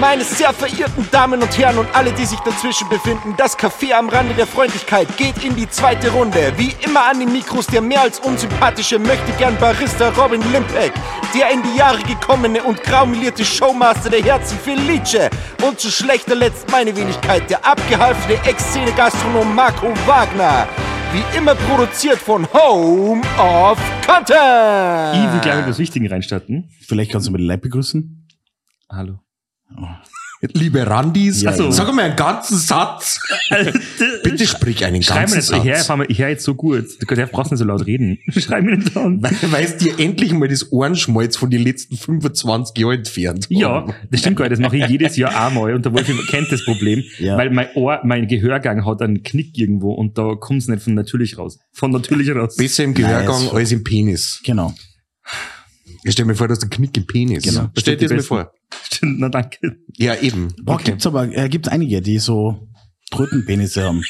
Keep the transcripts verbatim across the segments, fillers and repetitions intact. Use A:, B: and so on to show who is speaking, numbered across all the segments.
A: Meine sehr verehrten Damen und Herren und alle, die sich dazwischen befinden, das Café am Rande der Freundlichkeit geht in die zweite Runde. Wie immer an den Mikros der mehr als unsympathische Möchtegern Barista Robin Limpeck, der in die Jahre gekommene und graumelierte Showmaster der Herzen Felice und zu schlechter Letzt meine Wenigkeit, der abgehalfene Ex-Szene-Gastronom Marco Wagner. Wie immer produziert von Home of Content.
B: Ich will gleich mit was Wichtigen reinstarten.
C: Vielleicht kannst du mit Leib begrüßen.
B: Hallo.
D: Oh. Liebe Randis,
C: ja,
D: also,
C: ja.
D: sag mal einen ganzen Satz. Bitte sprich einen
B: Schreib
D: ganzen
B: mir nicht,
D: Satz.
B: Ich höre jetzt so gut. Du brauchst nicht so laut reden. Schreib mir nicht an.
D: Weißt dir endlich mal das Ohrenschmalz von den letzten fünfundzwanzig Jahren entfernt.
B: Ja, das stimmt gar nicht. Das mache ich jedes Jahr einmal. Und der Wolfi kennt das Problem. Ja. Weil mein Ohr, mein Gehörgang hat einen Knick irgendwo und da kommt es nicht von natürlich raus. Von natürlich raus.
D: Besser im Gehörgang nice. Als im Penis.
C: Genau.
D: Ich stell mir vor, du hast einen Knick im Penis.
C: Genau.
D: Stell dir das mir vor.
B: Stimmt, na danke.
D: Ja, eben.
C: Boah, okay. Gibt's aber, äh, gibt's einige, die so Trötenpenisse haben.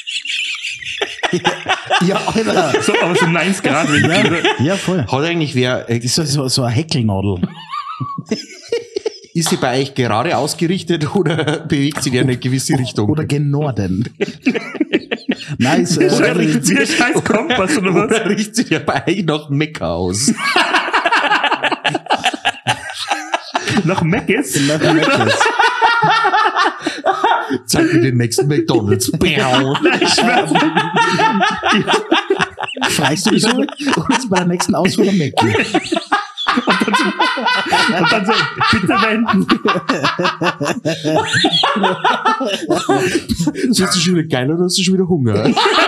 B: Ja, Alter. So, aber so neunzig Grad.
C: Ja, ja, voll.
D: Hat eigentlich wer... Äh,
C: ist so, so, so eine Häkelnadel.
D: Ist sie bei euch gerade ausgerichtet oder bewegt sie in eine gewisse Richtung?
C: Oder gen Norden. Nice.
B: Äh, oder riecht sie der scheiß Kompass oder was?
D: Oder riecht sie ja bei euch nach Mekka aus?
B: Nach Meckes?
C: Nach Meckes.
D: Zeig mir den nächsten McDonalds.
B: Nein, ich schwör.
C: Freist du dich so? Und ist bei der nächsten Ausfuhr am Mecki.
B: Und dann so, und dann so bitte wenden.
D: Hast du schon wieder geil oder hast du schon wieder Hunger?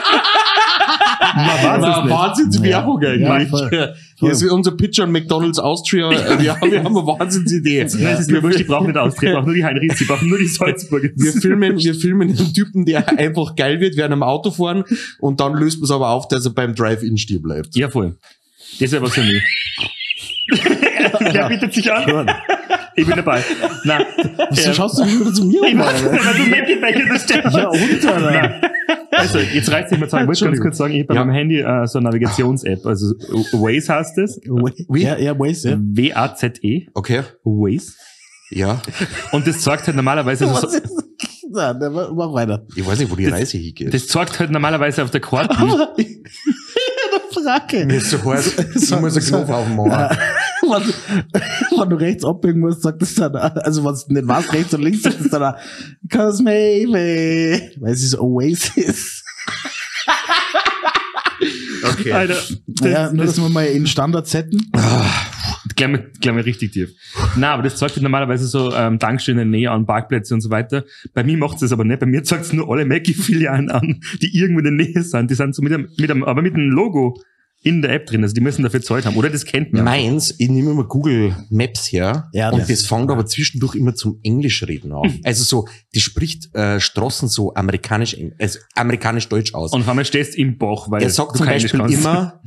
B: Na,
D: Na, Wahnsinnswerbung ja. eigentlich. Ja, hier ist unser Pitch an McDonalds Austria. Ja, wir haben eine Wahnsinnsidee.
B: Ja. Das ist mir wurscht, die brauchen nicht Austria, die brauchen nur die Heinrichs, die brauchen nur die Salzburger.
D: Wir filmen, wir filmen einen Typen, der einfach geil wird während am Auto fahren und dann löst man es aber auf, dass er beim Drive-In stehen bleibt.
B: Ja, voll. Das wäre was für mich. Der bietet sich an. Ich bin dabei. Nein.
C: Wieso ähm, schaust du wieder zu mir?
B: Ich weiß, weil du Mädchenbecher das stellst.
C: Ja, und, Alter.
B: Also, jetzt reißt sich mal zu. Ich wollte ganz kurz sagen, ich habe bei ja. meinem Handy äh, so eine Navigations-App. Also, Waze heißt das.
C: Wie? Ja, ja, Waze, ja.
B: W A Z E.
D: Okay.
B: Waze.
D: Ja.
B: Und das zeigt halt normalerweise...
C: Was
B: so,
C: ist das? Ja, mach weiter.
D: Ich weiß nicht, wo die
B: das,
D: Reise hingeht.
B: Das zeigt halt normalerweise auf der Karte.
C: Frage.
D: Mir ist so heiß, ich muss einen Knopf aufmachen.
C: Wenn du rechts abbiegen musst, sagt das dann, also wenn du nicht weißt, rechts und links, sagt das dann, cause maybe, weil es ist Oasis.
D: Okay.
B: Alter,
C: das, ja, nur, das, dass wir mal in Standard setzen.
B: Gleich mal, gleich mal richtig tief. Nein, aber das zeigt normalerweise so ähm, Tankstellen in der Nähe an Parkplätze und so weiter. Bei mir macht es das aber nicht. Bei mir zeigt es nur alle Mackie-Filialen an, die irgendwo in der Nähe sind. Die sind so mit einem, mit einem, aber mit einem Logo in der App drin. Also die müssen dafür Zeit haben. Oder das kennt man.
D: Meins, ich nehme immer Google Maps her
C: ja,
D: und
C: das,
D: das fängt aber zwischendurch immer zum Englischreden an. Also so, die spricht äh, Straßen so amerikanisch, also amerikanisch-deutsch aus.
B: Und auf einmal stehst du im Bach, weil
D: er sagt
B: du
D: zum
B: kein
D: Beispiel
B: Englisch
D: immer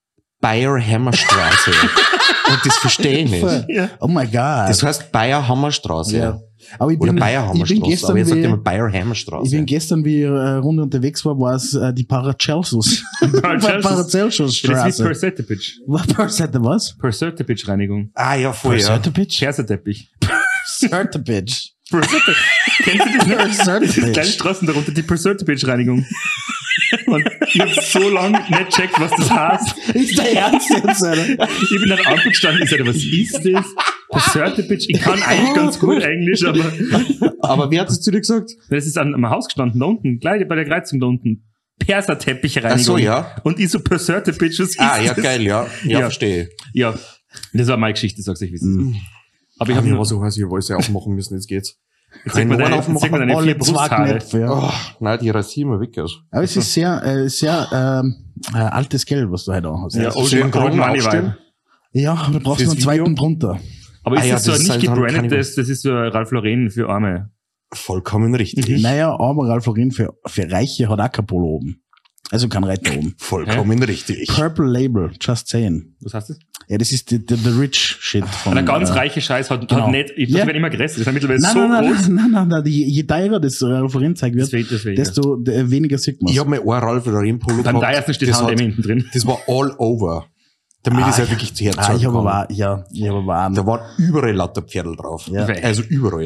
D: Bayer-Hammerstraße. Und das verstehe ich nicht.
C: Ja. Oh my God.
D: Das heißt Bayer-Hammerstraße.
C: Ja. Aber ich bin,
D: Oder Bayer-Hammerstraße.
C: Ich bin gestern,
D: aber er sagt
C: wie,
D: immer Bayer-Hammerstraße.
C: Ich bin gestern, wie ich äh, Runde unterwegs war, war es äh, die Paracelsus. Paracelsus-Straße.
B: Das ist Perseteppich.
C: Was?
B: Perseteppich-Reinigung.
D: Ah, ja, voll,
C: Perseteppich?
B: ja. Perseteppich.
C: Perseteppich.
B: Kennst du das nicht? Das ist kleine Straßen darunter, die Perseteppich-Reinigung. Und ich hab so lange nicht checkt, was das heißt.
C: Ist der Ernst jetzt, Alter?
B: Ich bin an der Ampel gestanden, ich sag, was ist das? Perseteppich? Ich kann eigentlich ganz gut Englisch, aber...
D: Aber wer hat es zu dir gesagt?
B: Das ist an einem Haus gestanden, da unten, gleich bei der Kreuzung da unten. Perserteppichreinigung.
D: Ach so, ja.
B: Und ich so Perseteppich, was ist
D: Ah, ja,
B: das?
D: geil, ja. Ja,
B: Ja.
D: verstehe.
B: Ja, das war meine Geschichte, sag's euch, wie es ist. Aber ich
D: Ich
B: habe
D: habe
B: nur...
D: so heiß, ich wollte es aufmachen müssen, jetzt geht's.
B: Jetzt zeig mir deine,
D: aufmachen,
B: zeig mir deine vier
C: Alle zwei
B: Brusthaare.
C: Knöpfe, ja.
D: Oh, nein, die rasieren wir weg. Also.
C: Aber es ist sehr, äh, sehr ähm, äh, altes Geld, was du heute auch hast.
B: Ja,
D: Old- Schön
B: Old
D: Kronen
B: Money
D: aufstehen.
B: Vibe.
C: Ja, aber du brauchst
D: Fürs
C: noch einen zweiten
D: Video?
C: drunter.
B: Aber ist
D: Ah ja,
B: das so
D: das ist
B: nicht
D: halt dann
B: gebrandet,
D: keine-
B: das, das ist so Ralph Lauren für Arme.
D: Vollkommen richtig.
C: Naja, aber Ralph Lauren für, für Reiche hat auch kein Polo oben. Also kein Reiter oben.
D: Vollkommen richtig.
C: Purple Label, just saying.
B: Was heißt das?
C: Ja, das ist the, the, the rich shit von...
B: Und ein ganz
C: äh,
B: reiche Scheiß hat,
C: genau.
B: hat nicht, ich
C: Ja.
B: yeah. werden immer größer, das sind mittlerweile
C: Nein,
B: so
C: nein,
B: groß.
C: nein, nein, nein, nein, je, je teurer das Ralph Lauren Zeug wird,
B: Das wird, das wird,
C: desto de, weniger sieht man.
D: Ich habe mir ein Ralph Lauren Polo
B: Beim
D: gehabt.
B: teuersten steht
D: das,
B: H und M
D: hat,
B: hinten drin.
D: das war all over. Damit
C: Ah,
D: ist er
C: ja.
D: wirklich zu Herzen
C: Ah, ich habe
D: gekommen.
C: aber, ja, ich habe aber
D: Da waren überall lauter Pferdl drauf.
C: Ja.
D: Also überall.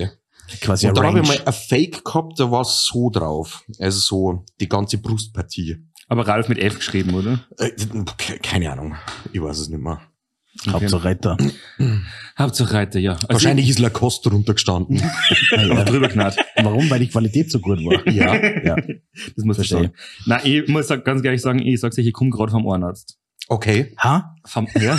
C: Quasi
D: Und dann habe ich
C: Range.
D: mal ein Fake gehabt, da war es so drauf. Also so die ganze Brustpartie.
B: Aber Ralf mit F geschrieben, oder?
D: Äh, ke- keine Ahnung. Ich weiß es nicht mehr.
C: Hauptsache Reiter.
B: Hauptsache Reiter, ja. Also
D: Wahrscheinlich ist Lacoste drunter gestanden.
B: ich hab drüber knallt.
C: Warum? Weil die Qualität so gut war.
D: ja.
C: Ja.
B: Das muss ich
C: Verstehe.
B: sagen. Nein, ich muss sag- ganz ehrlich sagen, ich sag's euch, ich komme gerade vom Ohrenarzt.
D: Okay.
C: Ha?
B: Vom, ja.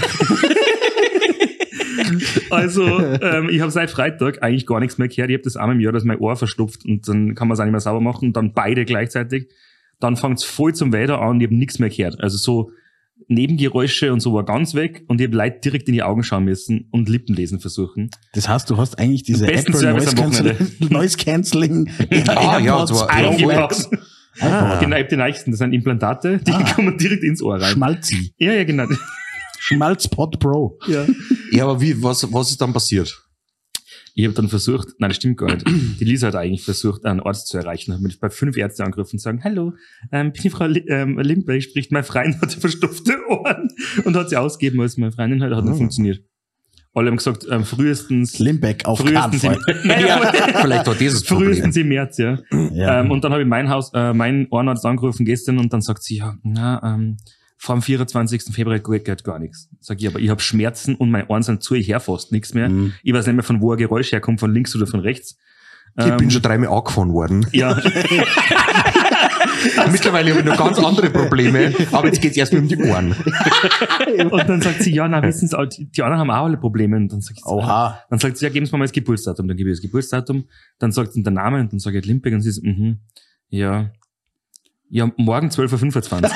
B: Also, ähm, ich habe seit Freitag eigentlich gar nichts mehr gehört. Ich habe das einmal im Jahr, dass mein Ohr verstopft und dann kann man es auch nicht mehr sauber machen und dann beide gleichzeitig. Dann fängt es voll zum Weiter an und ich habe nichts mehr gehört. Also so Nebengeräusche und so war ganz weg und ich habe Leute direkt in die Augen schauen müssen und Lippen lesen versuchen.
C: Das heißt, du hast eigentlich diese
B: Besten
C: Apple
B: Service
C: Noise
B: am Wochenende.
C: Cancelling, Noise Cancelling
D: Ah, ja,
C: AirPods
D: so
C: Pro
B: Eingebaut.
D: Ah.
B: Genau, ich hab die nächsten. Das sind Implantate, die
C: Ah.
B: kommen direkt ins Ohr rein.
C: Schmalzi.
B: Ja, ja, genau.
C: Schmalzpod Pro.
B: Ja.
D: Ja, aber wie, was, was ist dann passiert?
B: Ich habe dann versucht, nein, das stimmt gar nicht. Die Lisa hat eigentlich versucht, einen Arzt zu erreichen. Hat mich bei fünf Ärzten angerufen und sagen, hallo, ähm, bin die Frau Li- ähm, Limpe, spricht, meine Freundin hatte verstopfte Ohren und hat sie ausgegeben als meine Freundin halt, hat nicht
D: Oh.
B: funktioniert. Alle haben gesagt, ähm, frühestens,
C: Limbeck auf keinen
B: frühestens im,
C: Fall.
B: ja,
D: Vielleicht war dieses Problem.
B: frühestens im März, ja.
C: Ja.
B: Ähm, und dann habe ich mein Haus, äh, mein Ohrenarzt angerufen gestern und dann sagt sie, ja, na, ähm, vor dem vierundzwanzigsten Februar geht, geht gar nichts. Sag ich, aber ich habe Schmerzen und meine Ohren sind zu, ich hör fast nichts mehr.
C: Mhm.
B: Ich weiß nicht mehr, von wo ein Geräusch herkommt, von links oder von rechts.
D: Ich
B: Ähm,
D: bin schon dreimal angefahren worden.
B: ja,
D: Mittlerweile habe ich noch ganz andere Probleme, aber jetzt geht's erstmal um die Ohren.
B: und dann sagt sie, ja, na, wissen Sie, die, die anderen haben auch alle Probleme. Und dann sagt sie,
C: Oha.
B: dann sagt sie, ja, geben Sie mir mal das Geburtsdatum. Dann gebe ich das Geburtsdatum. Dann sagt sie den Namen und dann sage ich Limbeck und sie ist, mhm, ja, ja, morgen zwölf Uhr fünfundzwanzig.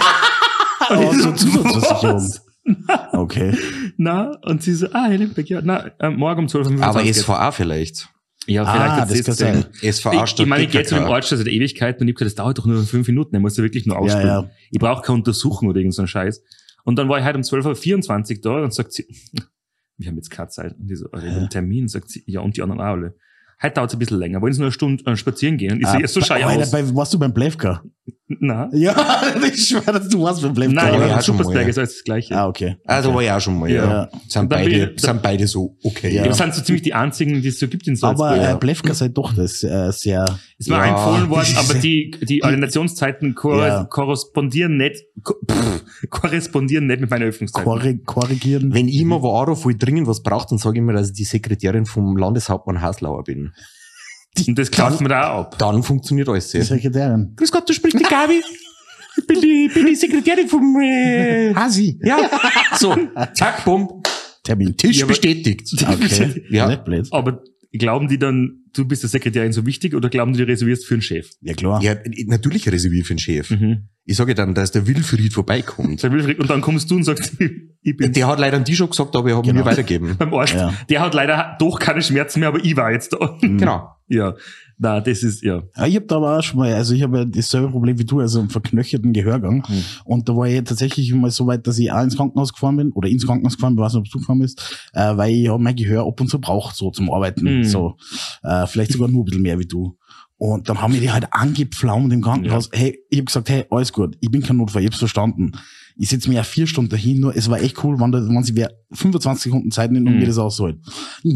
C: Oh, so Zusatzversicherung. Okay.
B: Na, und sie so, ah, Herr Limbeck, ja, na, äh, morgen um zwölf Uhr
D: Aber
B: fünfundzwanzig.
D: S V A vielleicht.
B: Ja, vielleicht
C: Ah,
B: hat sie
C: das
B: es
C: kann
B: gesehen.
C: sein.
D: S V A
B: Ich,
D: statt
B: ich meine, ich gehe zu dem
D: D K K.
B: Arzt schon seit Ewigkeiten und ich habe gesagt, das dauert doch nur fünf Minuten, er muss ja wirklich nur
C: Ja,
B: ausspülen.
C: ja.
B: Ich brauche keine Untersuchung oder irgend so einen Scheiß. Und dann war ich heute um zwölf Uhr vierundzwanzig da und sagt sie, wir haben jetzt keine Zeit. Und ich so, Alter, ich hab einen Termin, sagt sie, ja, und die anderen auch alle. Heute dauert es ein bisschen länger. Wollen Sie nur eine Stunde äh, spazieren gehen? Und ich so,
C: Ah,
B: ja, so schau ich
C: Alter,
B: aus.
C: bei, warst du beim Blefka?
B: Nein.
C: Ja, ich schwör, dass du warst beim Blefka.
B: Nein,
D: aber
B: aber
D: ja,
B: ja,
D: schon mal,
B: Supersberg
D: ja.
B: ist alles das Gleiche.
C: Ah, okay.
D: Also war ich auch schon mal, ja.
C: Ja.
D: Sind
B: Und dann
D: beide,
B: bin ich-
D: sind beide so okay.
C: Ja.
B: Wir sind so ziemlich die einzigen, die es so gibt in Salzburg.
C: Aber
D: Ja.
C: äh, Blefka sei doch das äh, sehr.
B: Es war
D: Ja,
B: empfohlen worden,
C: das ist-
B: aber die, die Ordinationszeiten kor
C: Ja.
B: korrespondieren nicht, ko pff, korrespondieren nicht mit meinen Öffnungszeiten.
C: korri korrigieren.
D: Wenn ich immer wo Anruf, wo ich dringend was brauche, dann sage ich mir, dass ich die Sekretärin vom Landeshauptmann Haslauer bin.
B: Und das klappt mir da auch ab.
D: Dann funktioniert alles
C: Die
D: sehr.
C: Sekretärin.
D: Grüß Gott, du sprichst die Gabi. Ich bin die, bin die Sekretärin vom, äh,
C: Hasi.
D: ja. So, zack, bumm.
C: Termin.
D: Tisch
B: Ja, aber-
D: bestätigt.
C: Okay.
D: Ja.
C: Nicht blöd.
B: Aber glauben die dann, du bist der Sekretärin so wichtig oder glauben die, du reservierst für einen Chef?
C: Ja, klar.
D: Ja, natürlich reserviere ich für den Chef.
B: Mhm.
D: Ich sage dann, dass der Wilfried vorbeikommt.
B: Der Wilfried- Und dann kommst du und sagst, ich bin
D: Der hat leider an die schon gesagt, aber er hat
C: Genau.
D: mir weitergegeben.
B: beim Arzt.
C: Ja.
B: Der hat leider doch keine Schmerzen mehr, aber ich war jetzt da.
D: Genau.
B: Ja, na, das ist, ja.
C: Ja, ich habe da aber auch schon mal, also ich habe ja dasselbe Problem wie du, also einen verknöcherten Gehörgang.
B: Mhm.
C: Und da war ich tatsächlich mal so weit, dass ich auch ins Krankenhaus gefahren bin, oder ins Krankenhaus gefahren bin, weiß nicht, ob du gefahren bist, äh, weil ich ja mein Gehör ab und zu brauche, so zum Arbeiten.
B: Mhm.
C: So, äh, vielleicht sogar nur ein bisschen mehr wie du. Und dann haben wir die halt angepflaumt im Krankenhaus. Hey, ich habe gesagt, hey, alles gut, ich bin kein Notfall, ich hab's verstanden. Ich sitze mir ja vier Stunden dahin, nur es war echt cool, wenn, da, wenn sie wer fünfundzwanzig Sekunden Zeit nimmt und
B: Mhm.
C: mir das ausholt. Und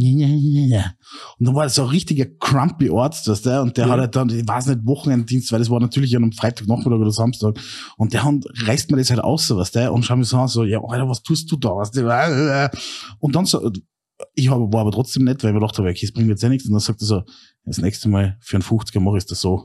C: dann war das so ein richtiger crumpy Arzt, das der, und der
B: Ja.
C: hat halt dann, ich weiß nicht, Wochenenddienst, weil das war natürlich an einem Freitagnachmittag oder Samstag, und der Hand reißt mir das halt aus, so was der, und schaut mir so an, so, ja, Alter, was tust du da, was der, und dann so, ich hab, war aber trotzdem nett, weil ich mir gedacht habe, okay, das bringt jetzt eh nichts, und dann sagt er so, das nächste Mal für einen fünfziger mache ich das so.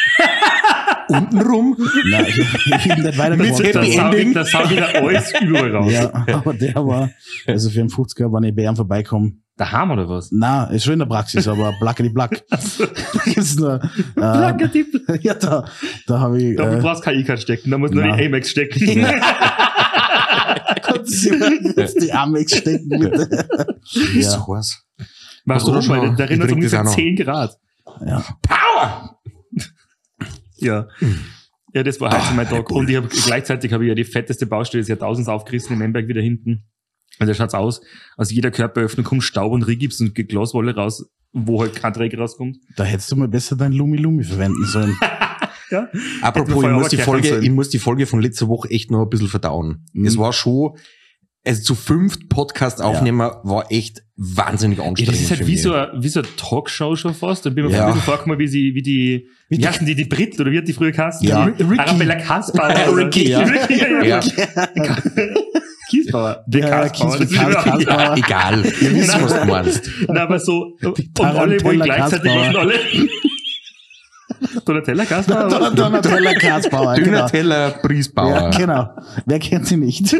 D: Untenrum.
C: Nein, ich, ich bin nicht weiter
D: Mit
C: geworden.
D: Happy
B: Da sau
D: Ending.
B: da sau wieder alles überall raus.
C: Ja, aber der war, also für einen fünfziger, wenn ich bei ihm vorbeikomme,
B: Daheim oder was?
C: na, ist schon in der Praxis, aber blackety black. Gibt's nur, äh, ja, da, da habe ich,
B: Da
C: äh,
B: brauchst du kein E-Card stecken, da musst du nur
C: Nein.
B: die Amex stecken.
C: kannst du jetzt die Amex stecken, bitte.
D: Wie ist
C: Ja,
D: so heiß?
B: Warum?
D: Hast du das schon
B: Weil
D: mal?
B: da
D: Ich
B: erinnert
D: trink das
B: ungefähr
D: auch noch.
B: zehn Grad.
C: ja.
D: Power!
B: Ja. Ja, das war halt so mein Tag. Und ich habe gleichzeitig habe ich ja die fetteste Baustelle des Jahrtausends aufgerissen in Memberg wieder hinten. Und da schaut's aus, aus jeder Körperöffnung kommt Staub und Rigips und Glaswolle raus, wo halt kein Dreck rauskommt.
C: Da hättest du mal besser dein Lumi Lumi verwenden sollen.
B: Ja.
D: Apropos,
B: Hätten wir
D: ich muss, die
B: vorher
D: Folge,
B: auch
D: ich muss die Folge von letzter Woche echt noch ein bisschen verdauen.
C: Mhm.
D: Es war schon, also zu fünft Podcast aufnehmen, war echt wahnsinnig
B: Ja,
D: anstrengend.
B: das ist halt
D: für
B: wie
D: mich.
B: so, ein- wie so eine Talkshow schon fast. Dann bin ich mir
D: Ja.
B: ein bisschen vorgekommen, wie sie, wie die, wie
D: die-
B: heißen die, die Brit, oder wie hat die früher geheißen?
D: Ja.
B: Die
C: Ricky.
B: Arabella Kaspar.
D: Äh, Ricky, ja.
B: Ricky, ja,
D: Ja.
B: ja. Kiesbauer. Der
C: Ja, ja,
B: Kaspar.
C: Kiesbauer,
B: Das ist
C: Kaspar.
B: überhaupt-
D: Ja, egal. Ihr wisst, was du meinst.
B: Nein, aber so, und
C: Tarantella
B: alle, wo ich gleichzeitig
C: Kaspar.
B: waren, alle. Donatella Kaspar. oder?
C: Donatella Kaspar, genau.
D: Dünner Priesbauer.
C: Ja, genau. Wer kennt sie nicht?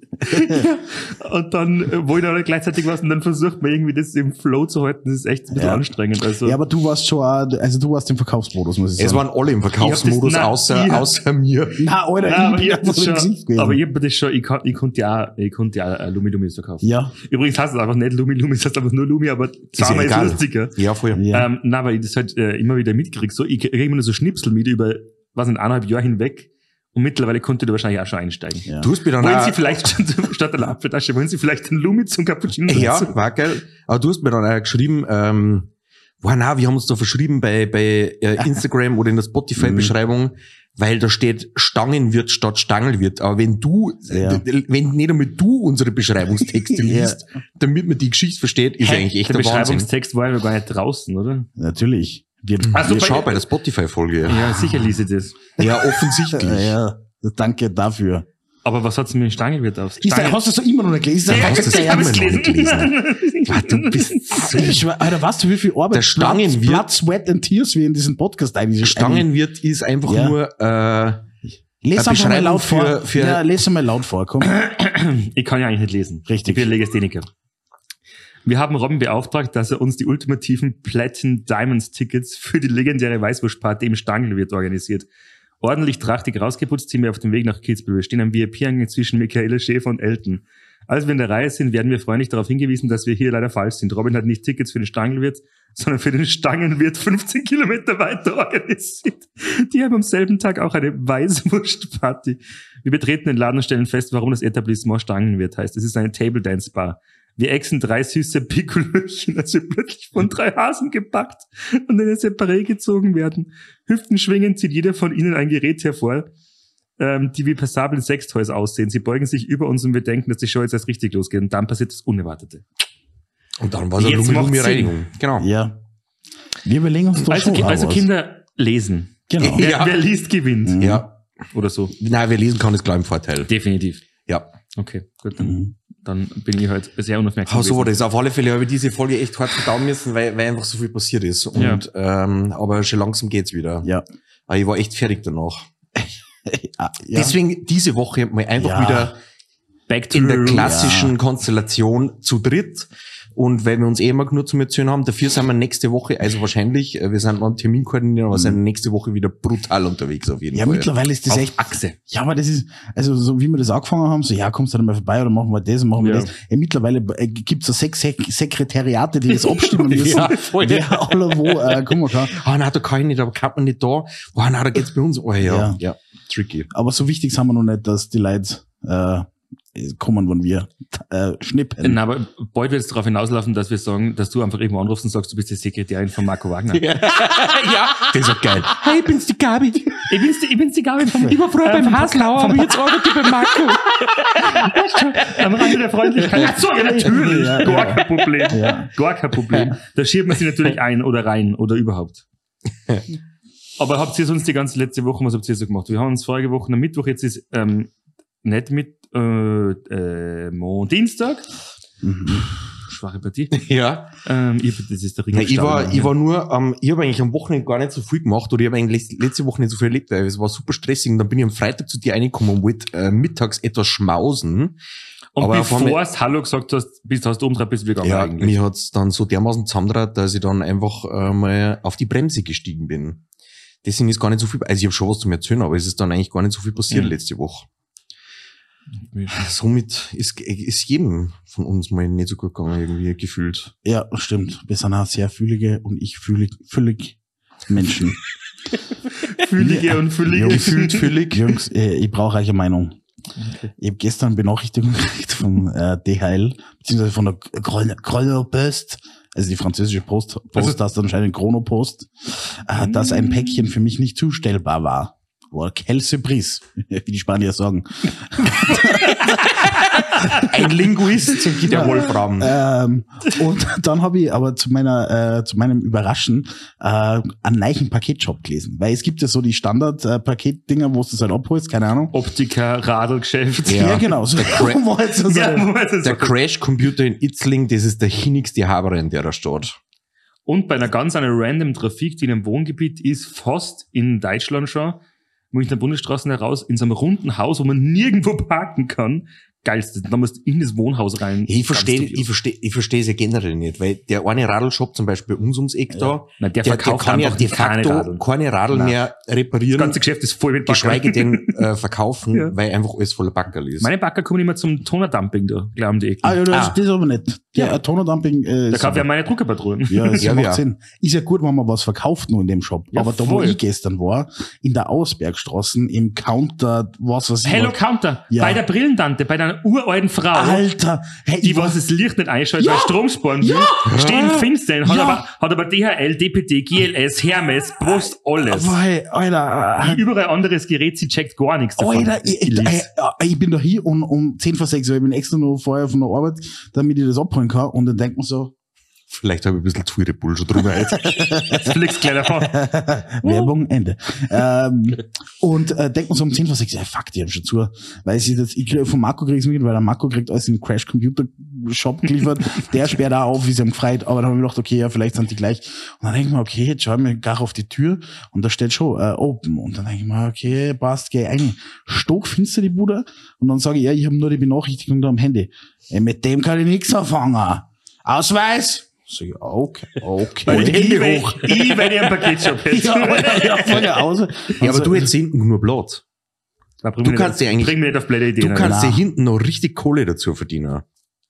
B: Und dann, äh, wo ich dann alle gleichzeitig war, und dann versucht man irgendwie das im Flow zu halten, das ist echt ein bisschen
C: Ja.
B: anstrengend. Also,
C: Ja, aber du warst schon, auch- also du warst im Verkaufsmodus, muss ich
D: Es
C: sagen.
D: waren alle im Verkaufsmodus,
B: Ich hab das-
D: außer,
B: na,
D: außer mir.
C: Na, Alter,
B: Nein, aber
C: bin
B: ich hab
C: einfach
B: das
C: im Gesicht
B: schon,
C: gewesen.
B: aber ich hab das schon, ich, kann, ich konnte ja auch, ich konnte ja auch Lumi Lumis verkaufen.
C: Ja,
B: Übrigens heißt es einfach nicht Lumi Lumi, es heißt einfach nur Lumi, aber zweimal ist
D: egal.
B: lustiger.
D: Ja, voll.
C: ja.
B: Ähm, nein, weil ich das halt äh, immer wieder mitkriege. So, ich kriege immer nur so Schnipsel mit über, was nicht, eineinhalb Jahre hinweg. Und mittlerweile konnte du wahrscheinlich auch schon einsteigen.
C: ja.
D: Du hast mir dann
B: Wollen Sie
D: auch,
B: vielleicht statt, statt einer Apfeltasche, wollen Sie vielleicht einen Lumi zum Cappuccino dazu?
D: ja, war geil. Aber du hast mir dann auch geschrieben, ähm, wow, na, wir haben uns da verschrieben bei, bei äh, Instagram oder in der Spotify-Beschreibung, weil da steht Stangenwirt statt Stangelwirt. Aber wenn du,
C: Ja.
D: äh, wenn nicht einmal du unsere Beschreibungstexte
C: Ja.
D: liest, damit man die Geschichte versteht, ist
B: Hä?
D: eigentlich echt
B: der
D: der Wahnsinn.
B: Beschreibungstext war ja gar nicht draußen, oder?
C: Natürlich. Wir,
B: Also
D: Ja,
B: bei-
D: schau bei der Spotify-Folge.
B: Ja, sicher ließ ich das.
D: Ja, offensichtlich.
C: äh, ja, danke dafür.
B: Aber was hat's mit dem Stangelwirt auf?
C: Ist der, hast du so immer noch nicht gelesen?
B: Ja,
D: hast du
B: ich
D: das
B: hab
D: immer
B: es
D: noch nicht Ah, du bist so.
C: Ich schwör, Alter, weißt du, wie viel Arbeit,
D: Der Stangenwirt-
C: Blood, Blood, Sweat and Tears wir in diesen Podcast eigentlich
D: Stangenwirt ist einfach
C: Ja.
D: nur, äh,
C: Les
D: eine
C: einfach mal
D: Beschreibung
C: laut
D: für-
C: vor.
D: für-
C: ja, les mal laut vor, komm.
B: Ich kann ja eigentlich nicht lesen.
C: Richtig.
B: Ich bin Legastheniker. Wir haben Robin beauftragt, dass er uns die ultimativen Platin Diamonds Tickets für die legendäre Weißwurstparty im Stangelwirt organisiert. Ordentlich trachtig rausgeputzt sind wir auf dem Weg nach Kitzbühel. Wir stehen am V I P-Eingang zwischen Michaela Schäfer und Elton. Als wir in der Reihe sind, werden wir freundlich darauf hingewiesen, dass wir hier leider falsch sind. Robin hat nicht Tickets für den Stangelwirt, sondern für den Stangenwirt fünfzehn Kilometer weiter organisiert. Die haben am selben Tag auch eine Weißwurstparty. Wir betreten den Laden und stellen fest, warum das Etablissement Stangenwirt heißt. Es ist eine Table Dance Bar. Wir exen drei süße Pikolöchen, als wir plötzlich von drei Hasen gepackt und in ein Separé gezogen werden. Hüftenschwingend zieht jeder von ihnen ein Gerät hervor, ähm, die wie passable Sextoys aussehen. Sie beugen sich über uns und wir denken, dass die Show jetzt erst richtig losgeht. Und dann passiert das Unerwartete.
D: und dann war es eine
B: Jetzt macht's
D: Lumi-Lumi-Reinigung. Genau.
C: Ja. Wir überlegen uns doch
B: Also,
C: schon
B: Ki- also
C: was.
B: Kinder lesen.
C: Genau.
B: Wer,
D: Ja.
B: wer liest, gewinnt.
C: Mhm.
D: Ja.
B: Oder so.
D: Nein, wer lesen kann, ist klar im Vorteil.
B: Definitiv.
D: Ja.
B: Okay, gut. Dann,
C: Mhm.
B: dann bin ich halt sehr unaufmerksam.
D: So war
B: gewesen.
D: das. Auf alle Fälle habe ich diese Folge echt hart verdauen müssen, weil, weil einfach so viel passiert ist. Und, ähm, aber schon langsam geht's wieder.
C: Ja.
D: Aber ich war echt fertig danach.
C: Ah, ja.
D: Deswegen diese Woche mal einfach
C: Ja.
D: wieder
B: Back to
D: in
B: the
D: der
B: roots.
D: klassischen Konstellation zu dritt. Und weil wir uns eh immer genug zum Erzählen haben, dafür sind wir nächste Woche, also wahrscheinlich, äh, wir sind noch am Termin koordinieren, aber sind nächste Woche wieder brutal unterwegs auf jeden
C: Ja,
D: Fall.
C: mittlerweile ist das
B: Auf
C: echt.
B: Achse.
C: Ja, aber das ist, also so wie wir das angefangen haben, so, ja, kommst du dann mal vorbei oder machen wir das und machen wir
B: Ja.
C: das. Ja, mittlerweile äh, gibt's so sechs Sek Sekretariate, die das abstimmen müssen.
D: Ja, voll.
C: Wer alle wo äh, kommen kann.
D: Ah, nein, da kann ich nicht, aber kann man nicht da. Oh, nein, da geht's bei uns. Oh, ja,
C: Ja.
D: ja, tricky.
C: Aber so wichtig sind wir noch nicht, dass die Leute äh, kommen, wenn wir äh, schnippen.
B: Na, aber bald wird es darauf hinauslaufen, dass wir sagen, dass du einfach irgendwo anrufst und sagst, du bist die Sekretärin von Marco Wagner.
D: ja, das ist auch geil. Hey, ich bin's die Gabi.
B: Ich bin's die, ich bin's die Gabi vom,
D: Ich war früher beim Haslauer, aber jetzt arbeite ich beim Marco.
B: am Rande der Freundlichkeit. Ach so, ja, natürlich.
C: Ja,
B: Gar
C: ja.
B: kein Problem.
C: Ja.
B: Gar kein Problem. Da schiebt man sie natürlich ein oder rein oder überhaupt. Aber habt ihr sonst die ganze letzte Woche, was habt ihr so gemacht? Wir haben uns vorige Woche am Mittwoch, jetzt ist ähm, nicht mit äh, äh, Mon Dienstag.
C: Mhm.
B: Schwache Partie.
D: Ja.
B: Ähm, ich, das ist der Ring.
D: Ja, ich war, ich war nur, ähm, ich habe eigentlich am Wochenende gar nicht so viel gemacht oder ich habe eigentlich letzte, letzte Woche nicht so viel erlebt, weil es war super stressig und dann bin ich am Freitag zu dir reingekommen und wollte äh, mittags etwas schmausen.
B: Und
D: aber auf einmal-
B: bevor du Hallo gesagt hast, bist, hast du umdreht, bist du gegangen
D: Ja,
B: eigentlich.
D: mir hat's dann so dermaßen zusammengedraht, dass ich dann einfach äh, mal auf die Bremse gestiegen bin. Deswegen ist gar nicht so viel, also ich habe schon was zu mir erzählen, aber es ist dann eigentlich gar nicht so viel passiert
B: Mhm.
D: letzte Woche. Somit ist, ist jedem von uns mal nicht so gut gegangen, irgendwie gefühlt.
C: Ja, stimmt. Wir sind auch sehr fühlige und ich fühlig, füllig Menschen.
B: Fühlige und füllige.
C: Jungs,
D: Gefühlt füllig.
C: Jungs, äh, ich brauche euch eine Meinung.
B: Okay.
C: Ich habe gestern Benachrichtigung gekriegt von äh, D H L, beziehungsweise von der Chrono Post, also die französische Post, Post
B: Also-
C: heißt anscheinend Chrono Post, äh, dass ein Päckchen für mich nicht zustellbar war. War quelle surprise, wie die Spanier sagen.
D: Ein Linguist, der Wolfram.
C: Ähm, und dann habe ich aber zu meiner, äh, zu meinem Überraschen äh, einen neuen Paketshop gelesen. Weil es gibt ja so die Standard-Paket-Dinger, wo du es halt abholst, keine Ahnung.
B: Optiker, Radelgeschäft.
C: Ja, ja genau. So,
D: Der, Cra
C: wo halt so
B: Ja,
C: so-
B: wo ist es
D: der
B: so?
D: Crash-Computer in Itzling, das ist der hinnigste Haber in der Stadt.
B: Und bei einer ganz einer random Trafik, die in einem Wohngebiet ist, fast in Deutschland schon, Münchner Bundesstraßen heraus, in so einem runden Haus, wo man nirgendwo parken kann. Geilste. Da musst du in das Wohnhaus rein.
D: Ich verstehe,
B: Ganz
D: ich verstehe, ich verstehe es ja generell nicht, weil der eine Radlshop zum Beispiel bei uns ums Eck da,
B: Nein, der
D: der, der
B: verkauft
D: kann ja
B: einfach
D: de
B: keine
D: facto
B: Radl.
D: keine Radl
C: Nein.
D: mehr
B: Das
D: reparieren,
B: ganze Geschäft ist voll mit Backer.
D: geschweige denn äh, verkaufen,
B: Ja.
D: weil einfach alles voller Backerl ist.
B: Meine Backer kommen immer zum Tonerdumping da, gleich um die Ecke.
C: Ah, ja, das,
D: Ah.
C: das ist aber nicht. Der
B: Ja.
C: ja. Tonerdumping, äh,
B: Da
C: ist
B: kaufe ich
C: aber-
B: meine Druckerpatronen.
C: Ja, das
D: Ja,
C: macht
D: ja.
C: Sinn. Ist ja gut, wenn man was verkauft nur in dem Shop.
B: Ja,
C: aber da, wo
B: voll.
C: ich gestern war, in der Ausbergstraße, im Counter, was weiß ich.
B: Hello
C: was.
B: Counter,
C: Ja.
B: bei der Brillentante, bei der uralten Frau,
C: Alter! Hey,
B: die
C: ich war-
B: was das Licht nicht einschaltet,
C: Ja.
B: weil Strom sparen will,
C: Ja.
B: stehen finster, hat,
C: Ja.
B: aber, hat aber D H L, D P D, G L S, Hermes, Post, alles.
C: Aber hey, Alter,
B: Wie überall anderes Gerät, sie checkt gar nichts davon.
C: Alter, ich, ich,
B: Lies.
C: ich, ich bin da hier um, um zehn vor sechs, weil ich bin extra noch vorher von der Arbeit, damit ich das abholen kann. Und dann denkt man so,
D: Vielleicht habe ich ein bisschen zu viele Bull schon drüber jetzt.
B: Jetzt fliegst du gleich davon.
C: Werbung, Ende. ähm, und äh, denkt man so um zehn vor sechs, ja fuck, die haben schon zu. Weil ich das, ich krieg, von Marco krieg ich's mit, weil der Marco kriegt alles in den Crash Computer Shop geliefert. Der sperrt auch auf, wie sie haben gefreut. Aber dann habe ich gedacht, okay, ja, vielleicht sind die gleich. Und dann denke ich mir, okay, jetzt schau ich mir gar auf die Tür und da steht schon äh, open. Und dann denke ich mir, okay, passt, geh ein. Stockfinster die Bude. Und dann sage ich, ja, ich habe nur die Benachrichtigung da am Handy. Ey, mit dem kann ich nichts anfangen. Ausweis? Sag ich, okay, okay.
B: Weil ich,
C: Hände
B: wenn,
C: hoch.
B: ich, wenn ich einen Paketshop hätte.
C: Ja, Alter, ja, voll ja aus.
D: Ja, aber du hättest hinten nur Platz.
B: Na, bring
D: Du
B: mich
D: kannst
B: nicht,
D: dir eigentlich-
B: Bring mich nicht auf blöde Ideen.
D: Du kannst
C: Nein.
D: dir hinten noch richtig Kohle dazu verdienen.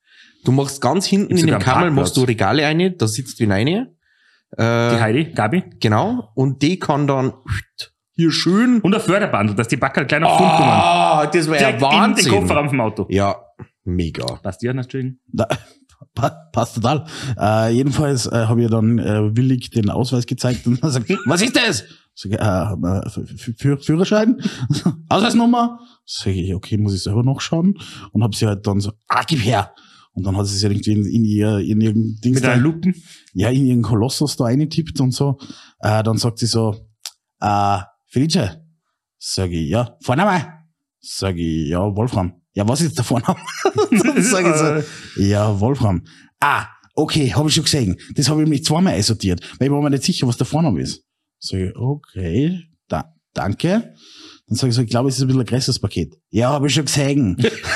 D: Du machst ganz hinten
B: Gibt's
D: in
B: sogar
D: den
B: einen
D: Kammern,
B: Parkplatz?
D: machst du Regale rein, da sitzt wie eine.
B: Die
D: Äh,
B: Heidi, Gabi.
D: genau. Und die kann dann hier schön.
B: Und ein Förderbandel, dass die Backerl gleich nach vorn kommen.
D: Ah, das war ja
B: Direkt in den
D: Wahnsinn.
B: Kofferraum vom Auto.
D: Ja, mega.
B: Passt dir, Entschuldigung?
C: Da, pa- passt total. Äh, jedenfalls äh, habe ich dann äh, willig den Ausweis gezeigt und dann sagt, was ist das? Sag ich, äh, äh, F- F- Führerschein? Ausweisnummer? Sag ich, okay, muss ich selber nachschauen? Und habe sie halt dann so, ah, gib her. Und dann hat sie es ja irgendwie in, in ihr, in irgendein Ding
B: Mit
C: da,
B: einem Lupen.
C: ja, in ihren Kolossus da eingetippt und so. Äh, dann sagt sie so, äh, Felice? Sag ich, ja, Vorname? Sag ich, ja, Wolfram. Ja, was ist der Vorname? Dann sag ich so, ja, Wolfram. Ah, okay, habe ich schon gesehen. Das habe ich mich zweimal einsortiert, weil ich war mir nicht sicher, was der Vorname ist. Sag ich, okay, da, danke. Dann sage ich so, ich glaube, es ist ein bisschen ein größeres Paket. Ja, habe ich schon gesehen.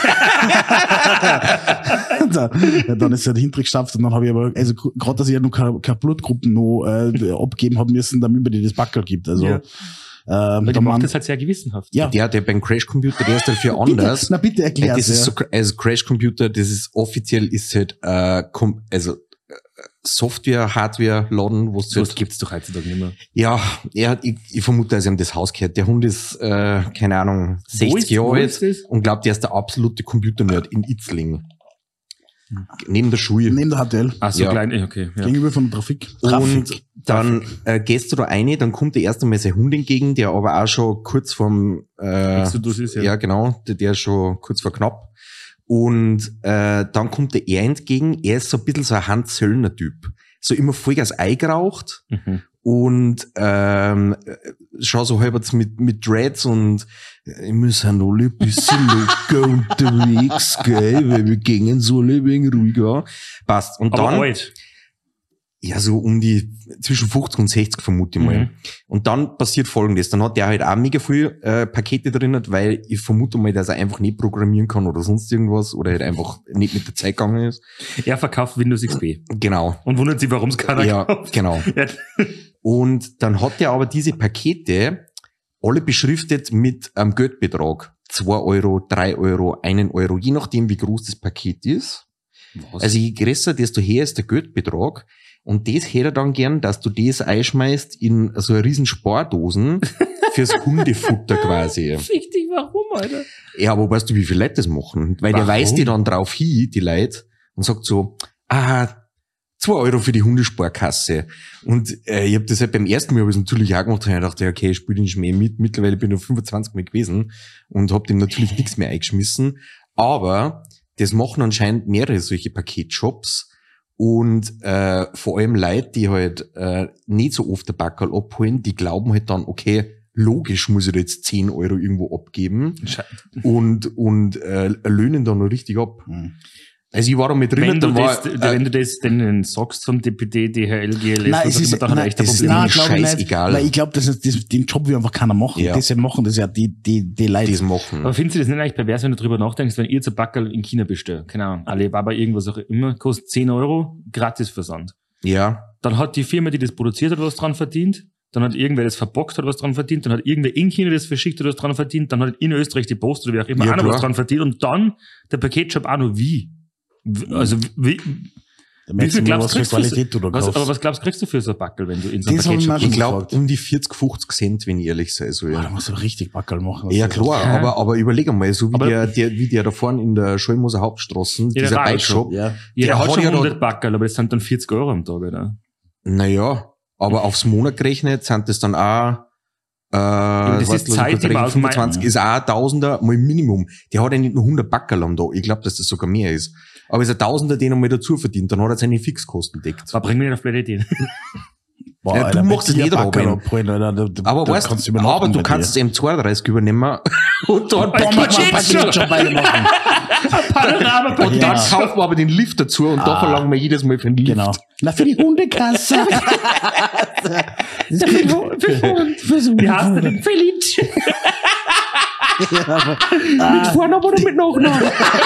C: da, ja, dann ist er dahinter gestapft und dann habe ich aber, also gerade, dass ich ja noch keine, keine Blutgruppen noch äh, abgeben haben müssen, damit mir die das Backerl gibt. Also,
B: Ja.
C: ähm,
B: Weil
C: der
B: die
C: Mann,
B: macht das halt sehr gewissenhaft.
C: ja,
D: Der, der beim Crash Computer, der ist dafür anders.
C: na bitte
D: Äh,
C: erklär's.
D: das ist
C: Ja.
D: so, also Crash Computer, das ist offiziell, ist halt, äh, kom- also, äh, Software, Hardware, Laden, wo es
B: So
D: halt,
B: gibt's doch heutzutage nicht mehr.
D: ja, er hat, ich, ich vermute, dass ihm das Haus gehört. Der Hund ist, äh, keine Ahnung, sechzig
B: ist-
D: Jahre
B: wo
D: alt
B: ist das?
D: und glaubt, der ist der absolute Computer-Nerd in Itzling. Neben der Schule.
C: Neben der H T L.
B: Ach so
D: Ja.
B: klein, eh, okay. Ja.
C: Gegenüber von der Trafik.
D: Und dann äh, gehst du da rein, dann kommt dir erst einmal sein Hund entgegen, der aber auch schon kurz vorm, äh,
B: Exodus ist ja.
D: ja genau, der, der ist schon kurz vor knapp. Und äh, dann kommt der er entgegen, er ist so ein bisschen so ein Hans-Söllner-Typ. So immer Vollgas eingeraucht
B: Mhm.
D: und ähm, äh, schau so halbwegs mit, mit Dreads und äh, wir sind alle ein bisschen locker unterwegs, gell, weil wir gehen so alle ein wenig ruhiger. Passt. Und
B: Aber
D: dann,
B: alt.
D: ja, so um die, zwischen fünfzig und sechzig vermute ich mal.
B: Mhm.
D: Und dann passiert Folgendes, dann hat der halt auch mega viel äh, Pakete drin, weil ich vermute mal, dass er einfach nicht programmieren kann oder sonst irgendwas oder halt einfach nicht mit der Zeit gegangen ist.
B: Er verkauft Windows X P.
D: Genau.
B: Und wundert sich, warum es keiner
D: Ja,
B: kauft.
D: genau.
B: Ja.
D: Und dann hat er aber diese Pakete alle beschriftet mit einem Geldbetrag. zwei Euro, drei Euro, einen Euro, je nachdem, wie groß das Paket ist.
B: Was?
D: Also je größer, desto höher ist der Geldbetrag. Und das hätte er dann gern, dass du das einschmeißt in so eine riesen Spardosen fürs Hundefutter quasi.
B: Fick dich, warum, Alter?
D: Ja, aber weißt du, wie viele Leute das machen? Weil der
B: Warum?
D: weist die dann drauf hin, die Leute, und sagt so, ah, zwei Euro für die Hundesparkasse. Und äh, ich habe das halt beim ersten Mal hab ich's natürlich auch gemacht und ich dachte, okay, ich spiele den Schmäh mit. Mittlerweile bin ich auf fünfundzwanzig Mal gewesen und habe dem natürlich nichts mehr eingeschmissen. Aber das machen anscheinend mehrere solche Paketshops. Und äh, vor allem Leute, die halt äh, nicht so oft der Backerl abholen, die glauben halt dann, okay, logisch muss ich da jetzt zehn Euro irgendwo abgeben und und äh, löhnen da noch richtig ab.
C: Hm.
D: Also ich war da mit drinnen,
B: Wenn du,
D: da war,
B: das, äh, wenn du das denen sagst vom D P D, D H L, G L S,
C: Nein, es ist,
B: da hat er
C: nein,
B: echt ein
C: das ist,
B: Problem.
C: nein,
D: ist
C: glaube ich nicht,
D: scheißegal.
C: weil ich glaube, das ist, das, den Job will einfach keiner machen.
D: Ja.
C: Deshalb machen das ja die, die, die Leute.
D: das machen.
B: Aber findest du das nicht eigentlich pervers, wenn du drüber nachdenkst, wenn ihr jetzt ein Backerl in China bestellt, keine Ahnung, Alibaba, irgendwas auch immer, kostet zehn Euro, gratis Versand.
D: Ja.
B: Dann hat die Firma, die das produziert hat, was dran verdient. Dann hat irgendwer das verbockt, hat was dran verdient. Dann hat irgendwer in China das verschickt, hat was dran verdient. Dann hat in Österreich die Post oder wie auch immer
D: Ja,
B: auch noch
D: klar.
B: was dran verdient. Und dann der Paketshop auch noch wie. W- Also wie,
C: Da
B: wie
C: merkst
B: viel
C: du mal,
B: glaubst
C: was
B: du,
C: für
B: kriegst du
C: Qualität du da
B: was,
C: kaufst.
B: aber was glaubst du, kriegst du für so ein Backel, wenn du in so ein
C: Das hab ich mir
B: Paketshop
C: auch
D: Ich
C: schon
D: glaube
C: gefragt.
D: um die vierzig, fünfzig Cent, wenn ich ehrlich sein soll.
C: Boah, da musst du richtig Backerl machen.
D: Ja klar,
B: Ja.
D: aber aber überleg einmal, so wie
B: Aber-
D: der, der wie der da vorne in der Schulmoser Hauptstraße,
B: der
D: dieser
B: war auch
D: Bike-Shop,
C: Ja.
B: Jeder
D: der
B: hat
D: hat
B: schon
D: ja da-
B: hundert Backel, aber das sind dann vierzig Euro am Tag, oder?
D: naja, aber aufs Monat gerechnet sind das dann auch äh,
B: das
D: weißt
B: ist
D: du,
B: Zeit,
D: kurz
B: die man
D: rechnen,
B: aus dem
D: fünfundzwanzig ist auch ein Tausender mal Minimum. Der hat ja nicht nur hundert Backerl am Tag. Ich glaube, dass das sogar mehr ist. Aber es ist ein Tausender, den er mal dazu verdient. Dann hat er seine Fixkosten deckt.
B: Aber bring mir nicht auf blöde Ideen.
C: Boah,
D: Ja, du
C: Alter,
D: machst
C: bei
D: es
C: dir
D: nicht,
C: Backerl
D: Robin.
C: abholen, Alter, da, da,
D: Aber
C: da
D: weißt
C: kannst du
D: du,
C: übernachten
D: aber du
C: bei
D: kannst
C: dir.
D: es M zweiunddreißig übernehmen und dort
C: Boah, mach mal ein
D: Paketshop.
C: Paketshop beide machen.
B: Panorama
D: Und dann
C: Ja.
D: kaufen wir aber den Lift dazu und da
C: Ah.
D: verlangen wir jedes Mal für den Lift.
C: Genau. Na, für die Hundekasse.
B: Wie heißt du denn? Felix.
C: Mit
B: Vornamen oder mit Nachnamen?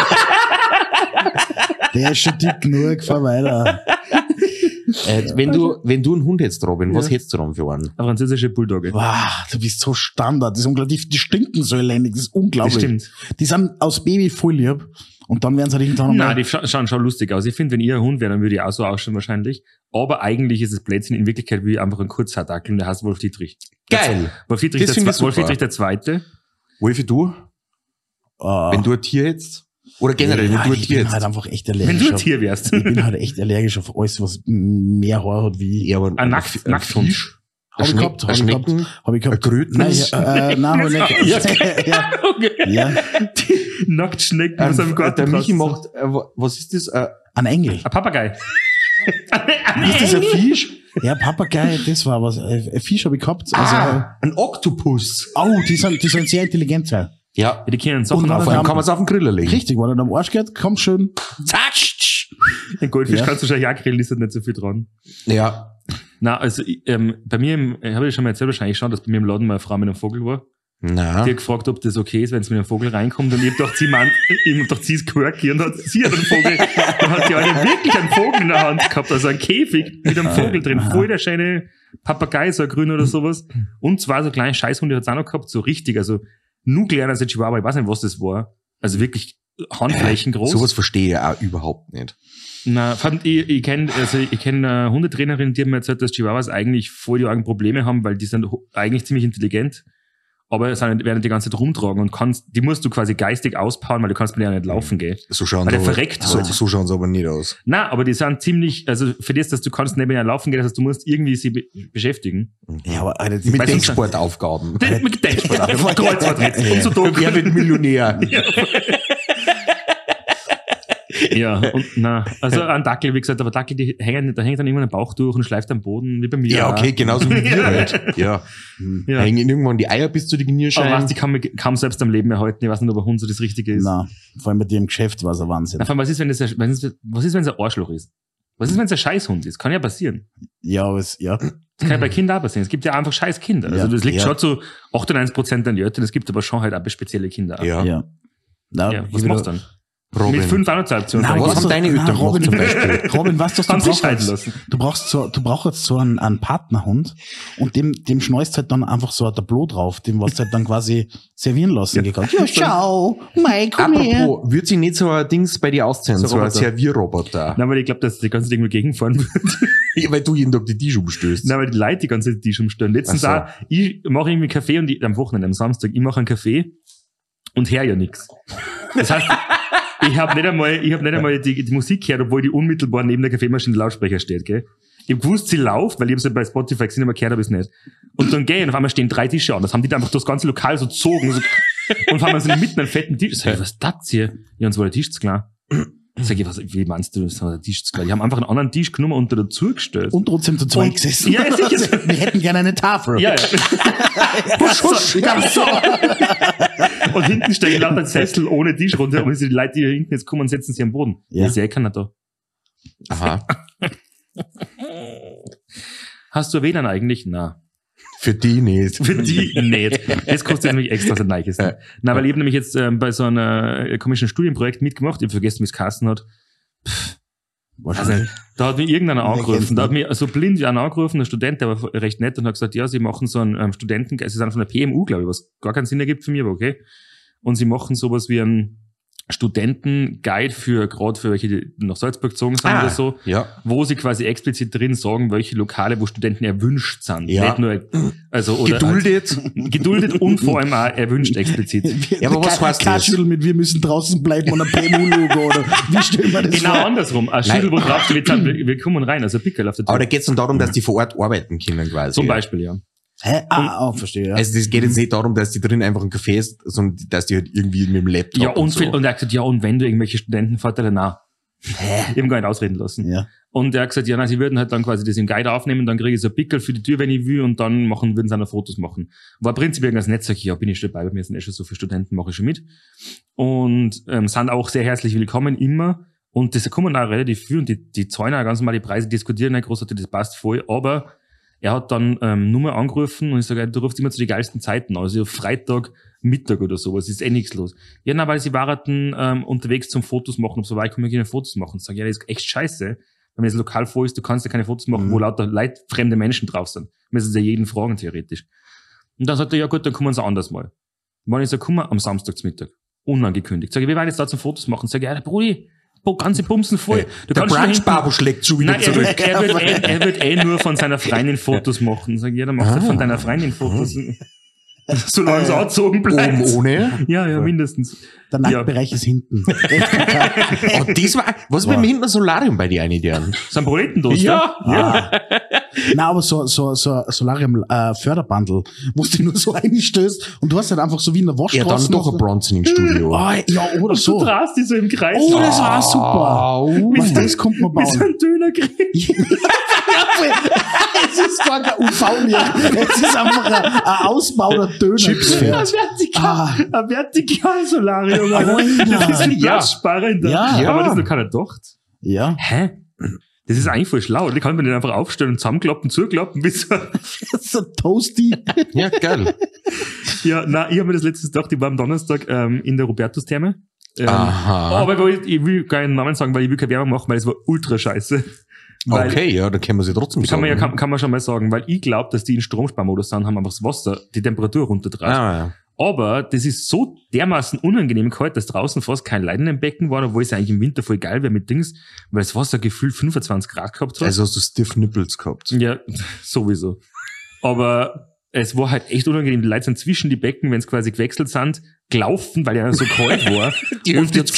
C: Der ist schon dick genug, fahr weiter.
D: Äh, wenn du, wenn du einen Hund hättest, Robin, was
B: Ja.
D: hättest du dann für einen?
B: Eine französische Bulldogge.
C: Wow, du bist so Standard. Das ist unglaublich. Die stinken so elendig. Das ist unglaublich.
B: Das stimmt.
C: Die sind aus Baby voll lieb. Und dann werden sie halt irgendwann
B: Nein,
C: einmal.
B: die scha schauen schon lustig aus. Ich finde, wenn ihr ein Hund wäre, dann würde ich auch so ausschauen wahrscheinlich. Aber eigentlich ist es Blödsinn. In Wirklichkeit wie einfach ein Kurzhaardackel und der heißt Wolf Dietrich.
D: Geil.
B: Wolf Dietrich,
D: Das
B: der,
D: finde ich
B: Zwe Wolf
D: super.
B: Dietrich der Zweite.
D: Wolfi, du?
C: Ah.
D: Wenn du ein Tier hättest? Oder generell,
C: ja,
D: wenn du ein
C: ich
D: Tier
C: bin halt
D: hättest?
C: einfach echt
B: Wenn
C: allergisch.
B: du ein
C: auf-
B: Tier wärst.
C: Ich bin halt echt allergisch auf alles, was mehr Haar hat wie.
D: Ja, aber
B: Ein Nackt- Nackthund.
D: Fisch?
C: Hab ich
D: Schneck-
C: gehabt, hab
D: ein
C: ich gehabt.
D: Schnecken?
C: Hab ich gehabt.
D: Ein Kröten?
C: Nein, ja, äh, nein, hab ich nicht. ja.
B: Okay.
C: ja.
B: Die Nacktschnecken aus einem
D: Ein,
B: Garten.
D: der Michi
B: draußen.
D: macht, äh, wa- was ist das? Äh,
C: Ein Engel.
B: Ein Papagei.
D: ist das ein Fisch?
C: Ja, Papagei, das war was. Äh, Ein Fisch habe ich gehabt. Also,
D: Ah, ein Oktopus.
C: oh, die sind, die sind sehr intelligent sein.
D: Ja.
B: Ja, die können Sachen
C: Und
B: auf.
D: Vor allem
C: haben-
D: kann man es auf den Griller legen.
C: Richtig, wenn er am Arsch geht, kommt schön.
D: Zack.
B: Den Goldfisch
C: Ja.
B: kannst du wahrscheinlich auch grillen, ist halt nicht so viel dran.
D: Ja.
B: Na, also ich, ähm, bei mir, im, ich habe ja schon mal erzählt wahrscheinlich schon, dass bei mir im Laden mal eine Frau mit einem Vogel war.
D: Na.
B: Die hat gefragt, ob das okay ist, wenn es mit einem Vogel reinkommt. Und ich hab gedacht, sie meint, ich hab gedacht, sie ist quirky und hat, sie hat einen Vogel. Dann hat die eine wirklich einen Vogel in der Hand gehabt, also einen Käfig mit einem Vogel drin. Voll der schöne Papagei, so ein grün oder sowas. Und zwei so kleine Scheißhunde hat's auch noch gehabt, so richtig, also nur kleiner als ein Chihuahua, ich weiß nicht, was das war. Also wirklich Handflächen groß.
D: Sowas verstehe ich ja auch überhaupt nicht.
B: Na, fand, ich, ich kenne also ich kenn eine Hundetrainerin, die hat mir erzählt, dass Chihuahuas eigentlich voll die argen Probleme haben, weil die sind ho- eigentlich ziemlich intelligent, aber sind, werden die ganze Zeit rumtragen und kannst, die musst du quasi geistig auspowern, weil du kannst mit denen nicht laufen gehen.
D: So schauen
B: Weil
D: sie
B: der
D: aber,
B: verreckt
D: so,
B: halt.
D: so schauen sie aber nicht aus.
B: Na, aber die sind ziemlich, also für das, dass du kannst neben ihnen laufen gehen, das heißt, du musst irgendwie sie be beschäftigen.
C: Ja, aber Alter, die
D: Mit
B: Weil sonst-
D: Denksportaufgaben.
B: Das mit Denksport, Kreuzworträtsel und so dumm.
D: Wer wird Millionär?
B: Ja, und na, also ein Dackel, wie gesagt, aber Dackel, die hängen, da hängt dann irgendwann ein Bauch durch und schleift am Boden, wie bei mir.
D: Ja,
B: auch.
D: okay, genauso wie wir halt. Ja.
B: Ja.
D: Hängen irgendwann die Eier bis zu den
B: Aber
D: Knierscheiben.
B: was, die kann mich kaum selbst am Leben erhalten. Ich weiß nicht, ob ein Hund so das Richtige ist.
C: Na, vor allem bei dir im Geschäft war es ein Wahnsinn.
B: Na, vor allem, was ist, wenn das, ein- wenn es, was ist, wenn es ein Arschloch ist? Was ist, wenn es ein Scheißhund ist? Kann ja passieren.
C: Ja, aber es, ja.
B: Das kann ja bei Kindern auch passieren. Es gibt ja einfach scheiß Kinder. Also
C: Ja,
B: das liegt
D: ja.
B: schon zu achtundneunzig Prozent an die Eltern. Es gibt aber schon halt auch spezielle Kinder.
D: Ja.
C: Ja. Na,
B: Ja,
C: ich
B: was
C: will-
B: machst du dann?
D: Robin.
B: Mit fünf Annotationen.
C: Na,
D: was
C: was
D: haben
C: du-
D: deine
C: na,
D: Eltern gemacht
C: Robin,
D: zum Beispiel?
C: Robin, was du
B: Haben
C: du
B: sie
C: brauchst,
B: scheiden lassen.
C: du brauchst so, du brauchst jetzt so einen, einen Partnerhund und dem, dem schneust halt dann einfach so ein Tableau drauf, dem was du halt dann quasi servieren lassen ja. Ja, schau, Mike, komm her.
D: Apropos, wird sich nicht so ein Dings bei dir auszahlen,
B: So
D: so, ein
B: Roboter.
D: Servierroboter?
B: Nein, weil ich glaube, dass die ganze Zeit irgendwo gegenfahren wird.
D: Ja, weil du jeden Tag die Tisch umstößt.
B: Nein, weil die Leute die ganze Zeit die schon stören. Letztens
D: Ach
B: auch, ich mache irgendwie einen Kaffee und ich, am Wochenende, am Samstag, ich mache einen Kaffee und her ja nix. Das heißt, ich habe nicht einmal, ich hab nicht einmal die, die Musik gehört, obwohl die unmittelbar neben der Kaffeemaschine Lautsprecher steht, gell. Ich hab gewusst, sie läuft, weil ich hab's ja bei Spotify gesehen, aber gehört habe ich nicht. Und dann geh ich und auf einmal stehen drei Tische an. Das haben die dann einfach das ganze Lokal so gezogen. So, und auf einmal so mitten einen fetten Tisch. Sag ich, was ist das hier? Ja, uns war der Tisch zu klein. Sag ich, was, wie meinst du, das war der Tisch zu klein? Die haben einfach einen anderen Tisch genommen und da dazugestellt.
C: Und trotzdem zu zweit gesessen.
B: Ja, sicher.
C: Wir hätten gerne eine Tafel.
B: Ja, ja. husch, husch, ja, so. Und hinten stehen lauter Sessel ohne Tisch runter. Und die Leute, die hier hinten jetzt kommen, setzen sich am Boden.
C: Ja.
B: Ich sehe keiner da.
D: Aha.
B: Hast du wen eigentlich? Na.
D: Für die nicht.
B: Für die nicht. Das kostet nämlich extra das Neues.
D: Ja.
B: Na, weil ich habe nämlich jetzt ähm, bei so einer komischen Studienprojekt mitgemacht. Ich habe vergessen, wie es geheißen hat. Pff, also, da hat mich irgendeiner angerufen. Da hat mich so blind einer angerufen, ein Student, der war recht nett und hat gesagt, ja, sie machen so einen ähm, Studenten, sie sind von der P M U, glaube ich, was gar keinen Sinn ergibt für mich, aber okay. Und sie machen sowas wie einen Studentenguide für, gerade für welche, die nach Salzburg gezogen sind
D: Ah,
B: oder so,
D: ja.
B: wo sie quasi explizit drin sagen, welche Lokale, wo Studenten erwünscht sind.
D: Ja.
B: Nicht nur, also, oder
D: Geduldet.
B: Halt, geduldet und vor allem auch erwünscht explizit.
D: Ja, aber was heißt
C: Kein
D: das?
C: Schüttel mit, wir müssen draußen bleiben und ein P M U-Logo, oder wie stellen wir das
B: Genau
C: vor?
B: andersrum. Ein Schüttel, wo drauf steht, wir, wir kommen rein, also ein Pickel auf der Tür.
D: Aber da geht es dann darum, dass die vor Ort arbeiten können quasi.
B: Zum Beispiel, ja.
C: Hä? Ah, oh, verstehe, ja.
D: Also das geht jetzt nicht darum, dass die drin einfach ein Café ist, sondern dass die halt irgendwie mit dem Laptop
B: Ja, und,
D: und so.
B: viel, und er hat gesagt, ja, und wenn du irgendwelche Studentenvorteile, na, ich hab gar nicht ausreden lassen.
C: Ja.
B: Und er hat gesagt, ja, nein, sie würden halt dann quasi das im Guide aufnehmen, dann kriege ich so ein Pickel für die Tür, wenn ich will, und dann machen, würden sie auch noch Fotos machen. War prinzipiell ganz nett, sag ich, ja, bin ich schon dabei, bei mir sind eh schon so viele Studenten, mache ich schon mit. Und ähm, sind auch sehr herzlich willkommen, immer. Und das kommen auch relativ viel, und die, die zahlen auch ganz normal die Preise, diskutieren nicht großartig, das passt voll, aber er hat dann ähm, nur mal angerufen und ich sage, du rufst immer zu den geilsten Zeiten, also Freitag, Mittag oder sowas, ist eh nichts los. Ja, na, weil sie waren ähm, unterwegs zum Fotos machen, ob so weit können wir keine Fotos machen. Sag ich, ja, das ist echt scheiße, wenn das Lokal voll ist, du kannst ja keine Fotos machen,
C: Mhm.
B: wo lauter Leute, fremde Menschen drauf sind. Müssen sie ja jeden fragen, theoretisch. Und dann sagt er, ja gut, dann kommen sie anders mal. Wann ich sage, komm mal am Samstagsmittag. Unangekündigt. Sag ich, wir wollen jetzt da zum Fotos machen. Sag ich, ja, der Brudi, bo- ganze Bumsen voll.
D: Hey,
B: Du
D: der
B: kannst nur hinten-
D: Brunch-Babo schlägt schon wieder
B: Nein, er
D: zurück.
B: wird, er, wird eh, er wird eh nur von seiner Freundin Fotos machen. Sag ich, ja, dann machst du
D: Ah.
B: von deiner Freundin Fotos. Solange es angezogen bleibt.
D: Oben ohne.
B: Ja, ja, mindestens.
C: Der Nacktbereich ist hinten.
D: Und das war, was war mit hinten ein Solarium bei dir eine deren?
B: Sind Proletendoster?
D: Ja.
C: Ah. Nein, aber so, so, so ein Solarium-Förderbundle, wo du nur so einstößt und du hast halt einfach so wie in der
D: Ja,
C: Waschstraße.
D: dann doch ein Bronzening-Studio.
C: Ah, ja, oder
B: Und
C: so.
B: du drehst dich so im Kreis.
C: Oh, das war super.
D: Au.
C: Was, das kommt man
B: Wie so
C: bauen.
B: ein Dönergrill.
C: Es ist gar kein U V mehr. Es ist einfach ein, ein Ausbau der Döner.
D: Chips
B: Ein
D: fährt.
B: vertikal,
C: Ah.
B: ein vertikal Solarium. Alter.
C: Alter.
B: Das ist ein
D: Ja.
B: Platzsparender.
C: Ja.
D: Ja.
B: Aber das ist noch keiner gedacht.
C: Ja.
B: Hä? Das ist eigentlich voll schlau. Die kann man den einfach aufstellen und zusammenklappen, zuklappen, bis so.
C: So toasty.
D: Ja, geil.
B: Ja, na, ich habe mir das letztes gedacht, ich war am Donnerstag ähm, in der Robertus-Therme. Ähm,
D: Aha.
B: aber ich, ich will keinen Namen sagen, weil ich will keine Werbung machen, weil es war ultra scheiße. Weil,
D: Okay, ja, da können wir sie trotzdem
B: Kann
D: sagen.
B: man ja kann, kann man schon mal sagen, weil ich glaube, dass die in Stromsparmodus sind, haben einfach das Wasser, die Temperatur runtertreibt.
D: Ah, ja.
B: Aber das ist so dermaßen unangenehm kalt, dass draußen fast kein Leiden im Becken war, obwohl es eigentlich im Winter voll geil wäre mit Dings, weil das Wasser gefühlt fünfundzwanzig Grad gehabt hat.
D: Also hast du Stiff Nipples gehabt.
B: Ja, sowieso. Aber es war halt echt unangenehm. Die Leute sind zwischen die Becken, wenn es quasi gewechselt sind, gelaufen, weil ja so kalt war.
D: Die
B: und
D: Hälfte
B: die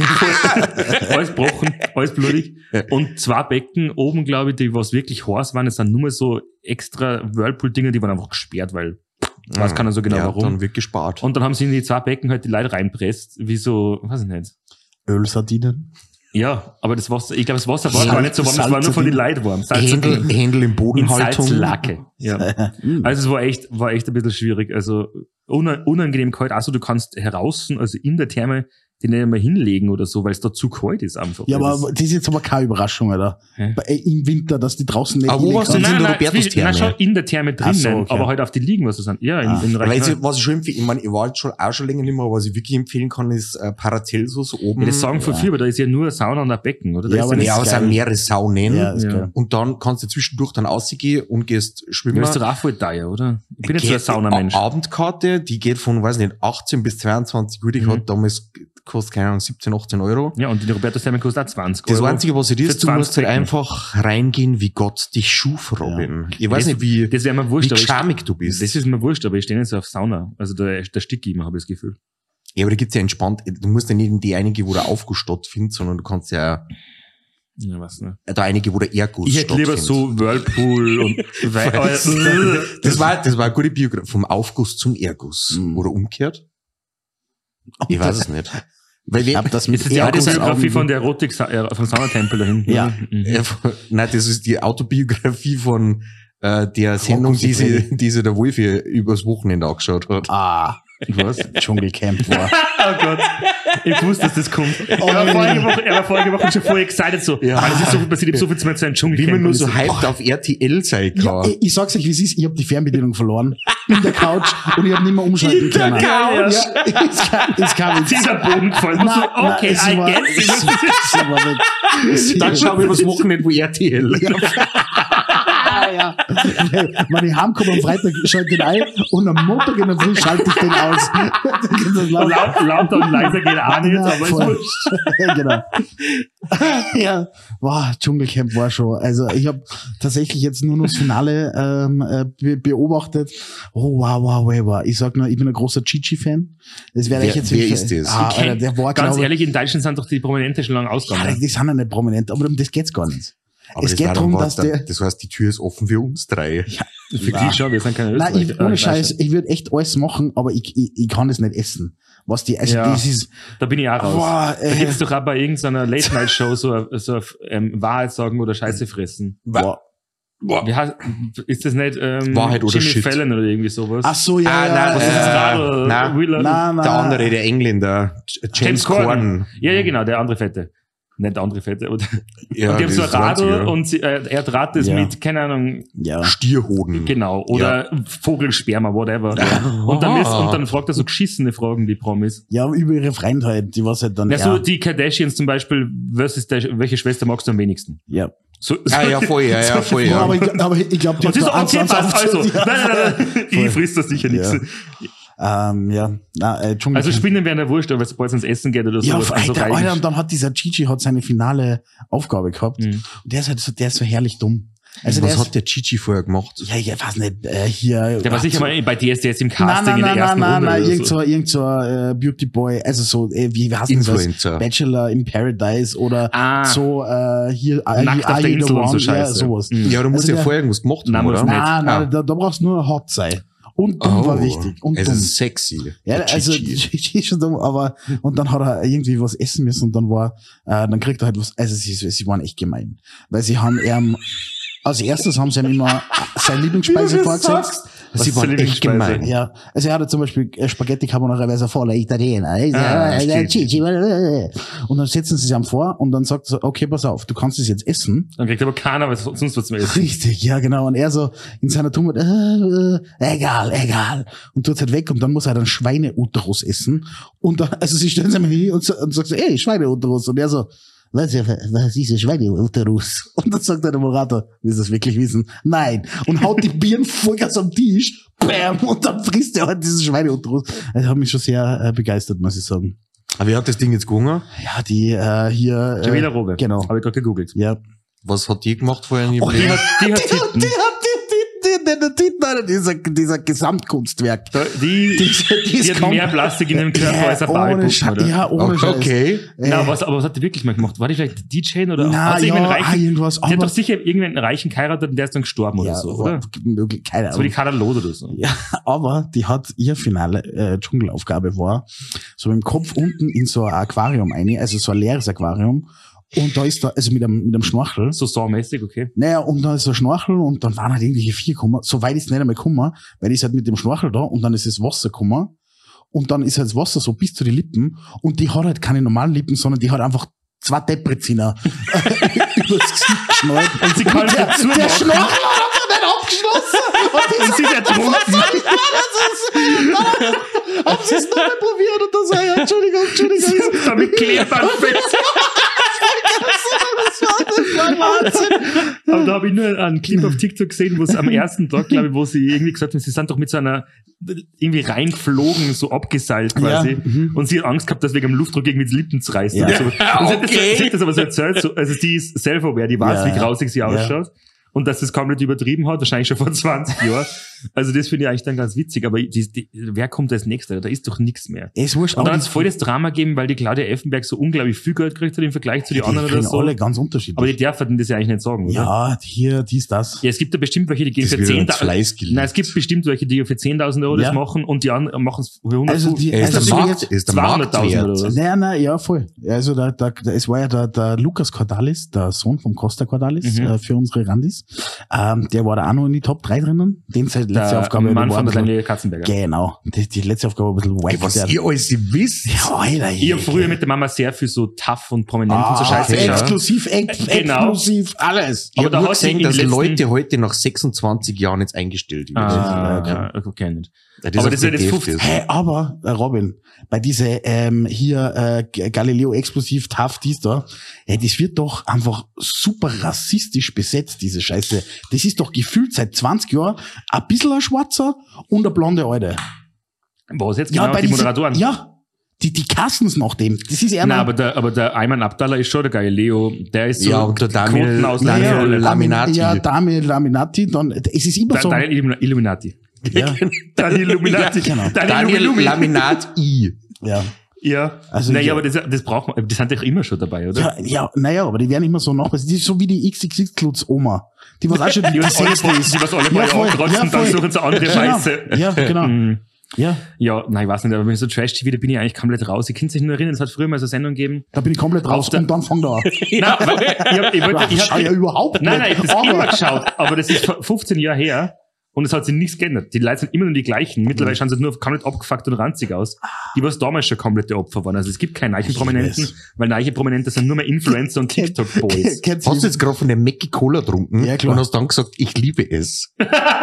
B: zwei, alles gebrochen, alles blutig. Und zwei Becken oben, glaube ich, die was wirklich heiß waren, es sind nur mal so extra Whirlpool-Dinger, die waren einfach gesperrt, weil weiß keiner so genau
D: ja,
B: warum.
D: Dann wird gespart.
B: Und dann haben sie in die zwei Becken halt die Leute reinpresst, wie so, weiß ich nicht.
C: Ölsardinen.
B: Ja, aber das Wasser, ich glaube, das Wasser war
C: Salz-
B: gar nicht so warm, das war nur von den Leuten warm.
D: Händel, Händel in
B: in
D: Bodenhaltung.
B: Salzlake. Ja. Also es war echt, war echt ein bisschen schwierig. Also una- unangenehm kalt. Also du kannst heraus, also in der Therme, die nicht einmal hinlegen oder so, weil es da zu kalt ist einfach.
C: Ja,
B: Das
C: aber
B: ist-
C: das ist jetzt aber keine Überraschung, oder?
B: Hä?
C: Bei, im Winter, dass die draußen nicht
D: Aber wo
C: hinlegen
D: warst du
C: können.
D: denn? in der
B: zwischen-
D: Robertus-Therme?
B: nein, schon in der Therme drinnen,
C: Ach so, okay.
B: aber halt auf die liegen, was das sind. Ja, in,
C: Ah.
B: in
D: Weil
B: Reichenhall.
D: ich, was ich schon empfehle, ich meine, ich war jetzt schon, auch schon länger nicht mehr, aber was ich wirklich empfehlen kann, ist äh, Paracelsus oben.
B: Ja, das sagen voll
C: Ja.
B: viel, aber da ist ja nur eine Sauna und ein Becken, oder? Da
C: Ja,
B: ist
C: aber
B: nicht-
D: ja, aber es
C: geil.
D: sind mehrere Saunen.
C: Ja, ist
B: Ja.
C: geil.
D: Und dann kannst du zwischendurch dann rausgehen und gehst schwimmen.
B: Ja, ist doch auch voll teuer, oder? Ich bin jetzt so ein
D: Geht-
B: Saunamensch.
D: A- Abendkarte, die geht von, weiß nicht, achtzehn bis zweiundzwanzig Uhr, die
B: Mhm.
D: hat damals, kostet, keine Ahnung, siebzehn, achtzehn Euro.
B: Ja, und die Robertus-Therme kostet auch zwanzig
D: Das
B: Euro.
D: Einzige, was ich
B: Für
D: ist, du musst halt
B: zwanzig
D: einfach reingehen, wie Gott dich schuf, Robin. Ich weiß
B: Das-
D: nicht, wie,
B: Das wäre mir wurscht,
D: wie
B: aber ich,
D: charmig du bist.
B: das ist mir wurscht, aber ich stehe nicht so auf Sauna. Also da, da sticke ich immer, habe ich das Gefühl.
D: Ja, aber da gibt's ja entspannt, du musst ja nicht in die einige, wo der Aufguss stattfindet, sondern du kannst ja,
B: Ja, was nicht.
D: da einige, wo der Erguss
B: Ich hätte lieber so Whirlpool und weil,
D: Das war, das war eine gute Biografie. Vom Aufguss zum Erguss.
C: Mhm.
D: Oder umgekehrt? Ich weiß es nicht. Weil
C: Ich hab das mit
B: ist das die
C: Erguss
B: Autobiografie
C: Augen-
B: von der Erotik äh, vom Sommertempel da hinten?
C: Ja.
B: Mhm.
D: Ja, nein, das ist die Autobiografie von äh, der Sendung, die sie, die sie der Wolfi übers Wochenende angeschaut hat.
C: Ah,
B: Was?
C: Dschungelcamp war.
B: Oh Gott. Ich wusste, dass das kommt. Er war vorige Woche, er war vorige Woche schon voll excited so.
D: Ja.
B: Ja. Das ist so viel passiert, ich hab so viel zu mir zu einem
D: Wie man
B: Dschungelcamp.
D: nur
B: Und
D: so
B: ich
D: hyped auf R T L sein
C: Ja,
D: kann.
C: ich, ich sag's euch, wie es ist, ich habe die Fernbedienung verloren in der Couch und ich habe nicht mehr umschalten können.
B: Couch?
C: Ja, ist kein, ist kein Witz.
B: dieser Boden gefallen. Ich muss so,
C: Nein, nein,
B: okay,
C: es
B: I
C: war-
B: get
C: es-
B: it.
C: es war nicht-
D: Dann schauen wir übers Wochenende, wo R T L.
C: Ja, ja. Wenn ich heimkomme am Freitag, schalte ich den ein und am Montag in der Früh schalte ich den aus. Das läuft-
B: Laut, lauter und leiser geht auch nicht,
C: Ja,
B: aber ist
C: voll.
B: wurscht.
C: Ja, genau. Ja, wow, Dschungelcamp war schon. Also ich habe tatsächlich jetzt nur noch das Finale ähm, äh, be beobachtet. Oh, wow, wow, wow, wow. Ich sag nur, ich bin ein großer Chichi-Fan. Das werde ich
D: Wer-
C: jetzt
D: wer
C: nicht-
D: ist das?
C: Ah,
B: Ich kenn-
C: Alter, der war,
B: Ganz
C: glaube
B: ehrlich, in Deutschland sind doch die Prominente schon lange
C: ja,
B: ausgegangen.
C: die sind ja nicht prominent, aber um das geht's gar nicht.
D: Aber
C: Es
D: das
C: geht
D: war
C: darum,
D: dann
C: dass
D: was,
C: der-
D: das heißt, die Tür ist offen für uns drei.
B: Für die schon, wir sind keine
C: Nein, ich,
B: Österreicher.
C: ohne
B: Äh,
C: Scheiß,
B: Deutsche.
C: ich würde echt alles machen, aber ich, ich, ich kann es nicht essen. Was die, also
B: Ja.
C: das ist,
B: Da bin ich auch raus.
C: Boah,
B: Da
C: äh.
B: gibt's doch auch bei irgendeiner Late-Night-Show so, so ähm, Wahrheit sagen oder Scheiße fressen.
C: boah.
D: Boah.
B: Wie heißt, ist das nicht ähm,
D: Wahrheit oder
B: Jimmy
D: Shit?
B: Fallon oder irgendwie sowas?
C: Ach so, ja,
D: Ah,
C: ja,
D: nein,
B: Was
C: ja,
B: ist das
D: äh,
B: Radl?
D: nein.
B: Wheeler?
C: Nein, nein.
D: Der andere, der Engländer, James,
B: James
D: Corden.
B: Corden. Ja, ja, genau, der andere Fette. Nicht der andere Fette. Oder?
D: Ja,
B: und die haben
D: das
B: so ein
D: ist zwanzig,
B: Radl
D: ja.
B: und sie, äh, er trat das
C: Ja.
B: mit, keine Ahnung,
C: ja.
D: Stierhoden.
B: genau, oder Vogelsperma, whatever.
D: Ja.
B: Und dann, ist, und dann fragt er so geschissene Fragen, die Promis.
C: Ja, über ihre Freundheit, die was halt dann,
B: Ja,
C: ja,
B: so die Kardashians zum Beispiel, versus der, welche Schwester magst du am wenigsten?
C: ja.
B: So, so
D: Ah, ja, voll, ja, ja, voll,
C: Ja,
D: ja.
C: aber ich, aber ich glaube, die
B: Und sie so,
C: hat da
B: okay,
C: eins zu eins
B: passt, also.
C: aufgezogen.
B: Nein, nein, nein, nein.
C: Voll.
B: Ich friss das sicher nichts.
C: Ja. Ähm, ja, na, äh, Dschungel.
B: Also Spinnen wären ja wurscht, aber sobald es ins Essen geht oder so.
C: ja,
B: also
C: Alter,
B: rein-
C: Alter, und dann hat dieser Gigi hat seine finale Aufgabe gehabt.
B: Mhm.
C: Und der ist halt so, der ist so herrlich dumm. Also der
D: Was
C: ist,
D: hat der Chichi vorher gemacht?
C: ja, ich weiß nicht, äh, hier.
B: Der war sicher mal bei D S D S im
C: Nein,
B: Casting
C: nein,
B: in der
C: nein,
B: ersten
C: nein, nein,
B: Runde.
C: nein,
B: oder
C: irgend
B: so.
C: so, irgend so äh, Beauty Boy, also so, äh, wie, wie heißt denn das?
D: Influencer.
C: Bachelor in Paradise oder
B: Ah.
C: so, äh, hier, äh,
B: Nackt auf
C: Are
B: der
C: You the
B: Insel und so
C: One? Ja,
B: Scheiße.
C: sowas.
B: Mhm.
D: Ja, du musst
C: Also
D: ja
C: der-
D: vorher irgendwas gemacht
B: Nein,
D: haben,
B: muss
D: oder?
B: nicht.
C: Nein,
D: Ah.
C: nein, da, da brauchst du nur hot sein. Und dumm war wichtig. Und
D: es
C: dumm.
D: ist sexy.
C: Ja,
D: Der
C: also
D: Chichi.
C: Gigi ist schon dumm, aber und dann hat er irgendwie was essen müssen und dann war, äh, dann kriegt er halt was, also sie, sie waren echt gemein. Weil sie haben ihm, als erstes haben sie ihm immer seine Lieblingsspeise vorgesetzt.
B: Was
D: Sie
B: ist
D: waren
B: deine
D: echt
B: Lieblingsspeise?
D: gemein.
C: Ja, also er hatte zum Beispiel äh, Spaghetti Carbonara, weil er voller Italiener.
B: Ah,
C: Ja,
B: stimmt.
C: Gigi. Und dann setzen sie sich ihm vor und dann sagt er, okay, pass auf, du kannst es jetzt essen.
B: Dann kriegt aber keiner, weil sonst wird's mir essen.
C: Richtig, ja genau. Und er so in seiner Tumut, äh, äh, egal, egal. Und tut's halt weg und dann muss er halt einen Schweineuterus essen. Und dann, also sie stellen sich mal hin und, so, und sagt so, ey, Schweineuterus. Und er so, was, was ist ein Schweineuterus? Und dann sagt der Moderator, willst du das wirklich wissen? Nein. Und haut die Birnen Vollgas am Tisch, bam, und dann frisst er halt diesen Schweineuterus. Das hat mich schon sehr äh, begeistert, muss ich sagen.
D: Aber wer hat das Ding jetzt gewonnen?
C: Ja, die äh, hier... Äh,
B: Jamila Robe.
C: Genau.
B: Habe ich gerade gegoogelt.
C: Ja.
D: Was hat die gemacht vorher?
C: Oh,
B: Die hat, die hat
C: Die hat,
B: Titten.
C: die hat die, die, die, die, die, die, dieser, dieser Gesamtkunstwerk.
B: Da- Die,
C: Die-
B: die,
C: die ist
B: hat
C: kaum-
B: mehr Plastik in ihrem Körper als ein
C: ohne
B: Ballpuppen,
C: Scheiß.
B: oder?
C: Ja, ohne Scheiß.
D: Okay.
C: Äh,
B: Na, was, aber was hat die wirklich mal gemacht? War die vielleicht D J oder
C: Na,
B: hat sie
C: ja,
B: irgendeinen
C: ah,
B: reichen,
C: irgendwas,
B: die hat
C: aber-
B: doch sicher irgendeinen reichen geheiratet und der ist dann gestorben oder
C: ja,
B: so,
C: war
B: oder?
C: möglich, keine
B: So wie die
C: Ahnung.
B: Kader Lode oder so.
C: Ja, aber die hat ihr finale äh, Dschungelaufgabe war, so im Kopf unten in so ein Aquarium rein, also so ein leeres Aquarium. Und da ist da, also mit einem, mit einem Schnorchel.
B: So saumäßig, okay.
C: Naja, und dann ist so ein Schnorchel und dann waren halt irgendwelche vier gekommen. So weit ist es nicht einmal gekommen, weil die ist halt mit dem Schnorchel da und dann ist das Wasser gekommen. Und dann ist halt das Wasser so bis zu den Lippen und die hat halt keine normalen Lippen, sondern die hat einfach zwei Depreziner übers Gesicht geschnallt.
B: Und sie kann
C: Und der,
B: dazu
C: der
B: machen.
C: Schnorchel hat er nicht abgeschlossen. Und
B: Und sie ist ertrunken.
C: haben sie es nochmal probiert und dann sag ich, Entschuldigung, Entschuldigung.
B: Damit klebern fett.
C: Das war, das war Wahnsinn.
B: Aber da habe ich nur einen Clip auf TikTok gesehen, wo es am ersten Tag, glaube ich, wo sie irgendwie gesagt haben, sie sind doch mit so einer irgendwie reingeflogen, so abgeseilt quasi.
C: Ja, mhm.
B: Und sie hat Angst gehabt, dass wegen dem Luftdruck irgendwie ins Lippen zerreißt.
C: Ja.
B: Und, so. und sie, hat das,
D: Okay.
B: sie hat das aber so erzählt, so, also die ist self-aware, die weiß,
C: Ja,
B: wie grausig sie
C: ja.
B: ausschaut. Und dass das komplett übertrieben hat, wahrscheinlich schon vor zwanzig Jahren. Also das finde ich eigentlich dann ganz witzig, aber die, die, wer kommt als nächster? Da ist doch nichts mehr.
C: Es wurscht,
B: Und dann
C: aber
B: hat es voll das Drama gegeben, weil die Claudia Effenberg so unglaublich viel Geld gekriegt hat im Vergleich zu den
C: die
B: anderen oder
C: kriegen
B: so.
C: alle ganz unterschiedlich.
B: Aber die dürfen das ja eigentlich nicht sagen, oder?
C: ja, hier, dies, das.
B: Ja, es gibt ja bestimmt welche, die gehen
D: Das
B: für
D: wird ans
B: zehntausend.
D: Fleiß gelegt.
B: Nein, es gibt bestimmt welche, die für zehntausend Euro
C: Ja.
B: das machen und die anderen machen es für hundert.
C: Also die-
D: Er ist
C: also
D: der
C: die
D: Markt,
C: jetzt
D: er ist der
B: zweihunderttausend oder
D: Marktwert.
B: was?
C: Nein, nein, ja, voll. Also da, da, da, es war ja der, der Lukas Cordalis, der Sohn vom Costa Cordalis,
B: Mhm.
C: äh, für unsere Randis. Ähm, der war da auch noch in die Top drei drinnen. Den seine letzte
B: Der
C: Aufgabe
B: Mann
C: war
B: von
C: ein
B: der
C: bisschen,
B: Daniel Katzenberger.
C: genau. Die, die letzte Aufgabe war ein bisschen wack.
D: Was
C: Der-
D: ihr alles wisst.
C: ja, Alter,
B: Ich habe früher mit der Mama sehr viel so tough und prominent und so
C: ah,
B: Scheiße
D: okay.
B: geschaut.
C: exklusiv, ex
B: Genau.
C: exklusiv, alles.
D: Ich
B: Aber
D: habe
B: da
D: nur
B: hat sie
D: gesehen,
B: in
D: dass
B: den letzten-
D: Leute heute nach sechsundzwanzig Jahren jetzt eingestellt werden.
B: Ah,
C: Ja,
B: ja, okay, nicht.
D: Ja,
B: aber
D: auch
B: das ist ja das
D: Deft
B: fünfzig.
D: ist.
C: Hey, aber, äh, Robin, bei diese ähm, hier äh, G- Galileo explosiv tough dies da, hey, das wird doch einfach super rassistisch besetzt, diese Scheiße. Das ist doch gefühlt seit zwanzig Jahren ein bisschen ein Schwarzer und ein blonde Alte.
B: Was jetzt genau?
C: bei
B: Die
C: diese-
B: Moderatoren?
C: Ja, die, die Kassens nach dem. Das ist eher
B: Nein,
C: noch-
B: aber der, aber der Ayman Abdallah ist schon der Galileo. Der ist so
D: Ja, und der Daniel-
B: Quotenausländer.
D: Daniel
C: Daniel
D: Laminati.
C: Ja, Daniel Laminati, dann, es ist immer
B: Da-
C: so.
B: Daniel Illumi- Illuminati.
C: Ja,
B: Daniel Illuminati.
C: Ja, genau.
D: Daniel
B: Illumi-
D: Laminat I.
C: ja.
B: Ja.
C: Also,
B: naja,
C: ja.
B: aber das, das braucht man, die sind doch immer schon dabei, oder?
C: Ja, ja, naja, aber die werden immer so nachweisen. Die ist so wie die X X X-Kluts Oma. Die was auch schon die,
B: Die was alle,
C: sechste ist.
B: die was alle
C: Ja,
B: mal
C: voll.
B: ankratzen,
C: Ja,
B: dann
C: voll.
B: suchen sie andere
C: Genau.
B: Weiße.
C: Ja, genau.
B: Mm.
C: Ja,
B: Ja, nein, ich weiß nicht, aber wenn ich so Trash-T V, da bin ich eigentlich komplett raus. Ich kann sich nur erinnern, es hat früher mal so eine Sendung gegeben.
C: da bin ich komplett raus
B: Auf der-
C: und dann fang da an.
B: Nein, weil ich hab, ich wollte, ich
C: Ich schau ja
B: hab,
C: überhaupt
B: nein, nein, ich
C: nicht.
B: hab das immer
C: aber,
B: geschaut, aber das ist fünfzehn Jahre her und es hat sich nichts geändert. Die Leute sind immer nur die gleichen. Mittlerweile schauen sie nur komplett abgefuckt und ranzig aus. Die, was damals schon komplette Opfer waren. Also es gibt keine neuen Prominenten,
C: weiß.
B: weil neue Prominente sind nur mehr Influencer und TikTok-Boys.
C: Kennst
D: Hast du
C: du
D: jetzt gerade von der Mackie Cola getrunken
C: Ja, klar.
D: und hast dann gesagt, ich liebe es.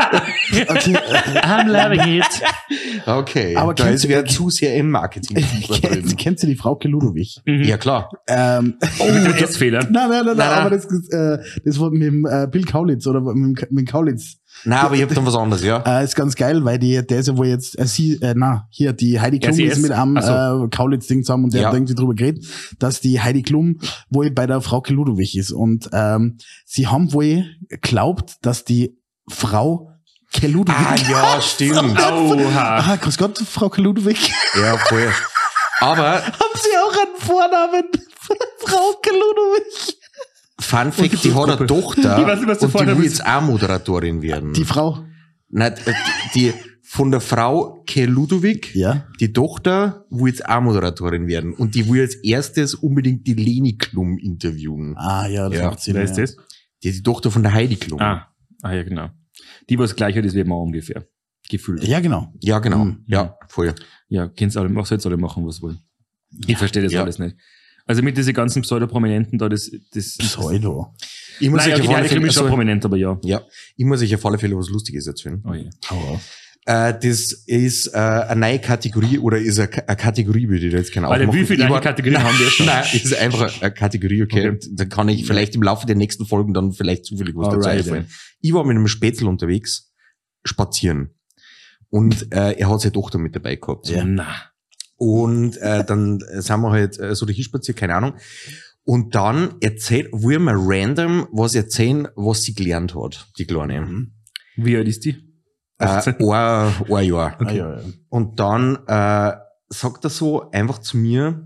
C: okay, äh,
B: I'm loving it.
D: Okay,
C: Aber
D: da
C: kennst
D: ist
C: du-
D: wer zu sehr im Marketing
C: kennst,
D: drin.
C: kennst du die Frau Ludowig?
B: Mhm.
D: Ja, klar.
C: Ähm,
B: Oh, mit dem S-Fehler.
C: nein, nein, nein, nein,
D: Nein,
C: aber
D: nein.
C: das, äh, das war mit dem äh, Bill Kaulitz oder mit dem, mit dem Kaulitz.
D: Nein, aber ich hab dann was anderes, ja.
C: Äh, ist ganz geil, weil die, der ist ja wohl jetzt, äh, sie, äh, na, hier, die Heidi Klum
B: R C S?
C: ist mit einem
B: Ach
C: äh, Kaulitz-Ding zusammen und der
D: Ja.
C: hat irgendwie drüber geredet, dass die Heidi Klum wohl bei der Frau Ludowig ist. Und ähm, sie haben wohl geglaubt, dass die Frau Ludowig.
D: Ah, ja, stimmt.
B: Oha.
C: Ah, grüß Gott, Frau Ludowig.
D: Ja, voll. Aber,
C: Haben Sie auch einen Vornamen? Frau Ludowig.
D: Fun Fact, die hat eine Tochter
B: Ich weiß nicht, was der
D: und die
B: Vorname
D: will
B: ist.
D: jetzt auch Moderatorin werden.
C: Die Frau.
D: Nein, die, die von der Frau Ke Ludowig,
C: Ja.
D: die Tochter will jetzt auch Moderatorin werden. Und die will als erstes unbedingt die Leni Klum interviewen.
C: Ah, ja, das
D: Ja.
C: macht Sinn.
B: Wer ist
C: ja.
B: das?
D: Die ist die Tochter von der Heidi Klum.
B: Ah. Ah, ja, genau. Die, was gleich hat, ist wie immer ungefähr. Gefühlt.
C: Ja, genau.
D: Ja, genau.
C: Mhm.
D: Ja, voll.
B: Ja, kennst alle, was jetzt alle machen, was wollen. Ich verstehe das
D: Ja.
B: alles nicht. Also mit diesen ganzen Pseudoprominenten da, das, das,
C: Pseudo.
D: Ich muss
B: Nein,
D: euch
B: okay,
D: auf
B: die
D: alle
B: Heidi Klum
D: Fälle,
B: ist schon
D: also,
B: prominent, aber ja.
D: ja, ich muss euch auf alle Fälle was Lustiges erzählen.
B: Oh, ja.
C: Hau auf.
D: Äh, das ist äh, eine neue Kategorie oder ist eine, K- eine Kategorie, würde ich da jetzt keine
B: Alter,
D: aufmachen.
B: wie viele
D: Ich
B: neue
D: war-
B: Kategorien
D: Nein,
B: haben wir schon?
D: Nein, ist einfach eine Kategorie, okay.
B: Okay.
D: Da kann ich vielleicht im Laufe der nächsten Folgen dann vielleicht zufällig was dazu
B: Alright,
D: einfallen. Ich war mit einem Spätzl unterwegs, spazieren. Und äh, er hat seine Tochter mit dabei gehabt.
B: Ja. Na.
D: Und äh, dann sind wir halt äh, so dahin spaziert, keine Ahnung. Und dann erzählt, wo wir mal random was erzählen, was sie gelernt hat, die Kleine.
B: Wie alt ist die?
D: Äh, ein, ein Jahr.
C: Ah, ja, ja.
D: Und dann äh, sagt er so einfach zu mir,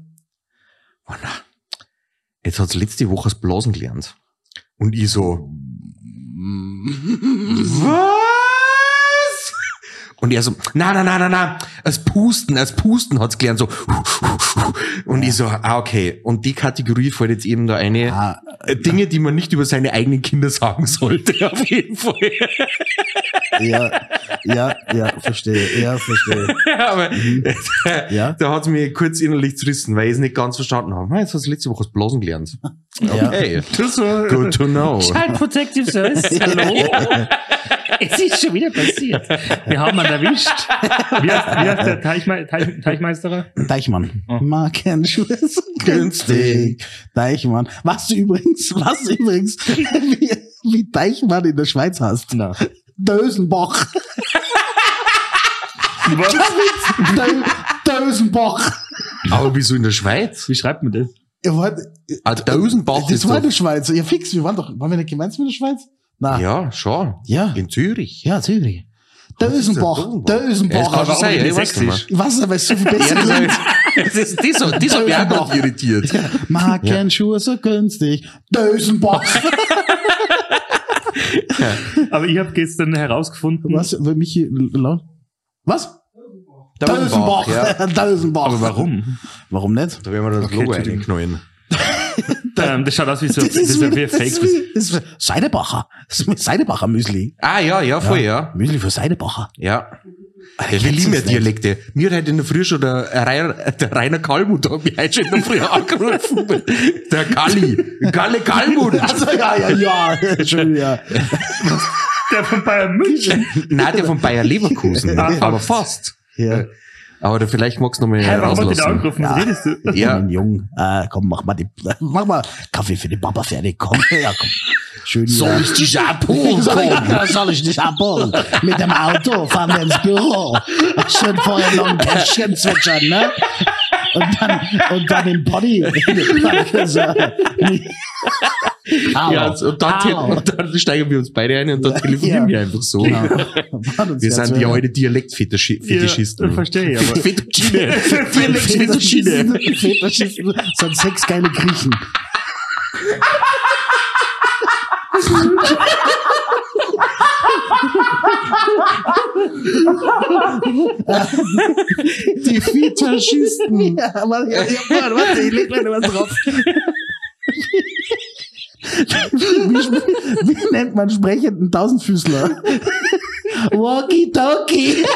D: oh na, jetzt hat sie letzte Woche das Blasen gelernt. Und ich so, was? Und er so, na, na, na, na, na, als Pusten, als Pusten hat's gelernt, so. Und ich so, ah, okay. Und die Kategorie fällt jetzt eben da eine,
C: Ah,
D: äh, Dinge, die man nicht über seine eigenen Kinder sagen sollte, auf jeden Fall.
C: ja, ja, ja, verstehe, ja, verstehe.
D: Aber
C: Ja.
D: da hat's mir kurz innerlich zerrissen, weil ich es nicht ganz verstanden habe. Jetzt hast du letzte Woche das Blasen gelernt. Okay,
B: Das war
D: good to know.
B: Child Protective Service. Hallo? Es ist schon wieder passiert. Wir haben ihn erwischt. Wie heißt, wie heißt der Teichme Teich Teichmeisterer?
C: Deichmann.
B: Oh.
C: Markenschuhe ist günstig. Deichmann. Was du übrigens, was du übrigens, wie, wie Deichmann in der Schweiz hast.
B: Na.
C: Dösenbach.
B: Was?
C: Dö- Dösenbach.
D: Aber wieso in der Schweiz?
B: Wie schreibt man das?
C: Ja, war,
D: Ah, Dösenbach
C: das
D: ist
C: war in
D: doch,
C: der Schweiz. Ja, fix, wir waren doch, waren wir nicht gemeinsam in der Schweiz? Na.
D: ja, schon.
C: Ja.
D: In Zürich.
C: Ja, Zürich. Dösenbach,
D: Ja,
C: Dösenbach.
D: das kann sein, ja, ich weiß nicht mehr.
C: Ich weiß nicht, weil es so viel besser
D: Ja,
C: klingt.
D: das, ist, das, das, das hat mich auch noch irritiert.
C: Markenschuhe so günstig. Dösenbach.
B: Aber ich habe gestern herausgefunden,
C: Was? Weil Michi laut? Was?
D: Dösenbach, ja.
C: Dösenbach.
B: aber warum?
C: Warum nicht?
D: Da werden wir das
B: Okay,
D: Logo
B: Entschuldigung.
D: reinknallen.
B: Ähm, das schaut aus wie so,
C: Das ist
B: wie
C: wie,
B: wie ein
C: das
B: Fake.
C: ist wie, das ist Seidebacher. Das ist mit Seidebacher Müsli.
D: Ah, ja, ja, voll, ja.
C: Müsli für Seidebacher.
D: Ja.
C: Alter,
D: Ja, wir
C: kennst
D: lieben ja
C: du's nicht?
D: Dialekte. Mir hat heute in der Früh schon der Rainer, der Rainer Kallmut hat mich heute schon in der Früh angerufen. Der Kalli. Kalle Kallmut.
C: Also, ja, ja, ja. Schön, ja.
B: Der von Bayern München.
D: Nein, der von Bayer Leverkusen.
B: Ah,
D: Aber fast.
C: Ja.
D: Aber da vielleicht magst du noch mal
B: Hey, warum hat die da
D: rauslassen.
B: angerufen? Was redest du?
D: Ja.
C: Mein Jung, äh, komm, mach mal die, mach mal Kaffee für die Papa fertig, komm, ja, komm. Schön, ja.
D: ich dich abholen?
C: Soll ich, ja, soll ich dich abholen? Mit dem Auto fahren wir ins Büro. Schön vorher noch ein Kästchen zwitschern, ne? Und dann, und dann im Body. so.
D: Ja, und dann,
C: Hallo.
D: und dann steigen wir uns beide ein und dann
C: Ja.
D: telefonieren wir einfach so.
C: Genau. Warte uns
D: Wir
C: jetzt,
D: sind ja
C: äh,
D: heute Dialektfetischisten.
B: Ja, verstehe ich, aber-
D: Fettuccine.
C: Fetischisten,
D: Fettuccine.
C: Fetischisten sind sechs geile Griechen.
D: Die Fetischisten.
C: Ja, warte, ja, ja, warte, warte, ich leg gleich noch was drauf. Wie, sp- wie nennt man sprechenden Tausendfüßler? Walkie-talkie.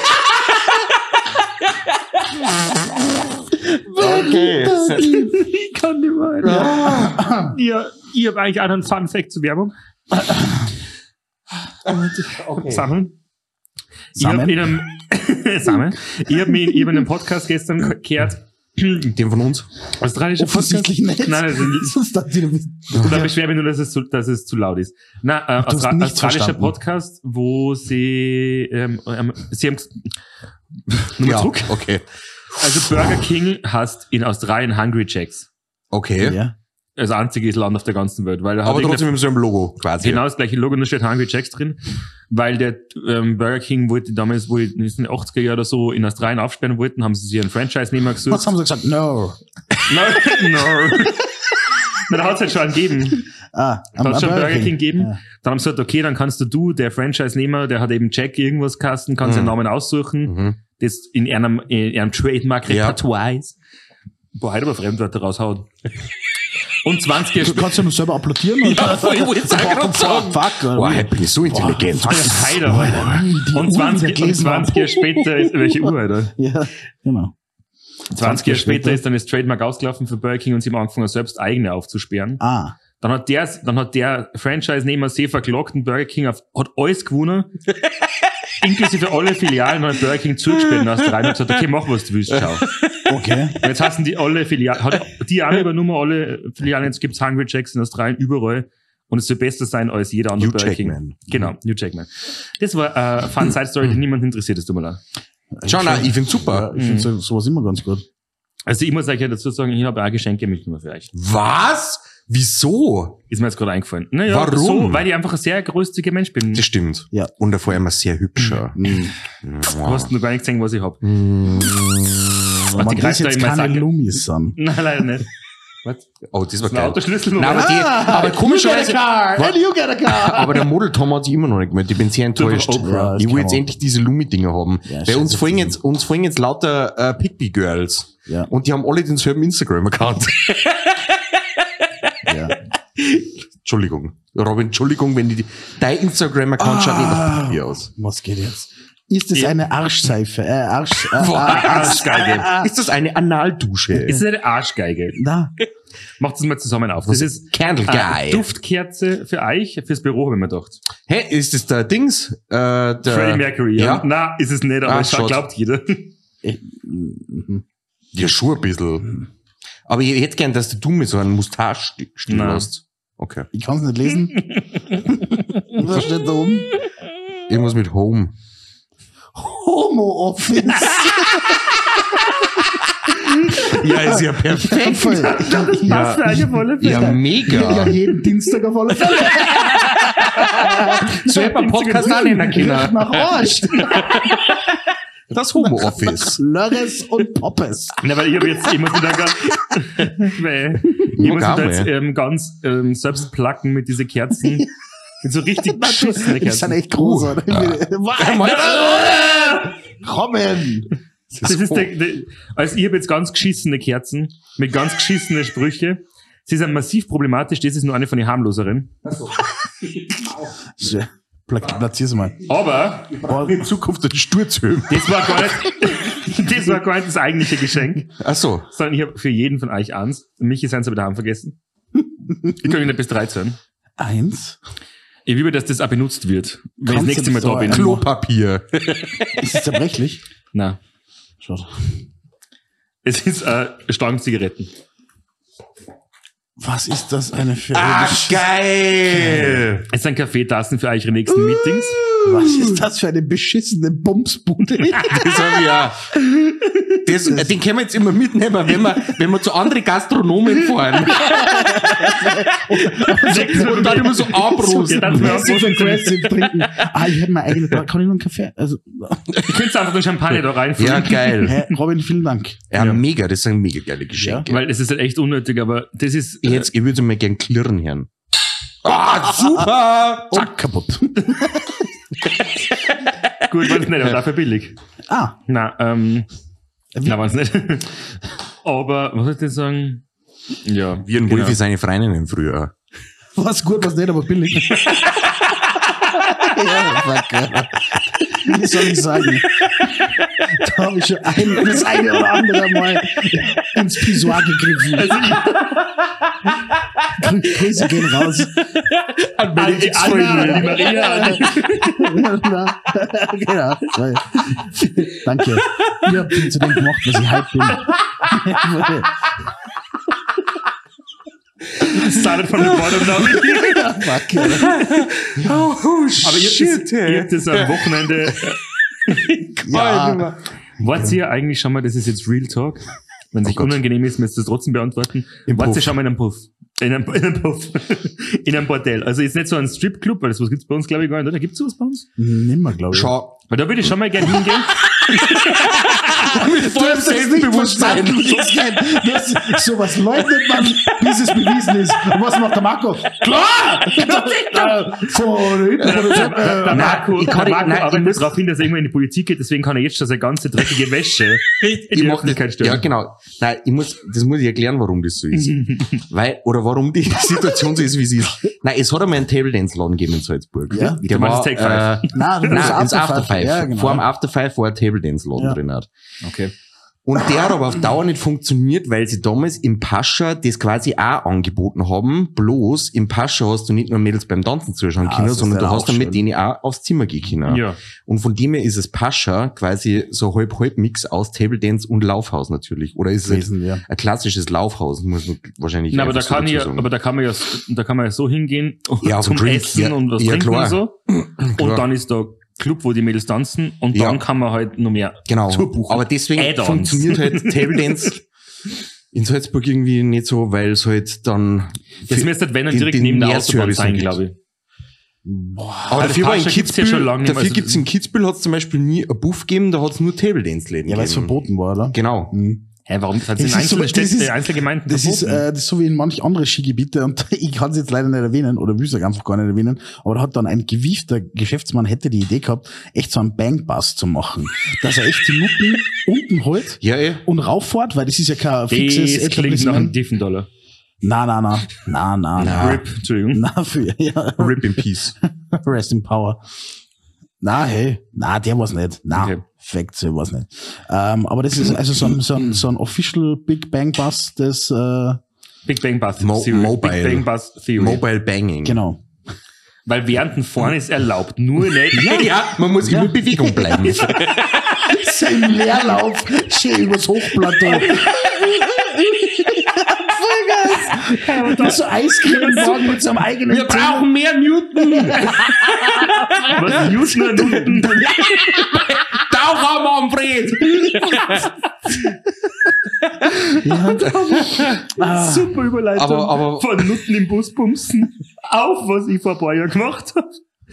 D: Okay.
B: Ich kann nicht mehr. Ja. Ja, ich habe eigentlich auch noch einen Fun Fact zur Werbung.
D: Okay.
B: Sammeln. Ich
C: Samen?
B: habe in einem Samen. Ich habe mich in einem Podcast gestern gehört.
D: Den von uns.
B: Australischer
C: Offensichtlich
B: Podcast.
C: nicht.
B: Nein, also,
C: Sonst dachte ich, du bist-
B: da beschwere mich nur, dass es zu, dass es zu laut ist. Nein, äh,
C: hast
B: Austra
C: nichts
B: australischer
C: verstanden.
B: Podcast, wo sie, ähm, ähm, sie haben, nochmal
D: Ja,
B: zurück.
D: okay.
B: Also Burger King heißt in Australien Hungry Jacks.
D: Okay.
C: Ja.
B: Das einzige Land auf der ganzen Welt, weil er hat
D: Aber
B: irgendeine-
D: trotzdem mit so einem Logo quasi.
B: genau das gleiche Logo, und da steht Hungry Jacks drin, weil der ähm, Burger King wollte damals, wo in den achtziger Jahren oder so in Australien aufsperren wollten, haben sie sich einen Franchise-Nehmer gesucht.
C: Was haben sie gesagt? No.
B: No, no. Na, da hat es halt schon einen gegeben.
C: Ah,
B: Da hat es schon einen Burger King gegeben.
C: Ja.
B: Dann haben sie gesagt, okay, dann kannst du, du der Franchise-Nehmer, der hat eben Jack irgendwas Kasten, kannst
D: Mhm.
B: den Namen aussuchen,
D: Mhm.
B: das in einem, in einem Trademark-Repertoire ist. Boah, heute aber Fremdwörter raushauen. Und zwanzig Jahre
C: Du
B: später.
C: kannst ja nur selber applaudieren. und-
D: Ja, voll, ich wollte jetzt auch
C: Boah,
D: gerade sagen.
C: Fuck, oder
D: Boah,
C: wie?
D: heute bin ich so intelligent.
B: Heide, Alter.
C: Die
B: Und
C: Uhr
B: zwanzig,
C: wieder
B: und
C: gelesen
B: zwanzig Jahre später ist, welche Uhr, Alter?
C: Ja, genau.
B: zwanzig Jahre später ist dann das Trademark ausgelaufen für Burger King und sie haben angefangen, selbst eigene aufzusperren.
C: Ah.
B: Dann hat der, dann hat der Franchise-Nehmer sie verklagt und Burger King auf, hat alles gewonnen. Inklusive alle Filialen hat Burger King zugesperrt in Australien und hat gesagt, okay, mach was du willst, ciao.
C: Okay.
B: Und jetzt hassen die alle Filialen, hat die auch übernommen, alle Filialen, jetzt gibt's Hungry Jacks in Australien überall. Und es soll besser sein als jeder andere
D: New
B: Burger King.
D: Jackman.
B: Genau, New Jackman. Das war eine äh, Fun Side Story, die niemand interessiert, das tut mir leid.
D: Schau, nein, ich find's super.
C: Ich finde so, sowas immer ganz gut.
B: Also ich muss euch ja dazu sagen, ich habe auch ein Geschenke mitgenommen für euch.
D: Was? Wieso?
B: Ist mir jetzt gerade eingefallen. Naja,
D: Warum?
B: So, weil ich einfach ein sehr großzügiger Mensch bin.
D: Das stimmt.
C: Ja.
D: Und er vor allem ein sehr hübscher.
C: Mhm.
B: Du hast noch gar nicht gesehen, was ich hab.
D: Mm.
C: Man
B: die
C: das
B: greift da
C: jetzt
B: in meine
C: keine
B: Sacke.
C: Lumis sind.
B: Nein, leider nicht. Was?
D: Oh, das war
B: Das ist ein
D: geil.
B: Autoschlüssel.
D: Nein, aber, die,
C: Ah,
D: aber komischerweise,
C: You get a car,
D: Wa-
C: and you get a car.
D: aber der Model Tom hat sich immer noch nicht gemeldet. Ich bin sehr enttäuscht.
B: Oprah.
C: Ja, das
D: Ich will
C: kann
D: jetzt
C: man.
D: endlich diese Lumi-Dinger haben.
C: Ja,
D: Bei uns
C: scheiße.
D: folgen jetzt, uns folgen jetzt lauter äh, Pickby-Girls.
C: Ja.
D: Und die haben alle denselben Instagram-Account.
C: Ja.
D: Entschuldigung. Robin, Entschuldigung, wenn die, dein Instagram-Account schaut nicht nach Pickby aus.
C: Was geht jetzt? Ist es
B: Ja.
C: eine Arschseife? Äh, Arsch, äh,
D: Boah,
B: Arschgeige.
D: Ist das eine Analdusche?
B: Ist eine Arschgeige.
C: Na,
B: Macht es mal zusammen auf. Das ist
D: Candle
B: eine
D: Guy.
B: Duftkerze für euch, fürs Büro, habe ich mir gedacht.
D: Hä, ist das der Dings? Äh, der,
B: Freddie Mercury, ja.
D: Ja.
B: Na, ist es nicht, aber
D: Ah,
B: es schaut-
D: schaut.
B: glaubt jeder.
C: ich, mhm.
D: Ja, schon ein bisschen. Aber ich hätte gern, dass du mir so einen Mustache-Stil
B: Nein.
D: hast. Okay.
C: ich kann es nicht lesen. Was steht da oben?
D: Irgendwas mit Home.
C: Homo Office.
D: Ja, ist ja perfekt.
C: Voll.
B: Was für eine volle
D: Ja,
B: Fälle.
D: mega.
C: Ja, jeden Dienstag auf alle Fälle.
D: So hätte man Podcast auch nennen können.
C: Nach Arsch.
D: Das Homo-Office.
C: Lörres und Poppes.
B: Na, weil ich habe jetzt, ich muss mich da ganz, weil, ich muss mich da jetzt ähm, ganz ähm, selbst placken mit diesen Kerzen. Mit so richtig beschissene
C: Die sind
B: Kerzen.
C: echt groß, oder? Robin!
B: Das ist der, der, also ich habe jetzt ganz geschissene Kerzen mit ganz geschissene Sprüche. Sie sind massiv problematisch, das ist nur eine von den harmloseren.
C: So, Platzier's mal.
B: Aber
C: In Zukunft den Sturzhöhen.
B: das war gar nicht, das war gar nicht das eigentliche Geschenk,
D: Ach so.
B: sondern ich habe für jeden von euch eins. Michi sind sie aber daheim vergessen. Ich kann nicht bis dreizehn.
C: Eins?
B: Ich will, dass das auch benutzt wird, wenn ich das
C: Kannst
B: nächste
C: du
B: Mal
C: das
B: da
C: da
B: bin.
C: ein-
D: Klopapier.
C: Ist es zerbrechlich?
B: Nein.
C: Schaut.
B: Es ist äh, Stangenzigaretten.
C: Was ist das eine für
D: Ah, geil!
B: Es sind Kaffeetassen für eure nächsten Meetings.
C: Was ist das für eine beschissene Bumsbude?
D: Das hab ich ja. Das, äh, den können wir jetzt immer mitnehmen, wenn wir, wenn wir zu anderen Gastronomen fahren. Und dann immer so
B: Ja,
D: abrosten.
B: dann
C: Passive aggressive trinken. Ah, ich hätte mal eigene, kann ich noch einen Kaffee? Also,
B: Ihr könnt einfach den Champagner da reinfüllen.
D: Ja, geil.
C: hä, Robin, vielen Dank.
D: Ja,
B: Ja.
D: mega, das sind mega geile Geschenke.
B: Weil es ist halt echt unnötig, aber das ist.
D: Ich, jetzt, ich würde mal gern klirren hören. Ah, super!
C: Zack, kaputt.
B: Gut, war es nicht, aber dafür billig.
C: Ah,
B: Na, ähm.
C: Wie-
B: Na, war es nicht. Aber, was soll ich denn sagen? Ja.
D: Wie ein
B: genau.
D: Wolfi seine Freundinnen früher.
C: was gut, was nicht, aber billig. Ja, fuck, ja. Wie soll ich sagen? Da habe ich schon ein, das eine oder andere Mal ins Pissoir gegriffen.
B: Also
C: Grü- Grüße gehen raus.
D: An
B: meine Ex-Freundin, die Maria.
C: Genau. Danke. Ihr habt mich zu dem gemacht, was ich heute bin.
B: Started von der Bottom down.
C: Fuck, ja.
D: Oh,
B: Aber ihr habt das, ihr habt das am Wochenende.
C: Ja.
B: Wart ihr eigentlich schon mal, das ist jetzt Real Talk? Wenn sich
D: Oh Gott.
B: unangenehm ist, müsst ihr es trotzdem beantworten.
D: Im
B: Wart ihr
D: Puff.
B: schon mal in einem Puff? In einem, in einem Puff. In einem Bordell. Also jetzt nicht so ein Stripclub, weil das was gibt's bei uns, glaube ich, gar nicht, oder? Gibt's sowas bei uns?
C: Nimmer, glaube ich.
D: Schau,
B: Weil da würde ich schon mal gerne hingehen.
D: mit vollem Selbstbewusstsein.
C: Das, sowas leugnet man, bis es bewiesen ist. Und was macht der Marco? Klar! Äh, Von hinten, von der Seite.
B: Der
C: äh,
B: Marco,
D: ich kann
B: der
D: nicht-
B: Marco
D: nein, ich
B: arbeitet
D: muss-
B: darauf hin, dass er irgendwann in die Politik geht, deswegen kann er jetzt schon seine ganze dreckige Wäsche in
D: Ich
B: die
D: mach
B: Öffentlichkeit
D: das,
B: stellen.
D: ja, genau. Nein, ich muss, das muss ich erklären, warum das so ist. Weil, oder warum die Situation so ist, wie sie ist. Nein, es hat einmal einen Table Dance Laden gegeben in Salzburg.
C: Ja?
D: Der
B: Du meinst
D: war,
B: Take Five?
D: äh,
C: Nein, du
D: nein, ins
C: After
D: After
C: Five.
D: Five.
C: Ja, genau.
D: Vor dem After Five war ein Table Dance Laden
C: Ja.
D: drin hat.
B: Okay.
D: Und der hat aber auf Dauer nicht funktioniert, weil sie damals im Pascha das quasi auch angeboten haben. Bloß im Pascha hast du nicht nur Mädels beim Tanzen zuschauen
C: Ah,
D: können,
C: das ist
D: sondern du
C: dann
D: hast
C: auch
D: dann mit
C: schön.
D: denen auch aufs Zimmer gehen können.
B: Ja.
D: Und von dem her ist es Pascha quasi so halb-halb-Mix aus Table Dance und Laufhaus natürlich. Oder ist es halt
C: Gewesen, ja.
D: ein klassisches Laufhaus, muss man wahrscheinlich
B: Na, aber da
D: einfach so
B: kann
D: dazu
B: ich,
D: sagen.
B: aber da kann man ja, da kann man ja so hingehen
D: Ja, auf
B: zum
D: den Drink,
B: Essen
D: ja.
B: und was
D: Ja,
B: trinken
D: klar.
B: und so.
D: Klar.
B: Und dann ist da Club, wo die Mädels tanzen und
D: Ja.
B: dann kann man halt noch mehr
D: Genau.
B: zubuchen.
D: Aber deswegen
B: Add-ons.
D: funktioniert halt Table Dance in Salzburg irgendwie nicht so, weil es halt dann
B: Das müsste halt, wenn dann
D: den-
B: direkt
D: den
B: neben der Autobahn
D: Mehrservice
B: sein,
D: gibt.
B: glaube ich.
D: Aber
B: das
D: dafür war in
B: Pascha gibt's ja
D: Kitzbühel,
B: schon lange nicht mehr,
D: dafür
B: also
D: gibt's in Kitzbühel hat's zum Beispiel nie ein Buff gegeben, da hat's nur Table Dance Läden
C: Ja, weil es
D: gegeben.
C: verboten war, oder?
D: Genau.
C: Mhm.
B: Hä, warum? Das hat
C: Das
B: in
C: ist
B: einzelnen
C: so- das
B: Städten,
C: ist-
B: Einzelgemeinden
C: Das ist,
B: verboten.
C: äh, das ist so wie in manch andere Skigebiete und ich kann es jetzt leider nicht erwähnen oder will es einfach gar nicht erwähnen, aber da hat dann ein gewiefter Geschäftsmann hätte die Idee gehabt, echt so einen Bangbus zu machen, dass er echt die Nutten unten holt
D: Ja, eh.
C: und rauffährt, weil das ist ja kein fixes
B: das klingt nach einem
C: Etablissement.
B: Diffendollar.
C: Na, na, na, na, na, na.
B: Rip, Entschuldigung.
C: Na, für, ja.
D: Rip in Peace.
C: Rest in Power. Na, hey, na, der war's nicht. Na,
B: Okay.
C: Fact, so war's nicht. Ähm, aber das ist also so ein, so ein, so ein Official Big Bang Bus, das, äh,
B: Big Bang Bus
D: Mo-
B: Theory.
D: Mobile.
B: Big Bang Bus Theory.
D: Mobile Banging.
C: genau.
B: Weil während dem Fahren ist erlaubt, nur nicht.
D: Ja, ja, man muss immer in Bewegung bleiben.
C: Sein Leerlauf, schön übers Hochplateau. Vollgas. So Eiscremewagen mit so einem eigenen
D: Wir brauchen mehr Newton.
B: Was Newton und Newton?
D: Tauchraum, Manfred.
C: Ja. Ah.
B: Super Überleitung.
D: Aber- aber-
B: von Nutten im Bus bumsen auf, was ich vor ein paar Jahren gemacht habe.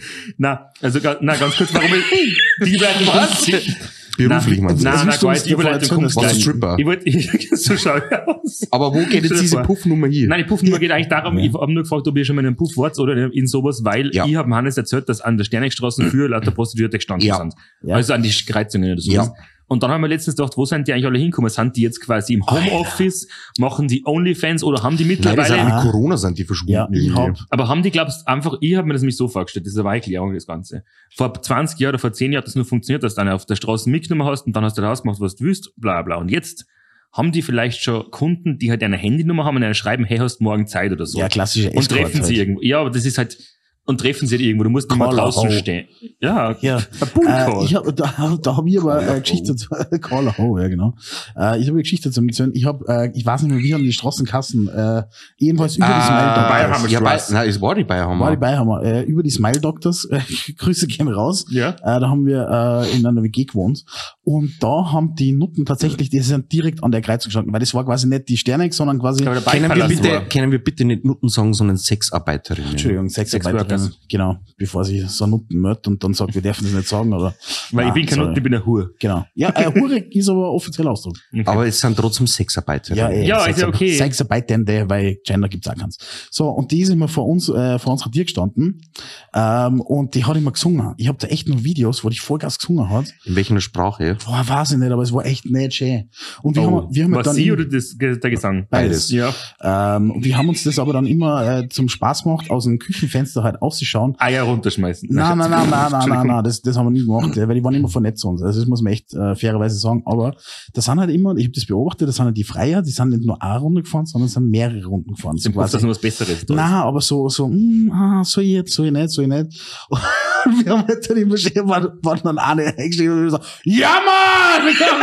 B: Na, also ga- na, ganz kurz, warum ich die Überleitung
D: Was? Beruflich,
B: Nein,
D: meinst du?
B: nein,
C: Das
B: nein,
C: willst du
B: gar
C: uns
B: nicht, die
C: davor
B: Überleitung
C: erzählen,
B: kommt
C: das
D: Was
B: gleich.
D: ist Stripper?
B: Ich wollte, ich, so schau ich aus.
D: Aber wo geht jetzt
B: Stell dir
D: diese
B: vor.
D: Puffnummer hier?
B: Nein, die Puffnummer geht eigentlich darum, ich habe nur gefragt, ob ihr schon mal in einem Puff wart oder in sowas, weil
D: Ja.
B: ich habe Hannes erzählt, dass an der Sternigstraße für lauter Prostituierte gestanden
D: Ja.
B: sind.
C: Ja.
B: Also an die Kreuzungen oder so.
D: Ja.
B: Und dann haben wir letztens gedacht, wo sind die eigentlich alle hingekommen? Sind die jetzt quasi im Homeoffice? Machen die Onlyfans oder haben die
D: Nein, die
B: mittlerweile...
D: sind mit
C: Ah.
D: Corona sind die verschwunden.
C: Ja, ich
D: irgendwie.
C: hab,
B: Aber haben die, glaubst einfach, ich habe mir das nämlich so vorgestellt, das ist eine Erklärung, das Ganze. Vor zwanzig Jahren oder vor zehn Jahren hat das nur funktioniert, dass du einen auf der Straße mitgenommen hast und dann hast du daraus gemacht, was du willst, bla bla. Und jetzt haben die vielleicht schon Kunden, die halt eine Handynummer haben und einen schreiben, hey, hast morgen Zeit oder so.
C: ja, klassische
B: und treffen sie
C: halt.
B: irgendwo. Ja, aber das ist halt, und treffen sie halt irgendwo, du musst nicht mal
C: Caller,
B: draußen
C: oh.
B: stehen. Ja,
C: Ja.
B: ein Bullcall.
C: Äh, ich hab, da da habe ich aber eine Geschichte dazu. Caller Ho, ja genau. Äh, ich habe eine Geschichte dazu erzählen. Ich habe, äh, ich weiß nicht mehr, wie haben die Straßenkassen, äh, jedenfalls über die Smile
D: Ah,
C: Doctors.
B: Bayerhammer
D: ja, bei,
B: Straße.
D: nein, es war die Bayerhammer.
C: War die Bayerhammer, äh, über die Smile Doctors, äh, Grüße gehen raus.
B: Ja.
C: Äh, da haben wir äh, in einer W G gewohnt. Und da haben die Nutten tatsächlich, die sind direkt an der Kreuzung gestanden, weil das war quasi nicht die Sterneck, sondern quasi,
B: Aber der
D: Kennen wir,
B: Beipalast
D: bitte,
B: war.
D: kennen wir bitte nicht Nutten sagen, sondern Sexarbeiterinnen.
C: Entschuldigung, Sexarbeiterinnen,
B: Sexworkers.
C: genau, bevor sie so Nutten mört und dann sagt, wir dürfen das nicht sagen, oder?
B: Weil ich
C: Ah,
B: bin kein
C: sorry.
B: Nutten, ich bin ein Hure.
C: Genau. Ja, äh, Hure ist aber offizieller Ausdruck.
B: Okay.
D: Aber es sind trotzdem Sexarbeiterinnen.
C: ey,
B: Ja, ist ja
C: Sexar-
B: okay.
C: Sexarbeitende, weil Gender gibt's auch keins. So, und die ist immer vor uns, äh, vor unserer Tür gestanden, ähm, und die hat immer gesungen. Ich habe da echt noch Videos, wo die Vollgas gesungen hat.
D: In welcher Sprache?
C: Boah, weiß ich nicht, aber es war echt nicht schön. Und wir
B: Oh,
C: haben, wir haben
B: war
C: dann
B: sie
C: im-
B: oder das, der Gesang?
C: Beides.
B: Ja.
C: ähm, und wir haben uns das aber dann immer äh, zum Spaß gemacht, aus dem Küchenfenster halt auszuschauen.
B: Eier runterschmeißen.
C: Nein, nein, nein, nein, nein, nein,
B: Entschuldigung.
C: nein, das, das haben wir nie gemacht, äh, weil die waren immer vernetzt zu uns. Also das muss man echt äh, fairerweise sagen. Aber das sind halt immer, ich habe das beobachtet, das sind halt die Freier, die sind nicht nur eine Runde gefahren, sondern es sind mehrere Runden gefahren. So
B: Im Puff,
C: quasi.
B: dass noch was Besseres da ist.
C: Nein, aber so, so, mm, ah, soll ich jetzt, soll ich nicht, soll ich nicht. Und wir haben halt dann immer stehen, waren, waren dann eine eingeschrieben und wir so, ja Mann, wir können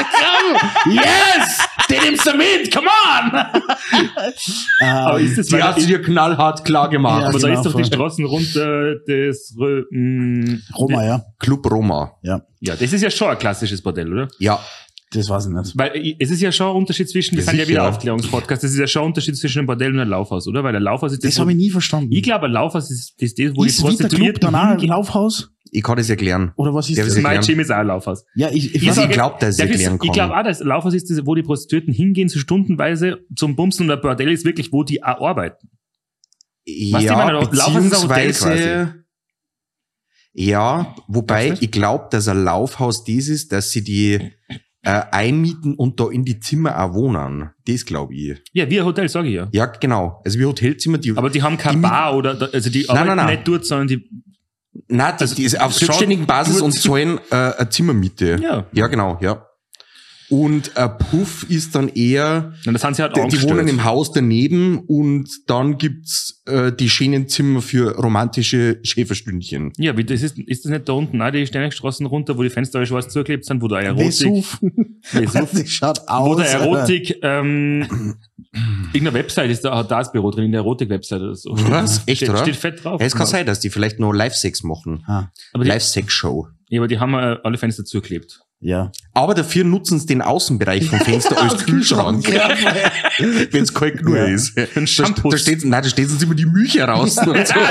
C: das zusammen. Yes! Den nimmst du mit, come on!
B: Aber
C: ähm,
B: ist das,
D: Die
B: weil
D: hat sie dir knallhart klar gemacht.
C: Ja,
B: aber da
C: genau,
B: ist doch
C: voll.
B: die Straßen runter des Rö- mh,
C: Roma, ja.
D: Club Roma.
C: Ja,
B: Ja, das ist ja schon ein klassisches Bordell, oder?
D: Ja.
C: das weiß ich nicht.
B: Weil äh, es ist ja schon ein Unterschied zwischen, wir
D: Ja,
B: sind ja
D: sicher.
B: wieder Aufklärungspodcast, das ist ja schon ein Unterschied zwischen einem Bordell und einem Laufhaus, oder? Weil ein Laufhaus ist das,
C: Das habe ich nie verstanden.
B: ich glaube, ein Laufhaus ist, ist das, wo
C: ist
B: die
C: Vita Club
B: Prostituierten
C: dann auch ein
B: hingehen.
C: Laufhaus?
D: Ich kann das erklären.
C: Oder was ist
D: Ja,
C: das?
D: wir
B: Mein
D: erklären.
B: Gym ist auch ein Laufhaus.
C: Ja, ich, ich
D: Ja,
C: weiß
D: ich
C: nicht.
D: glaub, dass ich
B: Darf ich
D: erklären
B: ich
D: kann.
B: glaube auch, dass ein Laufhaus ist, das, wo die Prostituierten hingehen, so stundenweise zum Bumsen, und ein Bordell ist wirklich, wo die auch arbeiten. Was,
D: Ja,
B: die meinen, Laufhaus ist ein Hotel
D: beziehungsweise, ja, wobei
B: Glaubst du?
D: ich glaube, dass ein Laufhaus das ist, dass sie die äh, einmieten und da in die Zimmer auch wohnen. Das glaube ich.
B: Ja, wie ein Hotel, sage ich ja.
D: Ja, genau. Also wie Hotelzimmer, die,
B: Aber die haben kein
D: Die
B: Bar oder, also die
D: Nein,
B: arbeiten
D: nein, nein.
B: nicht dort, sondern die,
D: nein, die,
B: also
D: die ist auf
B: schon
D: selbstständigen Basis
B: gut.
D: und zahlen äh, eine Zimmermiete.
B: ja.
D: Ja, genau, ja. Und ein Puff ist dann eher,
B: Und das sind sie halt
D: die, die
B: angestellt.
D: wohnen im Haus daneben und dann gibt's äh, die schönen Zimmer für romantische Schäferstündchen.
B: Ja, wie das ist, ist das nicht da unten auch die Sternigstraßen runter, wo die Fenster alle schwarz zugeklebt sind, wo da Erotik,
C: Vesuv.
B: Vesuv,
C: Das schaut aus.
B: wo der Erotik, ähm, irgendeine Website ist da, hat da das Büro drin, in der Erotik-Website oder so.
D: Was? Echt,
B: steht,
D: oder?
B: Steht fett drauf.
D: Ja, es kann sein, dass die vielleicht noch Live-Sex machen.
C: Ah,
B: Aber die,
D: Live-Sex-Show.
B: ja, aber die haben äh, alle Fenster zugeklebt.
C: ja.
D: Aber dafür nutzen sie den Außenbereich vom Fenster als Kühlschrank. Wenn es kalt genug
C: Ja.
D: ist.
B: Ein
D: Da,
B: Shampoo.
D: da steht, nein, da steht uns immer die Milch raus. Und so.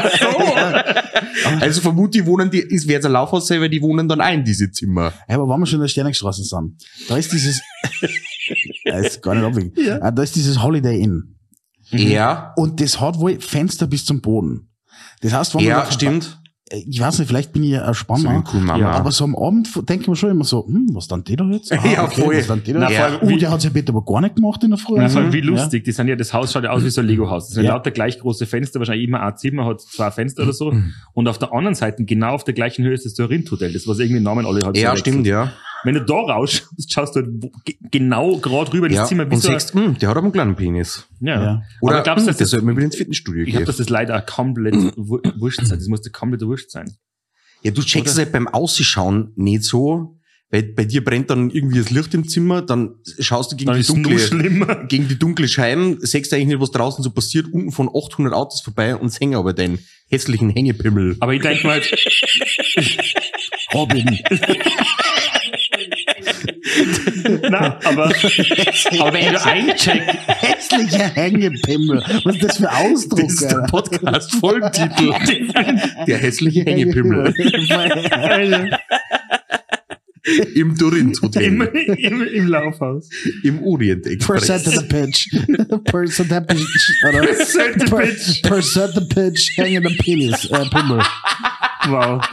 D: Also vermute ich, wohnen die, ist wäre jetzt ein Laufhaus sein, weil die wohnen dann ein, diese Zimmer.
C: Ja, aber wenn wir schon in der Sternigstraße sind, da ist dieses, ja, ist gar nicht abwegig.
B: Ja.
C: Ah, da ist dieses Holiday Inn.
D: Ja,
C: Und das hat wohl Fenster bis zum Boden. Das heißt, wenn man
D: ja,
C: da-
D: stimmt.
C: Ich weiß nicht, vielleicht bin ich ja ein
D: So
C: Spanner.
D: wie cool Mama.
B: Ja,
C: Aber so am Abend denke ich mir schon immer so, hm, was dann die da jetzt? Ah,
D: Ja, voll.
C: Was dann die da?
B: Na,
C: Ja.
B: vor allem,
C: Uh,
B: wie-
C: der hat's ja bitte aber gar nicht gemacht in der Früh.
B: Na, vor allem,
C: Mhm.
B: wie lustig, die sind ja, das Haus schaut ja aus wie so ein Lego-Haus. Das sind
C: Ja.
B: lauter gleich große Fenster, wahrscheinlich immer ein Zimmer, hat zwei Fenster oder so.
D: Mhm.
B: Und auf der anderen Seite, genau auf der gleichen Höhe, ist das so ein Rindhotel, das was irgendwie den Namen alle halt
D: Ja,
B: so
D: stimmt,
B: wechseln.
D: ja.
B: Wenn du da rausschaust, schaust du halt wo- ge- genau gerade rüber in
D: ja.
B: das Zimmer. Wie
D: Und
B: so ein-
D: sagst, hm, der hat aber einen kleinen Penis.
B: ja.
C: Ja.
D: Oder
B: aber glaubst du,
D: hm,
B: dass
D: der
B: das,
D: sollte mal wieder ins Fitnessstudio
B: ich glaube,
D: gehen.
B: dass das leider auch komplett wu- wurscht sein. Das muss der komplette Wurscht sein.
D: Ja, du checkst es halt beim Ausschauen nicht so, weil bei dir brennt dann irgendwie das Licht im Zimmer, dann schaust du gegen
B: Dann
D: die
B: ist es nur
D: dunkle,
B: schlimmer.
D: gegen die dunkle Scheiben, siehst eigentlich nicht, was draußen so passiert, unten von achthundert Autos vorbei und hängen aber deinen hässlichen Hängepimmel.
B: Aber ich denke mal, halt,
C: Robin.
B: Nein, aber, aber wenn du eincheckst,
C: Hässlicher Hängepimmel. Was ist das für Ausdruck,
D: Das ist der
C: Alter?
D: Podcast-Folgentitel. Der hässliche Hängepimmel.
B: Alter,
D: Im Dorint Hotel.
B: im, im, im Laufhaus.
D: Im Orient
C: Percent of
D: Express.
C: the pitch. Percent the pitch. Oder?
B: Percent the
C: Per-
B: pitch.
C: Percent the pitch. Hangende Penis. Äh, Pimmel.
B: Wow.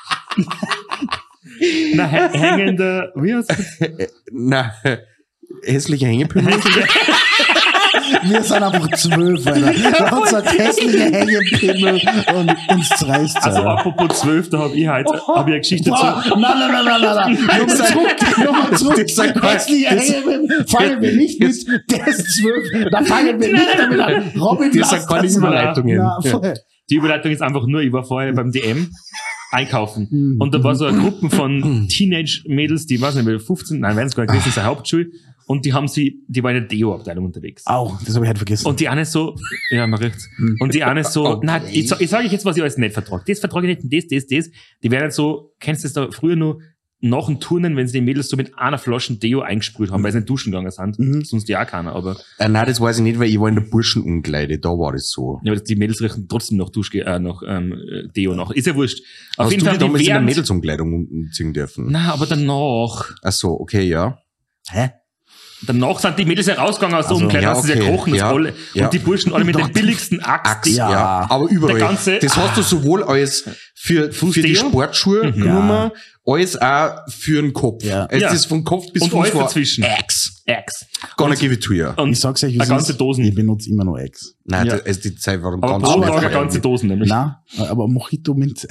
B: Na, hä- hängender, wie heißt das?
D: Na, hässlicher Hängepimmel.
C: Wir sind einfach zwölf, Alter. Da hat so ein hässlicher Hängepimmel und uns zerreißt,
B: Also,
C: Alter.
B: apropos zwölf, da habe ich heute hab ich eine Geschichte
C: Boah,
B: dazu.
C: nein, nein, nein, nein, nein, nein. Nochmal zurück, nochmal zurück.
D: Das sagt mal,
C: Hässlicher
D: das-
C: Hängepimmel. Fangen wir nicht mit, der ist zwölf. Da fangen wir nicht damit an. Robin,
D: Das
C: lass
D: sind keine
C: das mal.
D: Überleitungen.
C: Ja, voll.
B: Die Überleitung ist einfach nur, ich war vorher beim D M einkaufen.
C: Mhm.
B: Und da war so eine Gruppe von Teenage-Mädels, die, weiß nicht, fünfzehn, nein, werden es gar nicht gewesen, ist eine Hauptschule. Und die haben sie, die waren in der Deo-Abteilung unterwegs.
C: Au, das habe ich halt vergessen.
B: Und die eine so, ja, man riecht's. Und die eine so,
D: Okay.
B: nein, ich, sag- ich sage jetzt, was ich alles nicht vertrage. Das vertrage ich nicht, und das, das, das. Die werden halt so, kennst du das da früher nur nach dem Turnen, wenn sie die Mädels so mit einer Flasche Deo eingesprüht haben, weil sie nicht duschen gegangen sind.
C: Mhm.
B: Sonst ja auch keiner, aber,
D: Äh, nein, das weiß ich nicht, weil ich war in der Burschenumkleide. Da war das so.
B: ja, aber die Mädels riechen trotzdem noch Duschge, äh, noch, ähm, äh, Deo nach. Ist ja wurscht. Auf
D: Hast
B: jeden
D: du
B: Fall,
D: dir damals
B: die
D: in der
B: während,
D: Mädelsumkleidung umziehen dürfen?
B: na, aber danach,
D: Ach so, okay, ja.
C: Hä?
B: danach sind die Mädels ja rausgegangen aus der
C: Also,
B: Umkleide,
D: ja,
B: hast du ja
D: okay,
B: kochen, das
D: ja,
B: alle,
D: ja.
B: und die Burschen alle mit
C: Oh
B: den
C: Gott.
B: billigsten Axt,
D: Axt,
C: Ja.
D: ja. Aber überall.
B: Der ganze-
D: das hast du sowohl als für, für die
B: Fußdeo?
D: Sportschuhe
B: Mhm.
D: genommen, als auch für den Kopf.
C: Ja.
D: Also
B: Ja.
D: das von Kopf bis
B: und
D: Fuß
B: alles
D: war
B: dazwischen.
D: Axe.
B: Axe.
D: Gonna give it to you.
B: Und
C: Ich sag's euch, wie
B: eine
C: es
B: ganze
C: ist.
B: Dosen.
C: Ich benutze immer noch Eggs.
D: Nein,
B: Ja.
D: da- also die Zeit war
B: aber
D: ganz
B: pro
D: schlecht.
B: Tag eine ganze Dose nämlich.
C: Nein, aber Mojito Minze.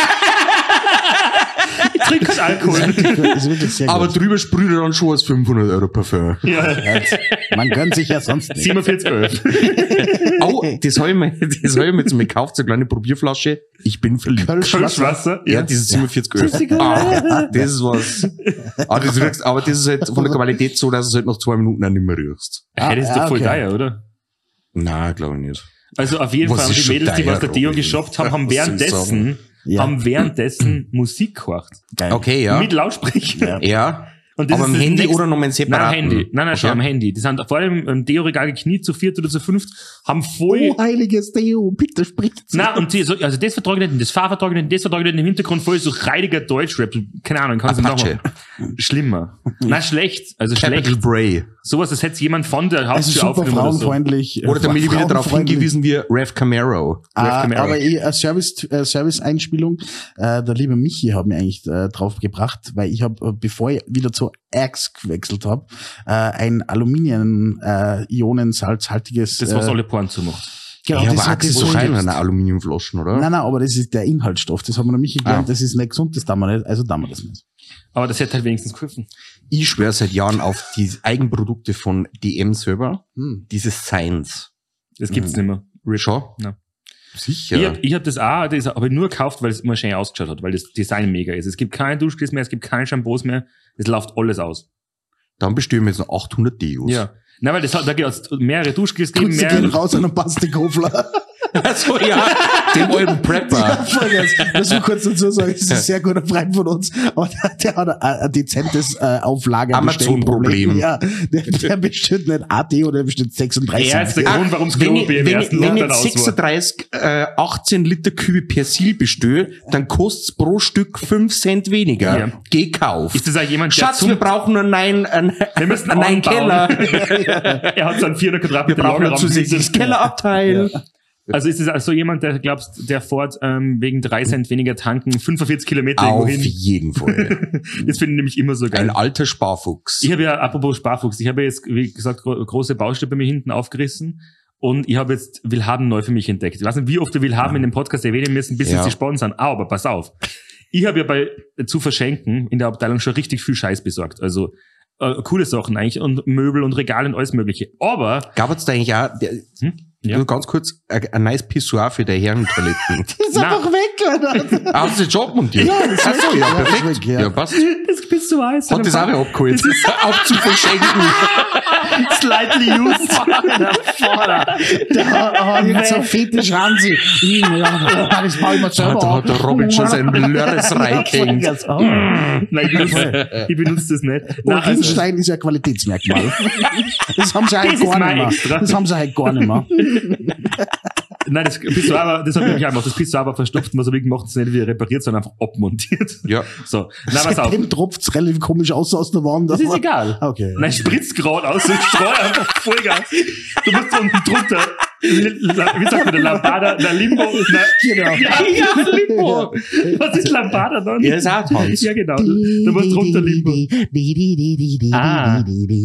B: Ich trinke keinen Alkohol.
C: Das ist wirklich sehr
D: Aber
C: gut.
D: drüber sprüht er dann schon als fünfhundert Euro Parfum.
B: Ja.
C: Man gönnt sich ja sonst nicht.
B: siebenundvierzig elf.
D: Au, das habe ich mir, das habe ich mir jetzt mal gekauft, so eine kleine Probierflasche. Ich bin verliebt.
C: Kölschwasser.
B: Kölschwasser.
D: Ja, dieses siebenundvierzig Öl. Ah, das ist was. Ah, das riechst, aber das ist halt von der Qualität so, dass du es halt nach zwei Minuten auch nicht mehr riechst.
B: Hey, das ist
C: Ah,
B: doch voll
C: okay.
B: geil, oder?
D: Nein, glaube ich nicht.
B: Also auf jeden
D: Was
B: Fall haben
D: ist
B: die
D: schon
B: Mädels, die was der
D: teuer,
B: Deo
D: Robin?
B: geshoppt haben, haben
D: Was soll ich
B: währenddessen,
C: Ja.
B: haben währenddessen Musik gehört.
C: Geil.
D: Okay, ja.
B: Mit Lautsprecher.
C: Ja.
D: Ja.
B: Und das
D: Aber
B: ist
D: am
B: das
D: Handy
B: nächste-
D: oder noch mal
B: Nein,
D: separat?
B: am Handy. Nein, nein, schon am Handy. Die sind vor allem im Deo-Regal gekniet, zu viert oder zu fünft, haben voll...
C: Oh, heiliges Deo, bitte spricht.
B: Na und die, so, also das vertrage ich nicht, und das Fahr vertrage ich nicht, das vertrage ich nicht, im Hintergrund voll so reidiger Deutschrap. Keine Ahnung, kannst du
D: Apache.
B: nochmal. Schlimmer. Na, schlecht. Also
D: Capital
B: schlecht.
D: Bray.
B: Sowas, das hätte jemand von der
C: Es ist
B: Hauptschule
C: super
B: aufgenommen oder so.
C: frauenfreundlich.
D: Oder damit ich wieder darauf
C: Frauenfreundlich.
D: hingewiesen wie Rev Camaro.
C: Ah,
B: Camaro.
C: aber eh, eine Service, äh, Service-Einspielung, äh, der liebe Michi hat mir eigentlich äh, drauf gebracht, weil ich habe, äh, bevor ich wieder zu Axe gewechselt habe, äh, ein Aluminium-Ionen-salzhaltiges...
B: Das, was
C: äh,
B: alle Porn zumacht.
C: genau,
D: Ja,
C: das
D: aber
C: hat das
D: Axt ist
C: so
D: doch rein in
C: gibt's.
D: einer Aluminiumflaschen, oder?
C: Nein, nein, aber das ist der Inhaltsstoff. Das haben wir noch Michi gelernt.
D: Ah.
C: Das ist nicht gesund, das tun wir nicht. Also tun wir das nicht.
B: Aber das hätte halt wenigstens geholfen.
D: Ich schwöre seit Jahren auf die Eigenprodukte von D M selber.
C: Hm.
D: Dieses Science.
B: Das gibt's
D: Mhm.
B: nicht mehr. Rip.
D: Schon?
B: Ja.
D: Sicher.
B: Ich hab, ich hab das auch, das habe ich nur gekauft, weil es immer schön ausgeschaut hat, weil das Design mega ist. Es gibt keine Duschgels mehr, es gibt keine Shampoos mehr, es läuft alles aus.
D: Dann bestellen wir jetzt noch achthundert Deos.
B: Ja. Nein, weil das hat, da gibt es mehrere Duschgels geben,
C: Grüße gehen
B: mehrere.
C: raus an den Bastekofler.
D: Achso, ja. Den alten Prepper.
C: Folgendes, muss ich kurz dazu sagen, das ist ein sehr guter Freund von uns, aber der, der hat ein, ein dezentes äh,
D: Amazon-Problem.
C: Bestellproblem. Ja, der, der bestellt nicht A D oder der bestellt sechsunddreißig.
B: Er ist der Grund, warum das
D: Wenn ich,
B: Klopapier im
D: wenn, ich,
B: ersten
D: wenn ich
B: Lockdown aus war.
D: sechsunddreißig, äh, achtzehn Liter Kübe Persil bestelle, dann kostet's pro Stück fünf Cent weniger.
B: Ja.
D: Gekauft.
B: Ist das auch jemand, der
D: Schatz,
B: zum,
D: wir brauchen einen neuen, einen,
B: wir müssen
D: einen neuen
B: anbauen.
D: Keller.
B: Er hat so einen vierhundert
D: Wir
B: Quadratmeter
D: brauchen ein
B: Lagerraum.
D: zusätzliches Kellerabteil.
B: Also ist es also jemand, der glaubst, der fährt ähm, wegen drei Cent weniger tanken fünfundvierzig Kilometer irgendwo
D: Auf
B: hin.
D: jeden Fall.
B: Das finde ich nämlich immer so geil.
D: Ein alter Sparfuchs.
B: Ich habe ja, apropos Sparfuchs, ich habe jetzt, wie gesagt, gro große Baustelle bei mir hinten aufgerissen und ich habe jetzt Willhaben neu für mich entdeckt. Ich weiß nicht, wie oft wir Willhaben in dem Podcast erwähnen müssen, bis
D: Ja.
B: sie sponsern. Aber pass auf. Ich habe ja bei zu verschenken in der Abteilung schon richtig viel Scheiß besorgt. Also äh, coole Sachen eigentlich und Möbel und Regale und alles mögliche. Aber,
D: Gab es da eigentlich auch, der,
B: hm? Ja.
D: nur ganz kurz, ein, ein nice Pissoir für die Herrentoiletten.
C: ist
B: Na.
C: einfach weg, Alter.
D: Ah, hast du den Job montiert?
C: Ja, das ist
D: Ach so,
C: weg.
D: ja,
C: Ja,
D: perfekt.
C: das ist weg, ja.
D: Ja, passt.
B: das bist du heiß.
D: Hat das auch nicht abgeholt. Auch zu verschenken.
B: Slightly used.
C: Da hat jetzt so fette Schranzi. Ja, das baue ich mir
D: Da
C: selber
D: hat, hat der Robin schon sein Lörres reingehängt.
B: Nein, ich benutze, ich benutze das nicht.
C: Und
B: Nein, also,
C: Rindstein ist ja ein Qualitätsmerkmal. Das haben sie halt
B: Das ist
C: gar
B: mein
C: nicht
B: Extra.
C: mehr. Das haben sie halt gar nicht mehr.
B: nein, das Pissoir, das habe ich auch gemacht. Das Pissoir war verstopft, was habe ich gemacht, das nicht wieder repariert, sondern einfach abmontiert.
D: Ja.
B: So. Nein, pass auf.
C: Dem tropft's relativ komisch aus aus der Wand.
B: Das ist egal.
C: Okay.
B: Nein, spritzt gerade aus und streu einfach Vollgas. Du musst unten drunter. Wie sagt man, der Lambada, der Limbo, na,
C: Genau.
B: ja, ja, Limbo. Was ist Lambada dann?
D: Er ist auch Tanz.
B: Ja, genau. Du musst runter Limbo. Ah.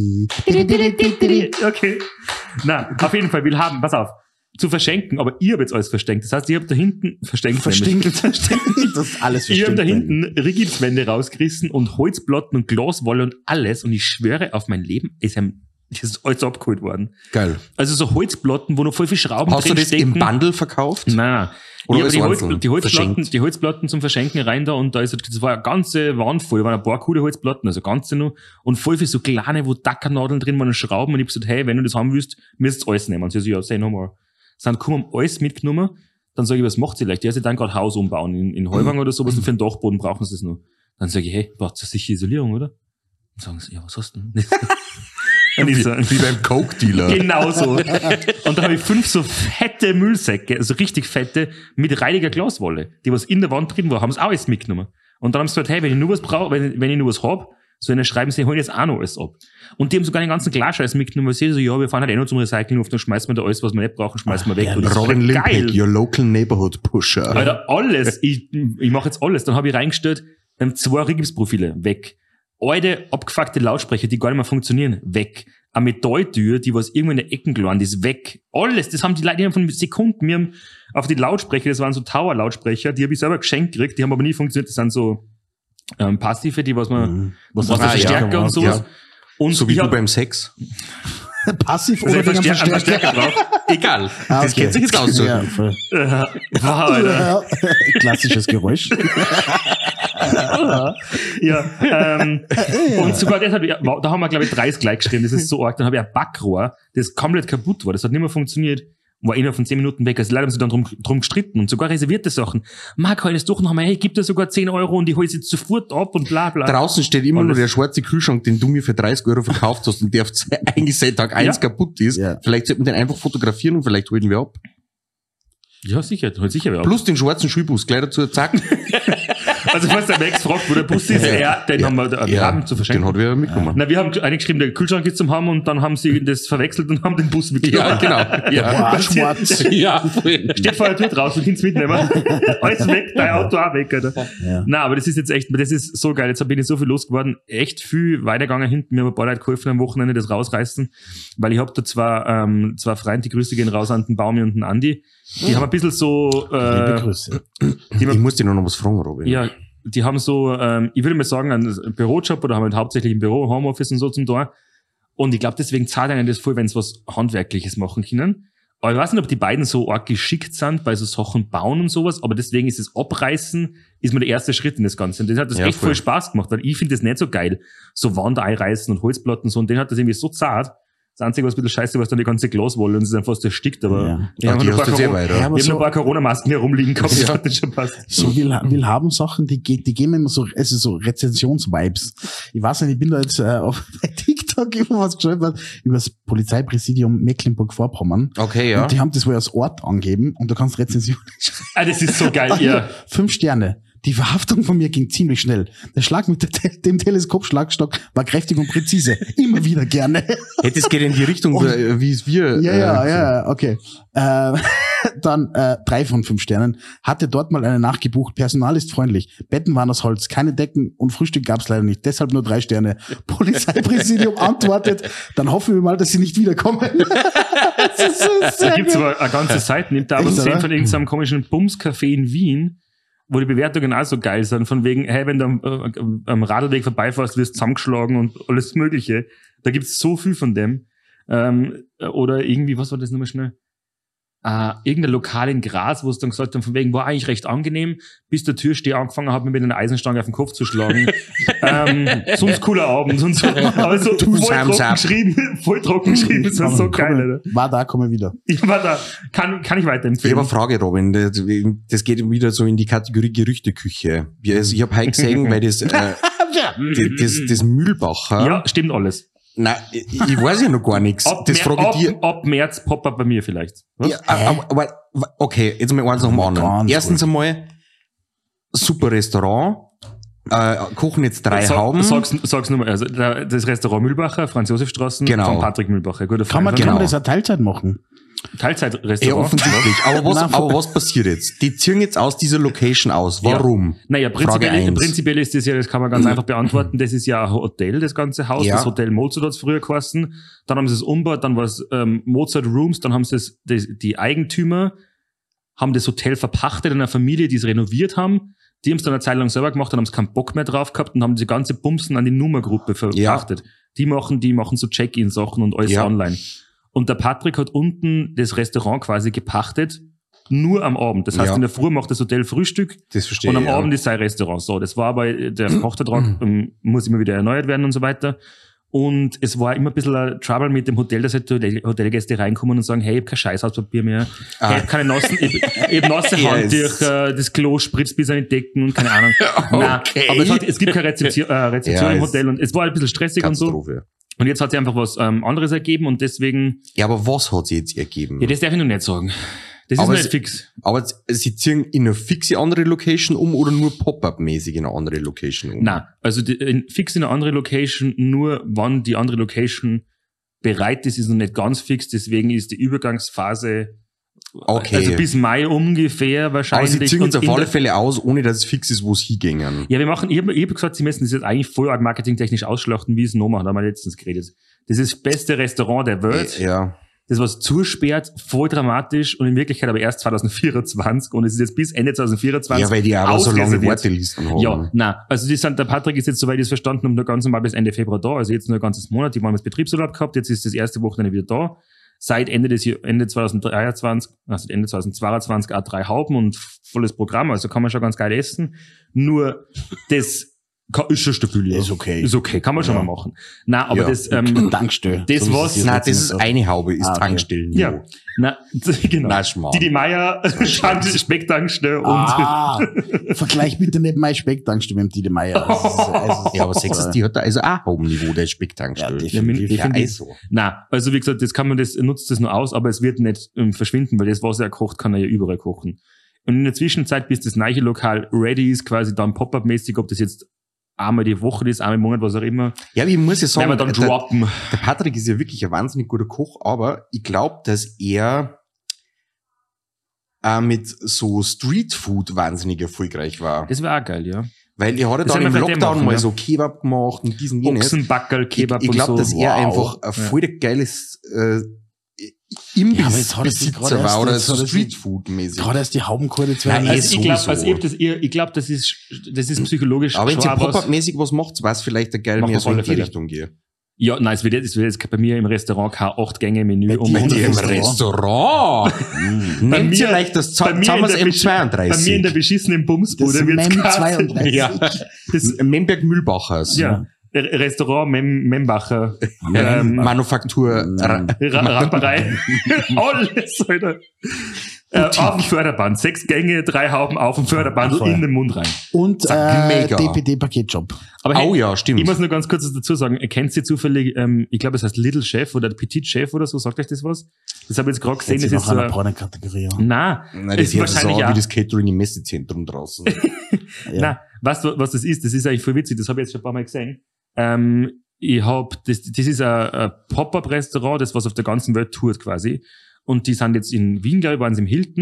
B: Okay. Na, auf jeden Fall, will haben, pass auf, zu verschenken, aber ihr habt jetzt alles verschenkt. Das heißt, ihr habt da hinten verschenkt.
C: Verstinkt.
B: nämlich.
C: Das ist alles
B: Ihr habt
C: verstinkt.
B: da hinten Rigipswände rausgerissen und Holzplatten und Glaswolle und alles. Und ich schwöre auf mein Leben, ist ein das ist alles abgeholt worden.
D: Geil.
B: Also so Holzplatten, wo noch voll viel Schrauben
D: Hast du
B: drin
D: das
B: stecken.
D: im Bundle verkauft?
B: Nein.
D: Oder
B: Ich
D: als
B: habe die,
D: einzeln
B: Holz, die, Holzplatten,
D: verschenkt?
B: die Holzplatten zum Verschenken rein da und da ist, das war eine ganze Wand voll, da waren ein paar coole Holzplatten, also ganze nur, und voll viel so kleine, wo Dackernadeln drin waren und Schrauben und ich hab gesagt, hey, wenn du das haben willst, müsst ihr alles nehmen. Und sie so, ja, sei nochmal. Sind gekommen, haben alles mitgenommen, dann sage ich, was macht sie leicht? Ja, sie dann gerade Haus umbauen in, in Heuwang oder sowas und für den Dachboden brauchen sie das noch. Dann sage ich, hey, braucht ihr sicher Isolierung, oder? Dann sagen sie, ja, was hast du denn? Und ich so,
D: Wie beim Coke-Dealer.
B: genau so. Und dann habe ich fünf so fette Müllsäcke, also richtig fette, mit reiniger Glaswolle, die was in der Wand drin war, haben sie auch alles mitgenommen. Und dann haben sie gesagt, hey, wenn ich nur was brauche, wenn, wenn ich nur was hab, so eine schreiben sie, holen jetzt auch noch alles ab. Und die haben sogar den ganzen Glasscheiß mitgenommen, weil sie so, ja, wir fahren halt eh noch zum Recycling auf, dann schmeißen wir da alles, was wir nicht brauchen, schmeißen wir weg.
C: Ach,
B: Und das ist
D: Robin
B: voll geil.
D: Limpick, your local neighborhood pusher.
B: Alter, alles. Ich, ich mache jetzt alles. Dann habe ich reingestellt, ähm, zwei Rigipsprofile, weg. Alte, abgefuckte Lautsprecher, die gar nicht mehr funktionieren, weg. Eine Metalltür, die was irgendwo in der Ecken gelandet ist, weg. Alles, das haben die Leute von Sekunden. Wir haben auf die Lautsprecher, das waren so Tower-Lautsprecher, die habe ich selber geschenkt gekriegt, die haben aber nie funktioniert. Das sind so ähm, passive, die was man,
C: Mhm.
B: was,
C: Was
B: was
C: ah,
B: der Verstärker
C: ja,
B: und sowas.
D: ja.
B: Und
D: So wie
B: ich
D: du
B: hab,
D: beim Sex.
C: Passiv
B: also
C: oder
B: ein
C: wegen einem
B: Verstärker,
C: Verstärker?
B: Verstärker drauf.
D: Egal.
C: Ah,
D: Das
C: okay.
D: kennt sich jetzt aus. So.
C: Ja, voll.
B: Äh, wow, Alter.
C: Klassisches Geräusch.
B: Ja, ähm, und sogar das hat, ja, da haben wir, glaube ich, dreißig gleich geschrieben, das ist so arg. Dann habe ich ein Backrohr, das komplett kaputt war, das hat nicht mehr funktioniert, war innerhalb von zehn Minuten weg. Also leider haben sie dann drum, drum gestritten und sogar reservierte Sachen. Mag heute das doch noch mal, hey, gib dir sogar zehn Euro und ich hole es jetzt sofort ab und bla bla.
D: Draußen steht immer
B: Alles.
D: nur der schwarze Kühlschrank, den du mir für dreißig Euro verkauft hast und der eigentlich seit Tag eins
B: Ja.
D: kaputt ist.
C: Ja.
D: Vielleicht sollten wir den einfach fotografieren und vielleicht holen wir ab.
B: Ja, sicher, halt sicher wer ab.
D: Plus den schwarzen Schulbus, gleich dazu, zack.
B: Also falls der Max fragt, wo der Bus ist, ja, den haben wir, wir
D: Ja,
B: haben zu verschenken.
D: Den hat wer mitgenommen.
B: Na, wir haben eigentlich geschrieben, der Kühlschrank ist zum haben und dann haben sie das verwechselt und haben den Bus mitgenommen.
D: Ja, genau. Ja.
C: Boah, schwarz.
D: Ja, voll.
B: Steht vor der Tür draußen, du kannst mitnehmen. Alles weg, dein Auto auch weg, Alter.
C: Ja.
B: Na, aber das ist jetzt echt, das ist so geil. Jetzt bin ich so viel losgeworden. Echt viel weitergegangen hinten. Mir haben ein paar Leute geholfen am Wochenende, das rausreißen. Weil ich hab da zwei, ähm, zwei Freunde, die Grüße gehen raus an den Baumi und den Andi. Die haben ein bisschen so,
C: Liebe
B: äh,
C: Grüße.
B: die
D: Ich muss dir noch was fragen, Robin.
B: ja, die haben so, ähm, ich würde mal sagen, einen Bürojob oder haben halt hauptsächlich im Büro, Homeoffice und so zum Tor. Und ich glaube, deswegen zahlt einen das voll, wenn sie was Handwerkliches machen können. Aber ich weiß nicht, ob die beiden so arg geschickt sind bei so Sachen bauen und sowas, aber deswegen ist das Abreißen, ist mir der erste Schritt in das Ganze. Und das hat das
D: Ja,
B: echt
D: voll.
B: voll Spaß gemacht, weil ich finde das nicht so geil. So Wand einreißen und Holzplatten und so, und den hat das irgendwie so zart. Das Einzige, was ein bisschen scheiße war, ist dann die ganze Glaswolle und es ist einfach fast erstickt, aber
C: Ja.
B: wir
D: Ach,
B: haben
D: die
B: noch ein
D: hast du
B: paar
D: sehr
B: Corona-
D: weit,
C: Ja,
D: oder?
C: aber
B: wir haben noch
C: so,
B: ein paar Corona-Masken hier rumliegen gehabt, das
D: Ja.
B: hat das schon passt.
C: so will, will haben Sachen, die, ge- die geben immer so, also so Rezensions-Vibes. Ich weiß nicht, ich bin da jetzt äh, auf bei TikTok immer was geschrieben über das Polizeipräsidium Mecklenburg-Vorpommern.
D: Okay, ja.
C: Und die haben das wohl als Ort angeben und du kannst Rezensionen schreiben.
B: Ah, das ist so geil, ja.
C: Fünf Sterne. Die Verhaftung von mir ging ziemlich schnell. Der Schlag mit der, dem Teleskopschlagstock war kräftig und präzise. Immer wieder gerne.
D: Hey, das geht in die Richtung,
C: Und-
D: äh, wie es wir.
C: Ja,
D: äh,
C: ja, ja, okay. Äh, dann äh, drei von fünf Sternen. Hatte dort mal eine nachgebucht. Personal ist freundlich. Betten waren aus Holz. Keine Decken und Frühstück gab's leider nicht. Deshalb nur drei Sterne. Polizeipräsidium antwortet. Dann hoffen wir mal, dass sie nicht wiederkommen. Das ist so
B: Da
C: sehr
B: gibt's
C: gut.
B: aber eine ganze Seite, nimmt da aber
C: Echt,
B: zehn
C: oder?
B: von irgendeinem komischen Bumscafé in Wien, wo die Bewertungen auch so geil sind, von wegen, hey, wenn du am, äh, am Radlweg vorbeifährst, wirst du zusammengeschlagen und alles Mögliche. Da gibt's so viel von dem. Ähm, oder irgendwie, was war das nochmal schnell? äh, irgendein Lokal in Graz, wo es dann gesagt haben, von wegen, war eigentlich recht angenehm, bis der Türsteher angefangen hat, mir mit einer Eisenstange auf den Kopf zu schlagen. ähm, sonst cooler Abend. Sonst, also voll trocken geschrieben, voll trocken geschrieben, das war so geil, Alter.
C: War da, komme wieder.
B: Ich war da, kann, kann ich weiterempfehlen.
D: Ich habe eine Frage, Robin, das, das geht wieder so in die Kategorie Gerüchteküche. Also ich habe heute gesehen, weil das, äh, das, das, das Mühlbacher...
B: Ja, stimmt alles.
D: Nein, ich, ich weiß ja noch gar nichts.
B: Ab,
D: Das
B: Mer-
D: frage ich
B: ab,
D: dir.
B: ab März Pop-up bei mir vielleicht. Was?
D: Ja, aber, aber, okay, jetzt mal eins nach dem anderen.
C: Ganz
D: Erstens einmal, super Restaurant, äh, kochen jetzt drei
B: Sag,
D: Hauben.
B: Sag's, sag's nochmal, also der, das Restaurant Mühlbacher, Franz-Josef-Straßen,
D: Genau.
B: von Patrick Mühlbacher. Guter
C: Kann man,
B: Freund.
C: kann man
D: Genau.
C: das auch Teilzeit machen?
B: Teilzeitrestaurant.
D: Ja, offensichtlich. Aber was,
C: Nein,
D: aber was passiert jetzt? Die ziehen jetzt aus dieser Location aus. Warum?
B: Naja,
D: Frage
B: prinzipiell,
D: eins.
B: prinzipiell ist das ja, das kann man ganz einfach beantworten, das ist ja ein Hotel, das ganze Haus,
D: Ja.
B: das Hotel Mozart hat's früher geheißen, dann haben sie es umgebaut, dann war es ähm, Mozart Rooms, dann haben sie es, das, die Eigentümer haben das Hotel verpachtet an eine Familie, die es renoviert haben, die haben es dann eine Zeit lang selber gemacht, dann haben sie keinen Bock mehr drauf gehabt und haben die ganze Bumsen an die Nummergruppe verpachtet. Die machen, die machen so Check-in-Sachen und alles
D: Ja.
B: online. Und der Patrick hat unten das Restaurant quasi gepachtet, nur am Abend. Das heißt,
D: Ja.
B: in der Früh macht das Hotel Frühstück
D: Das verstehe
B: und am
D: ich. ja.
B: Abend ist sein Restaurant. So, das war aber, der Pachtvertrag ähm, muss immer wieder erneuert werden und so weiter. Und es war immer ein bisschen ein Trouble mit dem Hotel, dass halt die Hotel- Hotelgäste reinkommen und sagen, hey, ich hab kein Scheißhauspapier mehr,
D: Ah.
B: hey, ich hab keine nassen, ich, ich hab nasse
D: Ja,
B: Handtücher, das Klo spritzt bis an die Decken und keine Ahnung. Nein,
D: Okay.
B: aber es, hat, es gibt keine Rezeption, äh, Rezeption
D: Ja,
B: im
D: es-
B: Hotel und es war ein bisschen stressig und so.
D: Katastrophe.
B: Und jetzt hat sich einfach was ähm, anderes ergeben und deswegen,
D: Ja, aber was hat sie jetzt ergeben?
B: ja, das darf ich noch nicht sagen. Das ist
D: Aber
B: noch nicht
D: es-
B: fix.
D: Aber sie ziehen in eine fixe andere Location um oder nur Pop-up-mäßig in eine andere Location um?
B: Nein, also die, in, fix in eine andere Location, nur wann die andere Location bereit ist, ist noch nicht ganz fix, deswegen ist die Übergangsphase
D: Okay.
B: also bis Mai ungefähr
D: Aber
B: wahrscheinlich.
D: sie ziehen jetzt
B: Und
D: auf
B: in
D: alle
B: der-
D: Fälle aus, ohne dass es fix ist, wo es hingängen.
B: Ja, wir machen, ich habe hab gesagt, sie müssen das jetzt eigentlich voll arg marketingtechnisch ausschlachten, wie sie es noch machen, da haben wir letztens geredet. Das ist das beste Restaurant der Welt.
D: Ja.
B: Das war zusperrt, voll dramatisch und in Wirklichkeit aber erst zwanzig vierundzwanzig und es ist jetzt bis Ende zwanzig vierundzwanzig
D: Ja, weil die aber so lange
B: ausreserviert.
D: Wartelisten haben.
B: Ja, na, also die sind, der Patrick ist jetzt, soweit ich es verstanden habe, nur ganz normal bis Ende Februar da, also jetzt nur ein ganzes Monat, die waren jetzt Betriebsurlaub gehabt, jetzt ist das erste Wochenende wieder da. Seit Ende des Jahr- Ende zwanzig dreiundzwanzig, also Ende zwanzig zweiundzwanzig auch drei Hauben und volles Programm, also kann man schon ganz geil essen. Nur das kann, ist schon stabil. Ja.
C: Ist okay.
B: Ist okay, kann man schon
C: Ja.
B: mal machen. Na, aber
D: Ja.
B: das, ähm,
C: Tankstelle.
B: das
C: So
B: was-
C: ist es
D: Nein,
C: jetzt
D: das
C: nicht
D: ist
C: so.
D: eine Haube, ist
C: Ah, okay.
D: Tankstellen.
B: ja, na, genau.
D: Nein, Schmarrn.
B: Die, die Meier, Specktankstelle und,
C: Ah, vergleich bitte nicht mein Specktankstelle mit dem Didi Meier. Das ist- also-
D: Ja, aber Sex ist, die hat da also auch Haubenniveau, der Specktankstelle.
C: Ja, definitiv.
D: Ja,
B: definitiv.
D: also.
B: Na, also wie gesagt, das kann man, das nutzt das nur aus, aber es wird nicht ähm, verschwinden, weil das, was er kocht, kann er ja überall kochen. Und in der Zwischenzeit, bis das neue Lokal ready ist, quasi dann Pop-up-mäßig, ob das jetzt einmal die Woche ist, einmal im Monat, was auch immer,
D: Ja, aber ich muss ja
B: werden
D: sagen,
B: wir dann
D: der,
B: droppen.
D: der Patrick ist ja wirklich ein wahnsinnig guter Koch, aber ich glaube, dass er äh, mit so Streetfood wahnsinnig erfolgreich war.
B: Das wäre auch geil, ja.
D: Weil er hat ja
B: Das
D: dann
B: werden
D: im
B: wir vielleicht
D: Lockdown
B: machen,
D: mal
B: ja.
D: so Kebab gemacht und diesen jenes.
B: Ochsenbackerl,
D: Ich,
B: Kebab
D: ich
B: und
D: glaube,
B: so.
D: dass er
C: Wow.
D: einfach ein voll der geiles äh,
C: Ja, aber jetzt hat er sich
D: Imbissbesitzer
C: gerade
D: war
C: erst-
D: oder
C: jetzt
D: so
C: hat er sich-
D: Streetfood-mäßig.
C: Gerade erst die Haubenkurve zwei
D: Nein,
C: Jahre.
D: eh
B: Also ich glaube,
D: sowieso.
B: also ich, das, ich, ich glaub, das ist, das ist psychologisch
D: Aber wenn sie
B: schon auch was.
D: Pop-Up-mäßig was macht, war es vielleicht geil,
B: Macht
D: mehr
B: auf
D: so in
B: alle
D: die
B: Fälle.
D: Richtung gehen.
B: Ja, nein, es wird jetzt, es wird jetzt bei mir im Restaurant kein acht-Gänge-Menü
C: Bei
B: um
C: dir
D: Bei
C: hundert
D: dir im
C: Restaurant.
D: Restaurant.
C: Mm.
B: Bei
D: Nehmt ihr
B: mir-
D: leicht das
B: bei mir
D: Zahl,
B: in
D: wir
B: der
D: M
B: Besch-
D: zweiunddreißig.
B: Bei mir in der beschissenen Bumsbude
C: Das
B: wird's
C: Mem
B: geheißen.
C: zweiunddreißig.
B: Ja, das,
D: Memberg-Mühlbachers.
B: ja. R- Restaurant Mem Membacher. ähm,
D: Manufaktur.
C: Nein.
B: Ra Ramperei. Alles, Alter. Äh, auf dem Förderband. Sechs Gänge, drei Hauben auf dem Förderband und
C: Voll.
B: in den Mund rein.
C: Und
D: Zack,
C: äh,
D: mega.
C: D P D-Paketjob.
B: Aber
D: Oh
B: hey,
D: ja, stimmt.
B: ich muss nur ganz kurz was dazu sagen. Kennt ihr zufällig, ähm, ich glaube, es heißt Little Chef oder Petit Chef oder so? Sagt euch das was? Das habe ich jetzt gerade gesehen.
C: Jetzt
B: Das
C: noch
B: ist so
C: einer
B: ein,
C: Pornokategorie.
B: nein,
D: Nein,
B: es
D: das
B: ist
D: hört sich so
B: wahrscheinlich
D: an
B: auch.
D: wie das Catering im Messezentrum draußen.
C: Ja.
B: Nein, weißt du, was das ist? Das ist eigentlich voll witzig. Das habe ich jetzt schon ein paar Mal gesehen. Ähm, ich hab, das, das ist ein, ein Pop-Up-Restaurant, das was auf der ganzen Welt tourt quasi. Und die sind jetzt in Wien, glaube ich, waren sie im Hilton.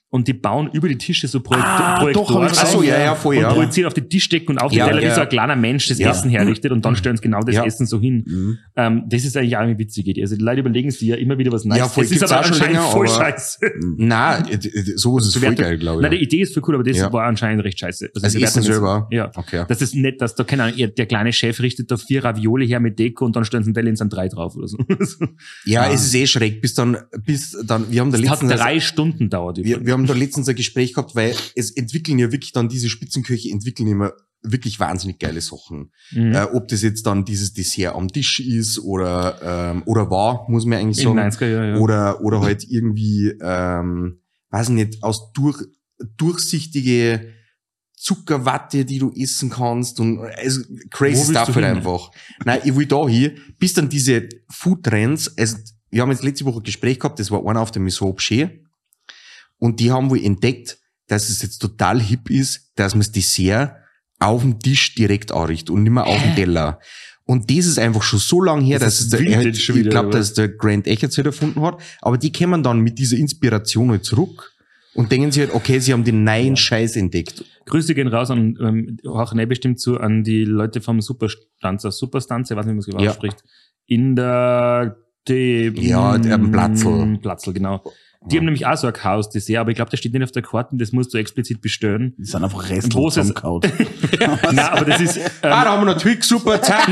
B: und die bauen über die Tische so Projekt
C: Ah,
B: Projektoren
C: doch, hab ich
D: Ach so, ja, ja, voll,
B: und
D: ja.
B: projizieren auf die Tischdecken und auf die
D: Ja,
B: Teller, wie
D: ja.
B: so ein kleiner Mensch das
D: Ja.
B: Essen herrichtet und dann stellen sie genau das
D: Ja.
B: Essen so hin.
C: Mhm.
B: Ähm, das ist eigentlich auch irgendwie witzig. Also die Leute überlegen sich ja immer wieder was Neues.
D: Ja, voll,
B: es ist
D: gibt's
B: aber
D: auch schon
B: anscheinend
D: länger,
B: voll
D: aber-
B: scheiße.
D: Nein, äh, äh, sowas ist voll geil, glaube
B: Nein, die
D: ich.
B: Idee ist voll cool, aber das
D: Ja.
B: war anscheinend recht scheiße. Also
D: Das
B: die
D: Essen
B: Bewertung ist-
D: selber?
B: Ja.
D: Okay.
B: Das ist nicht, dass da, keine Ahnung, der kleine Chef richtet da vier Ravioli her mit Deko und dann stellen sie einen Teller in sind drei drauf oder so.
D: Ja,
C: Ah.
D: es ist eh schräg, bis dann, bis dann, wir haben da
B: Das hat
D: letztens,
B: drei Stunden dauert.
D: wir, wir haben da letztens ein Gespräch gehabt, weil es entwickeln ja wirklich dann diese Spitzenköche entwickeln immer wirklich wahnsinnig geile Sachen.
B: Mhm.
D: Äh, ob das jetzt dann dieses Dessert am Tisch ist oder, ähm, oder war, muss man eigentlich
B: In
D: sagen.
B: den neunziger, ja, ja.
D: Oder, oder halt irgendwie, ähm, weiß nicht, aus durch, durchsichtige Zuckerwatte, die du essen kannst und also crazy
B: Wo willst
D: stuff
B: du
D: halt
B: hin?
D: einfach. Nein, ich will da hier, bis dann diese Food-Trends, also wir haben jetzt letzte Woche ein Gespräch gehabt, das war einer auf der Maison Objet und die haben wohl entdeckt, dass es jetzt total hip ist, dass man das Dessert auf dem Tisch direkt anrichtet und nicht mehr auf dem Teller. Und das ist einfach schon so lange her,
B: Das
D: dass
B: ist
D: es der,
B: Vintage
D: ich
B: schon wieder,
D: glaube,
B: oder
D: dass der Grant Eckertz erfunden hat, aber die kommen dann mit dieser Inspiration halt zurück und denken sich halt, okay, sie haben den neuen Scheiß entdeckt.
B: Grüße gehen raus an, ähm, auch nicht bestimmt zu, an die Leute vom Superstanzer, Superstanze, ich weiß nicht, wie man es genau
D: Ja.
B: ausspricht. In der, die,
D: Ja, der Platzl.
B: Platzl, genau. Die haben nämlich auch so ein Chaos-Dessert, aber ich glaube, das steht nicht auf der Karte, das musst du explizit bestellen.
C: Die sind einfach Restel
B: Wo ist es-
C: zusammengehauen.
B: Nein, aber das ist, ähm,
D: Ah, da haben wir noch Twix, super, zack.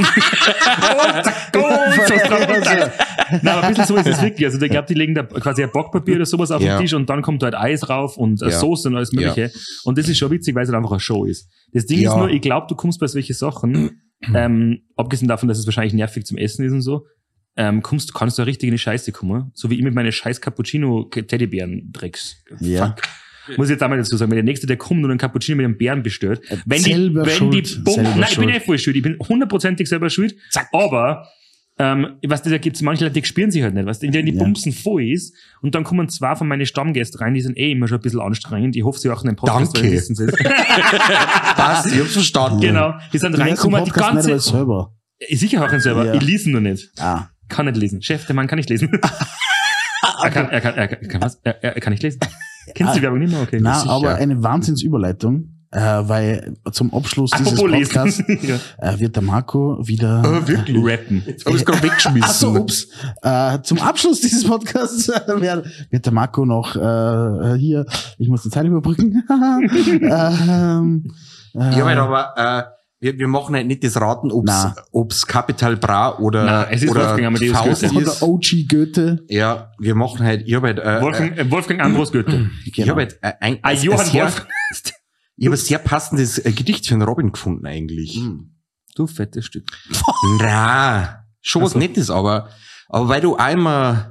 B: Nein, aber ein bisschen so ist es wirklich. Also ich glaube, die legen da quasi ein Backpapier oder sowas auf
D: Ja.
B: den Tisch und dann kommt halt Eis drauf und äh,
D: Ja.
B: Soße und alles mögliche. Und das ist schon witzig, weil es halt einfach eine Show ist. Das Ding
D: Ja.
B: ist nur, ich glaube, du kommst bei solchen Sachen, ähm, abgesehen davon, dass es wahrscheinlich nervig zum Essen ist und so, ähm, kommst, kannst du da richtig in die Scheiße kommen. So wie ich mit meinen scheiß Cappuccino-Teddybären-Drecks.
C: Ja.
B: Fuck. Muss ich jetzt einmal dazu sagen, wenn der Nächste, der kommt und einen Cappuccino mit einem Bären bestellt, wenn die,
C: Selber
B: wenn die
C: schuld,
B: Bum
C: selber
B: nein, ich bin
C: schuld.
B: eh voll schuld, ich bin hundertprozentig selber schuld, aber, ähm, was da gibt's manche Leute, die spüren sich halt nicht, was in denen die
C: Ja.
B: Bumsen voll ist, und dann kommen zwei von meinen Stammgästen rein, die sind eh immer schon ein bisschen anstrengend, ich hoffe, sie auch in den Podcast,
D: Danke.
B: weil sie wissen sie.
D: Passt, ich hab's verstanden.
B: Genau, die sind
C: Die ganzen
B: reingekommen, die
C: Podcasts nicht, aber
B: ganze,
C: selber.
B: sicher auch ein selber,
C: Ja.
B: ich lese ihn noch nicht.
C: Ah.
B: Kann nicht lesen. Chef, der Mann kann nicht lesen. er kann, er kann, er kann, kann was? Er, er kann nicht lesen. Kennst du die Werbung nicht mehr? Okay.
C: Na,
D: sicher.
C: aber eine Wahnsinnsüberleitung, äh, weil zum Abschluss dieses
B: Apropos
C: Podcasts
B: lesen. ja.
C: äh, wird der Marco wieder...
D: Ah, wirklich?
B: Rappen.
D: Jetzt hab ich's gerade weggeschmissen.
C: Ach so, ups. Äh, zum Abschluss dieses Podcasts äh, wird, wird der Marco noch äh, hier, ich muss die Zeit überbrücken. ähm, äh,
D: Ja, weil aber, äh, wir, wir machen halt nicht das Raten, ob's,
C: Na.
D: ob's Capital Bra oder,
B: Na, es ist
D: oder
B: Wolfgang Amadeus
D: Faust
B: Goethe.
C: von der
D: ist.
C: O G Goethe.
D: Ja, wir machen halt, ich hab halt, äh,
B: Wolfgang, äh, Wolfgang Ambros Goethe.
D: ich
C: Genau.
D: hab halt äh, ein,
B: Ah,
D: ein
B: Johann
D: sehr,
B: Wolf.
D: ich hab ein sehr passendes äh, Gedicht für den Robin gefunden eigentlich.
B: Du fettes Stück.
D: Na, schon
B: Ach
D: was
B: so.
D: Nettes, aber, aber weil du einmal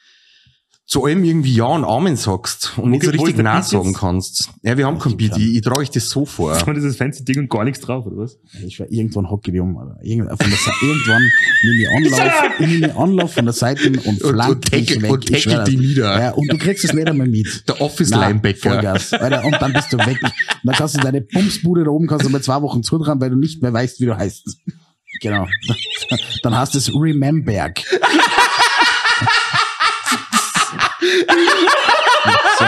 D: zu allem irgendwie Ja und Amen sagst und nicht so
B: Wo ist
D: richtig
B: der
D: Nein
B: Beat
D: sagen
B: jetzt?
D: kannst. Ja, wir haben kein Beat, ich, ich trage euch das so vor.
B: Und dieses fancy Ding und gar nichts drauf, oder was?
C: Ich war irgendwann hocke die um. Oder irgend, von der Seite, irgendwann nehme ich Anlauf, ich nehme Anlauf von der Seite und
D: Und,
C: flank
D: und tackle,
C: dich weg.
D: und
C: Ich schwör
D: tackle die
C: das.
D: nieder.
C: Ja, und du kriegst es nicht einmal mit.
D: Der Office
C: Nein,
D: Linebacker.
C: Vollgas. Alter, und dann bist du weg. Und dann kannst du deine Pumpsbude da oben kannst du mal zwei Wochen zutrauen, weil du nicht mehr weißt, wie du heißt. Genau. Dann hast du es Rememberg. So.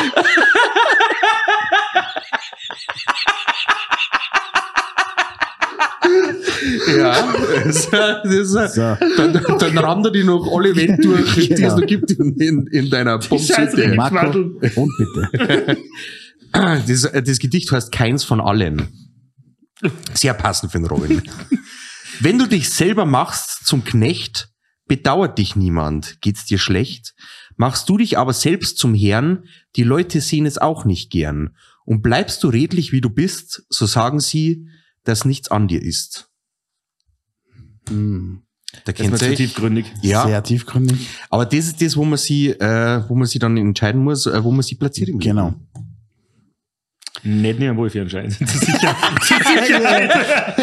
D: Ja, das, das,
C: So.
D: dann, dann rammst die noch alle Wände durch, die es
C: Genau.
D: noch gibt in, in, in deiner
B: Scheiße,
D: Pumpsuppe.
C: Marco,
B: Quadel.
C: und bitte.
D: Das, das Gedicht heißt Keins von allen. Sehr passend für den Robin. Wenn du dich selber machst zum Knecht, bedauert dich niemand, geht's dir schlecht. Machst du dich aber selbst zum Herrn, die Leute sehen es auch nicht gern. Und bleibst du redlich, wie du bist, so sagen sie, dass nichts an dir ist.
C: Hm.
D: Da
B: Das ist
D: kennt
B: mir zu
D: ihr
B: tiefgründig.
D: ja,
C: Sehr tiefgründig.
D: aber das ist das, wo man sie, äh, wo man sie dann entscheiden muss, äh, wo man sie platziert im Leben.
C: Genau.
B: Nicht mehr Wolf anscheinend. Zu sicher. Zu Sicherheit.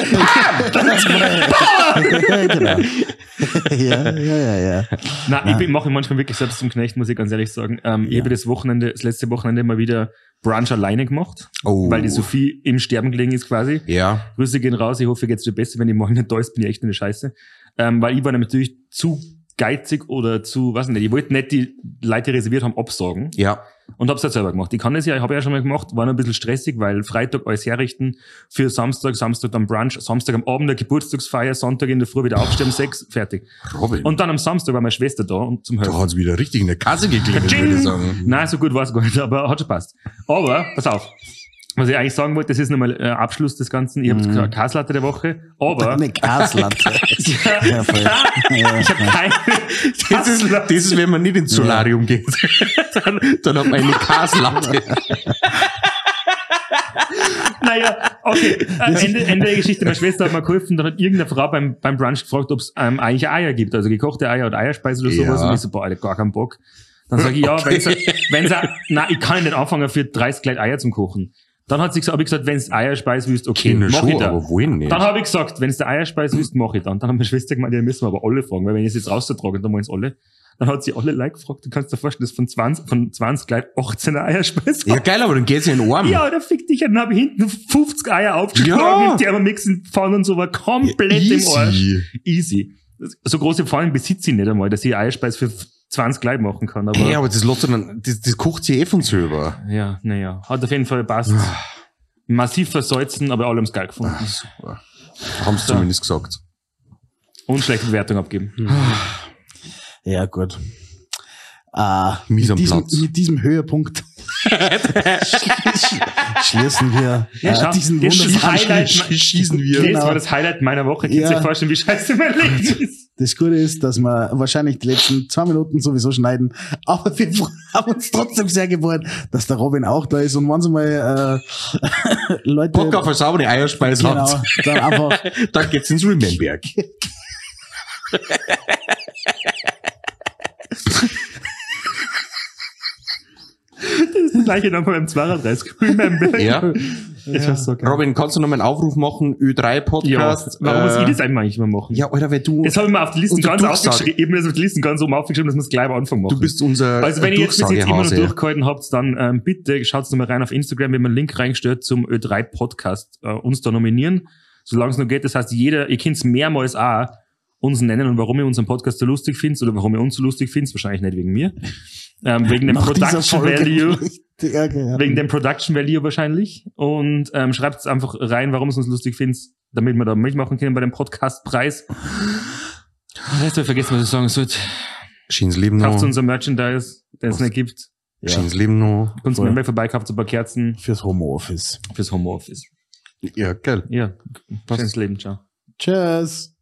C: genau. ja, ja, ja, ja.
B: Nein, ich bin- mache mich manchmal wirklich selbst zum Knecht, muss ich ganz ehrlich sagen. Ähm, Ich
C: Ja.
B: habe das Wochenende, das letzte Wochenende mal wieder Brunch alleine gemacht,
D: Oh.
B: weil die Sophie im Sterben gelegen ist quasi.
D: Ja.
B: Grüße gehen raus, ich hoffe, geht's dir besser. Wenn ich morgen nicht da ist, bin ich echt in der Scheiße. Ähm, weil ich war nämlich natürlich zu geizig oder zu, weiß nicht, ich wollte nicht die Leute, die reserviert haben, absagen.
D: Ja.
B: Und hab's halt selber gemacht. Ich kann das ja, ich habe ja schon mal gemacht, war noch ein bisschen stressig, weil Freitag alles herrichten für Samstag, Samstag dann Brunch, Samstag am Abend der Geburtstagsfeier, Sonntag in der Früh wieder aufstehen um sechs, fertig.
D: Robin.
B: Und dann am Samstag war meine Schwester da und zum Helfen.
D: Da hat's wieder richtig in der Kasse geklingelt, würde ich sagen.
B: Nein, so gut war es gar nicht, aber hat schon passt. Aber, pass auf. Was ich eigentlich sagen wollte, das ist nochmal äh, Abschluss des Ganzen. Ich habe
C: Mhm.
B: keine Kaslatte der Woche, aber
C: Eine Gaslatte.
B: ja,
C: Ja, voll. Ja.
B: ich habe keine
D: Das ist, das ist, wenn man nicht ins Solarium geht. dann, dann hat man eine Kaslatte.
B: Naja, okay. Äh, Ende, Ende der Geschichte. Meine Schwester hat mir geholfen, dann hat irgendeine Frau beim, beim Brunch gefragt, ob es ähm, eigentlich Eier gibt, also gekochte Eier oder Eierspeise oder sowas.
D: Ja.
B: Und ich so, boah, Alter, gar keinen Bock. Dann sage ich, ja,
D: Okay.
B: wenn sie, wenn sie, nein, ich kann nicht anfangen für dreißig Leute Eier zum Kochen. Dann hat sie gesagt, hab ich gesagt, wenn du Eierspeise willst, okay,
D: Kinder
B: mach
D: schon,
B: ich da.
D: aber wohin nicht?
B: Dann habe ich gesagt, wenn du Eierspeise willst, mach ich dann. Dann hat meine Schwester gemeint, ja, müssen wir aber alle fragen, weil wenn ich es jetzt rauszutragen, dann wollen es alle. Dann hat sie alle Leute gefragt, du kannst dir vorstellen, dass von zwanzig, von zwanzig Leuten achtzehn Eierspeise
D: Ja, geil, aber dann geht's ja in den Arm.
B: ja, da fick dich. Dann habe ich hinten fünfzig Eier aufgeschlagen,
D: Ja.
B: im Thermomix in Pfannen und so, war komplett
D: Ja,
B: im Arsch.
D: easy.
B: Easy. So große Pfannen besitze ich nicht einmal, dass ich Eierspeise für zwanzig Leute machen kann. Aber
D: Hey, aber das lässt dann, das, das kocht sich eh von selber.
B: ja, naja, hat auf jeden Fall passt. Massiv versalzen, aber alle haben es geil gefunden.
D: Super. Haben sie
B: So.
D: zumindest gesagt.
B: Und schlechte Bewertung abgeben.
C: Ja, gut. Äh,
D: Mies am
C: mit, diesem,
D: Platz.
C: mit diesem Höhepunkt schließen wir
B: Ja, schau,
C: äh, diesen
B: das ist das
C: wunderbaren
B: Highlight.
C: Sch-
D: Schießen wir.
B: Das
C: Genau.
B: war das Highlight meiner Woche. Könnt ihr
C: Ja.
B: euch vorstellen, wie scheiße mein Leben ist?
C: Das Gute ist, dass wir wahrscheinlich die letzten zwei Minuten sowieso schneiden, aber wir haben uns trotzdem sehr gefreut, dass der Robin auch da ist und wenn sie mal äh, Leute...
D: Bock auf eine saubere Eierspeise
C: genau,
D: habt,
C: dann einfach...
D: dann geht's ins Riemenberg.
B: Das gleiche dann beim zweiunddreißig. Remember.
D: Ja.
B: Das war so geil.
D: Robin, kannst du noch mal einen Aufruf machen? Ö drei
B: Ja,
D: Podcast.
B: warum muss
D: äh,
B: ich das einmal eigentlich immer machen?
D: Ja, Alter, weil du,
B: Das habe ich mir auf die Listen
D: unser
B: ganz
D: Durchsage-
B: aufgeschrieben. Ich habe mir das auf die Listen ganz oben aufgeschrieben, dass wir es gleich am Anfang machen.
D: du bist unser
B: also wenn ihr jetzt bis jetzt immer noch
D: Durchsagehase.
B: durchgehalten habt, dann ähm, bitte schaut noch mal rein auf Instagram, wenn man einen Link reingestellt zum Ö drei Podcast, äh, uns da nominieren, solange es noch geht. Das heißt, jeder, ihr könnt es mehrmals auch uns nennen und warum ihr unseren Podcast so lustig findet oder warum ihr uns so lustig findet, wahrscheinlich nicht wegen mir. Ähm, wegen dem
C: Nach dieser
B: Production
C: Folge
B: Value.
C: nicht. Ja, okay, ja.
B: Wegen dem Production Value wahrscheinlich. Und ähm, schreibt es einfach rein, warum es uns lustig findet, damit wir da mitmachen können bei dem Podcastpreis. Jetzt habe ich vergessen, was ich sagen sollte.
D: Schönes Leben
B: Kauft
D: noch.
B: unser Merchandise, den es nicht gibt.
C: Ja.
D: Schönes Leben noch.
B: Kommt
C: Voll.
B: mir mal vorbei, kauft ein paar Kerzen
C: Fürs Homeoffice.
B: fürs Homeoffice.
D: Ja, geil.
B: Ja, schönes Leben, ciao.
C: Tschüss.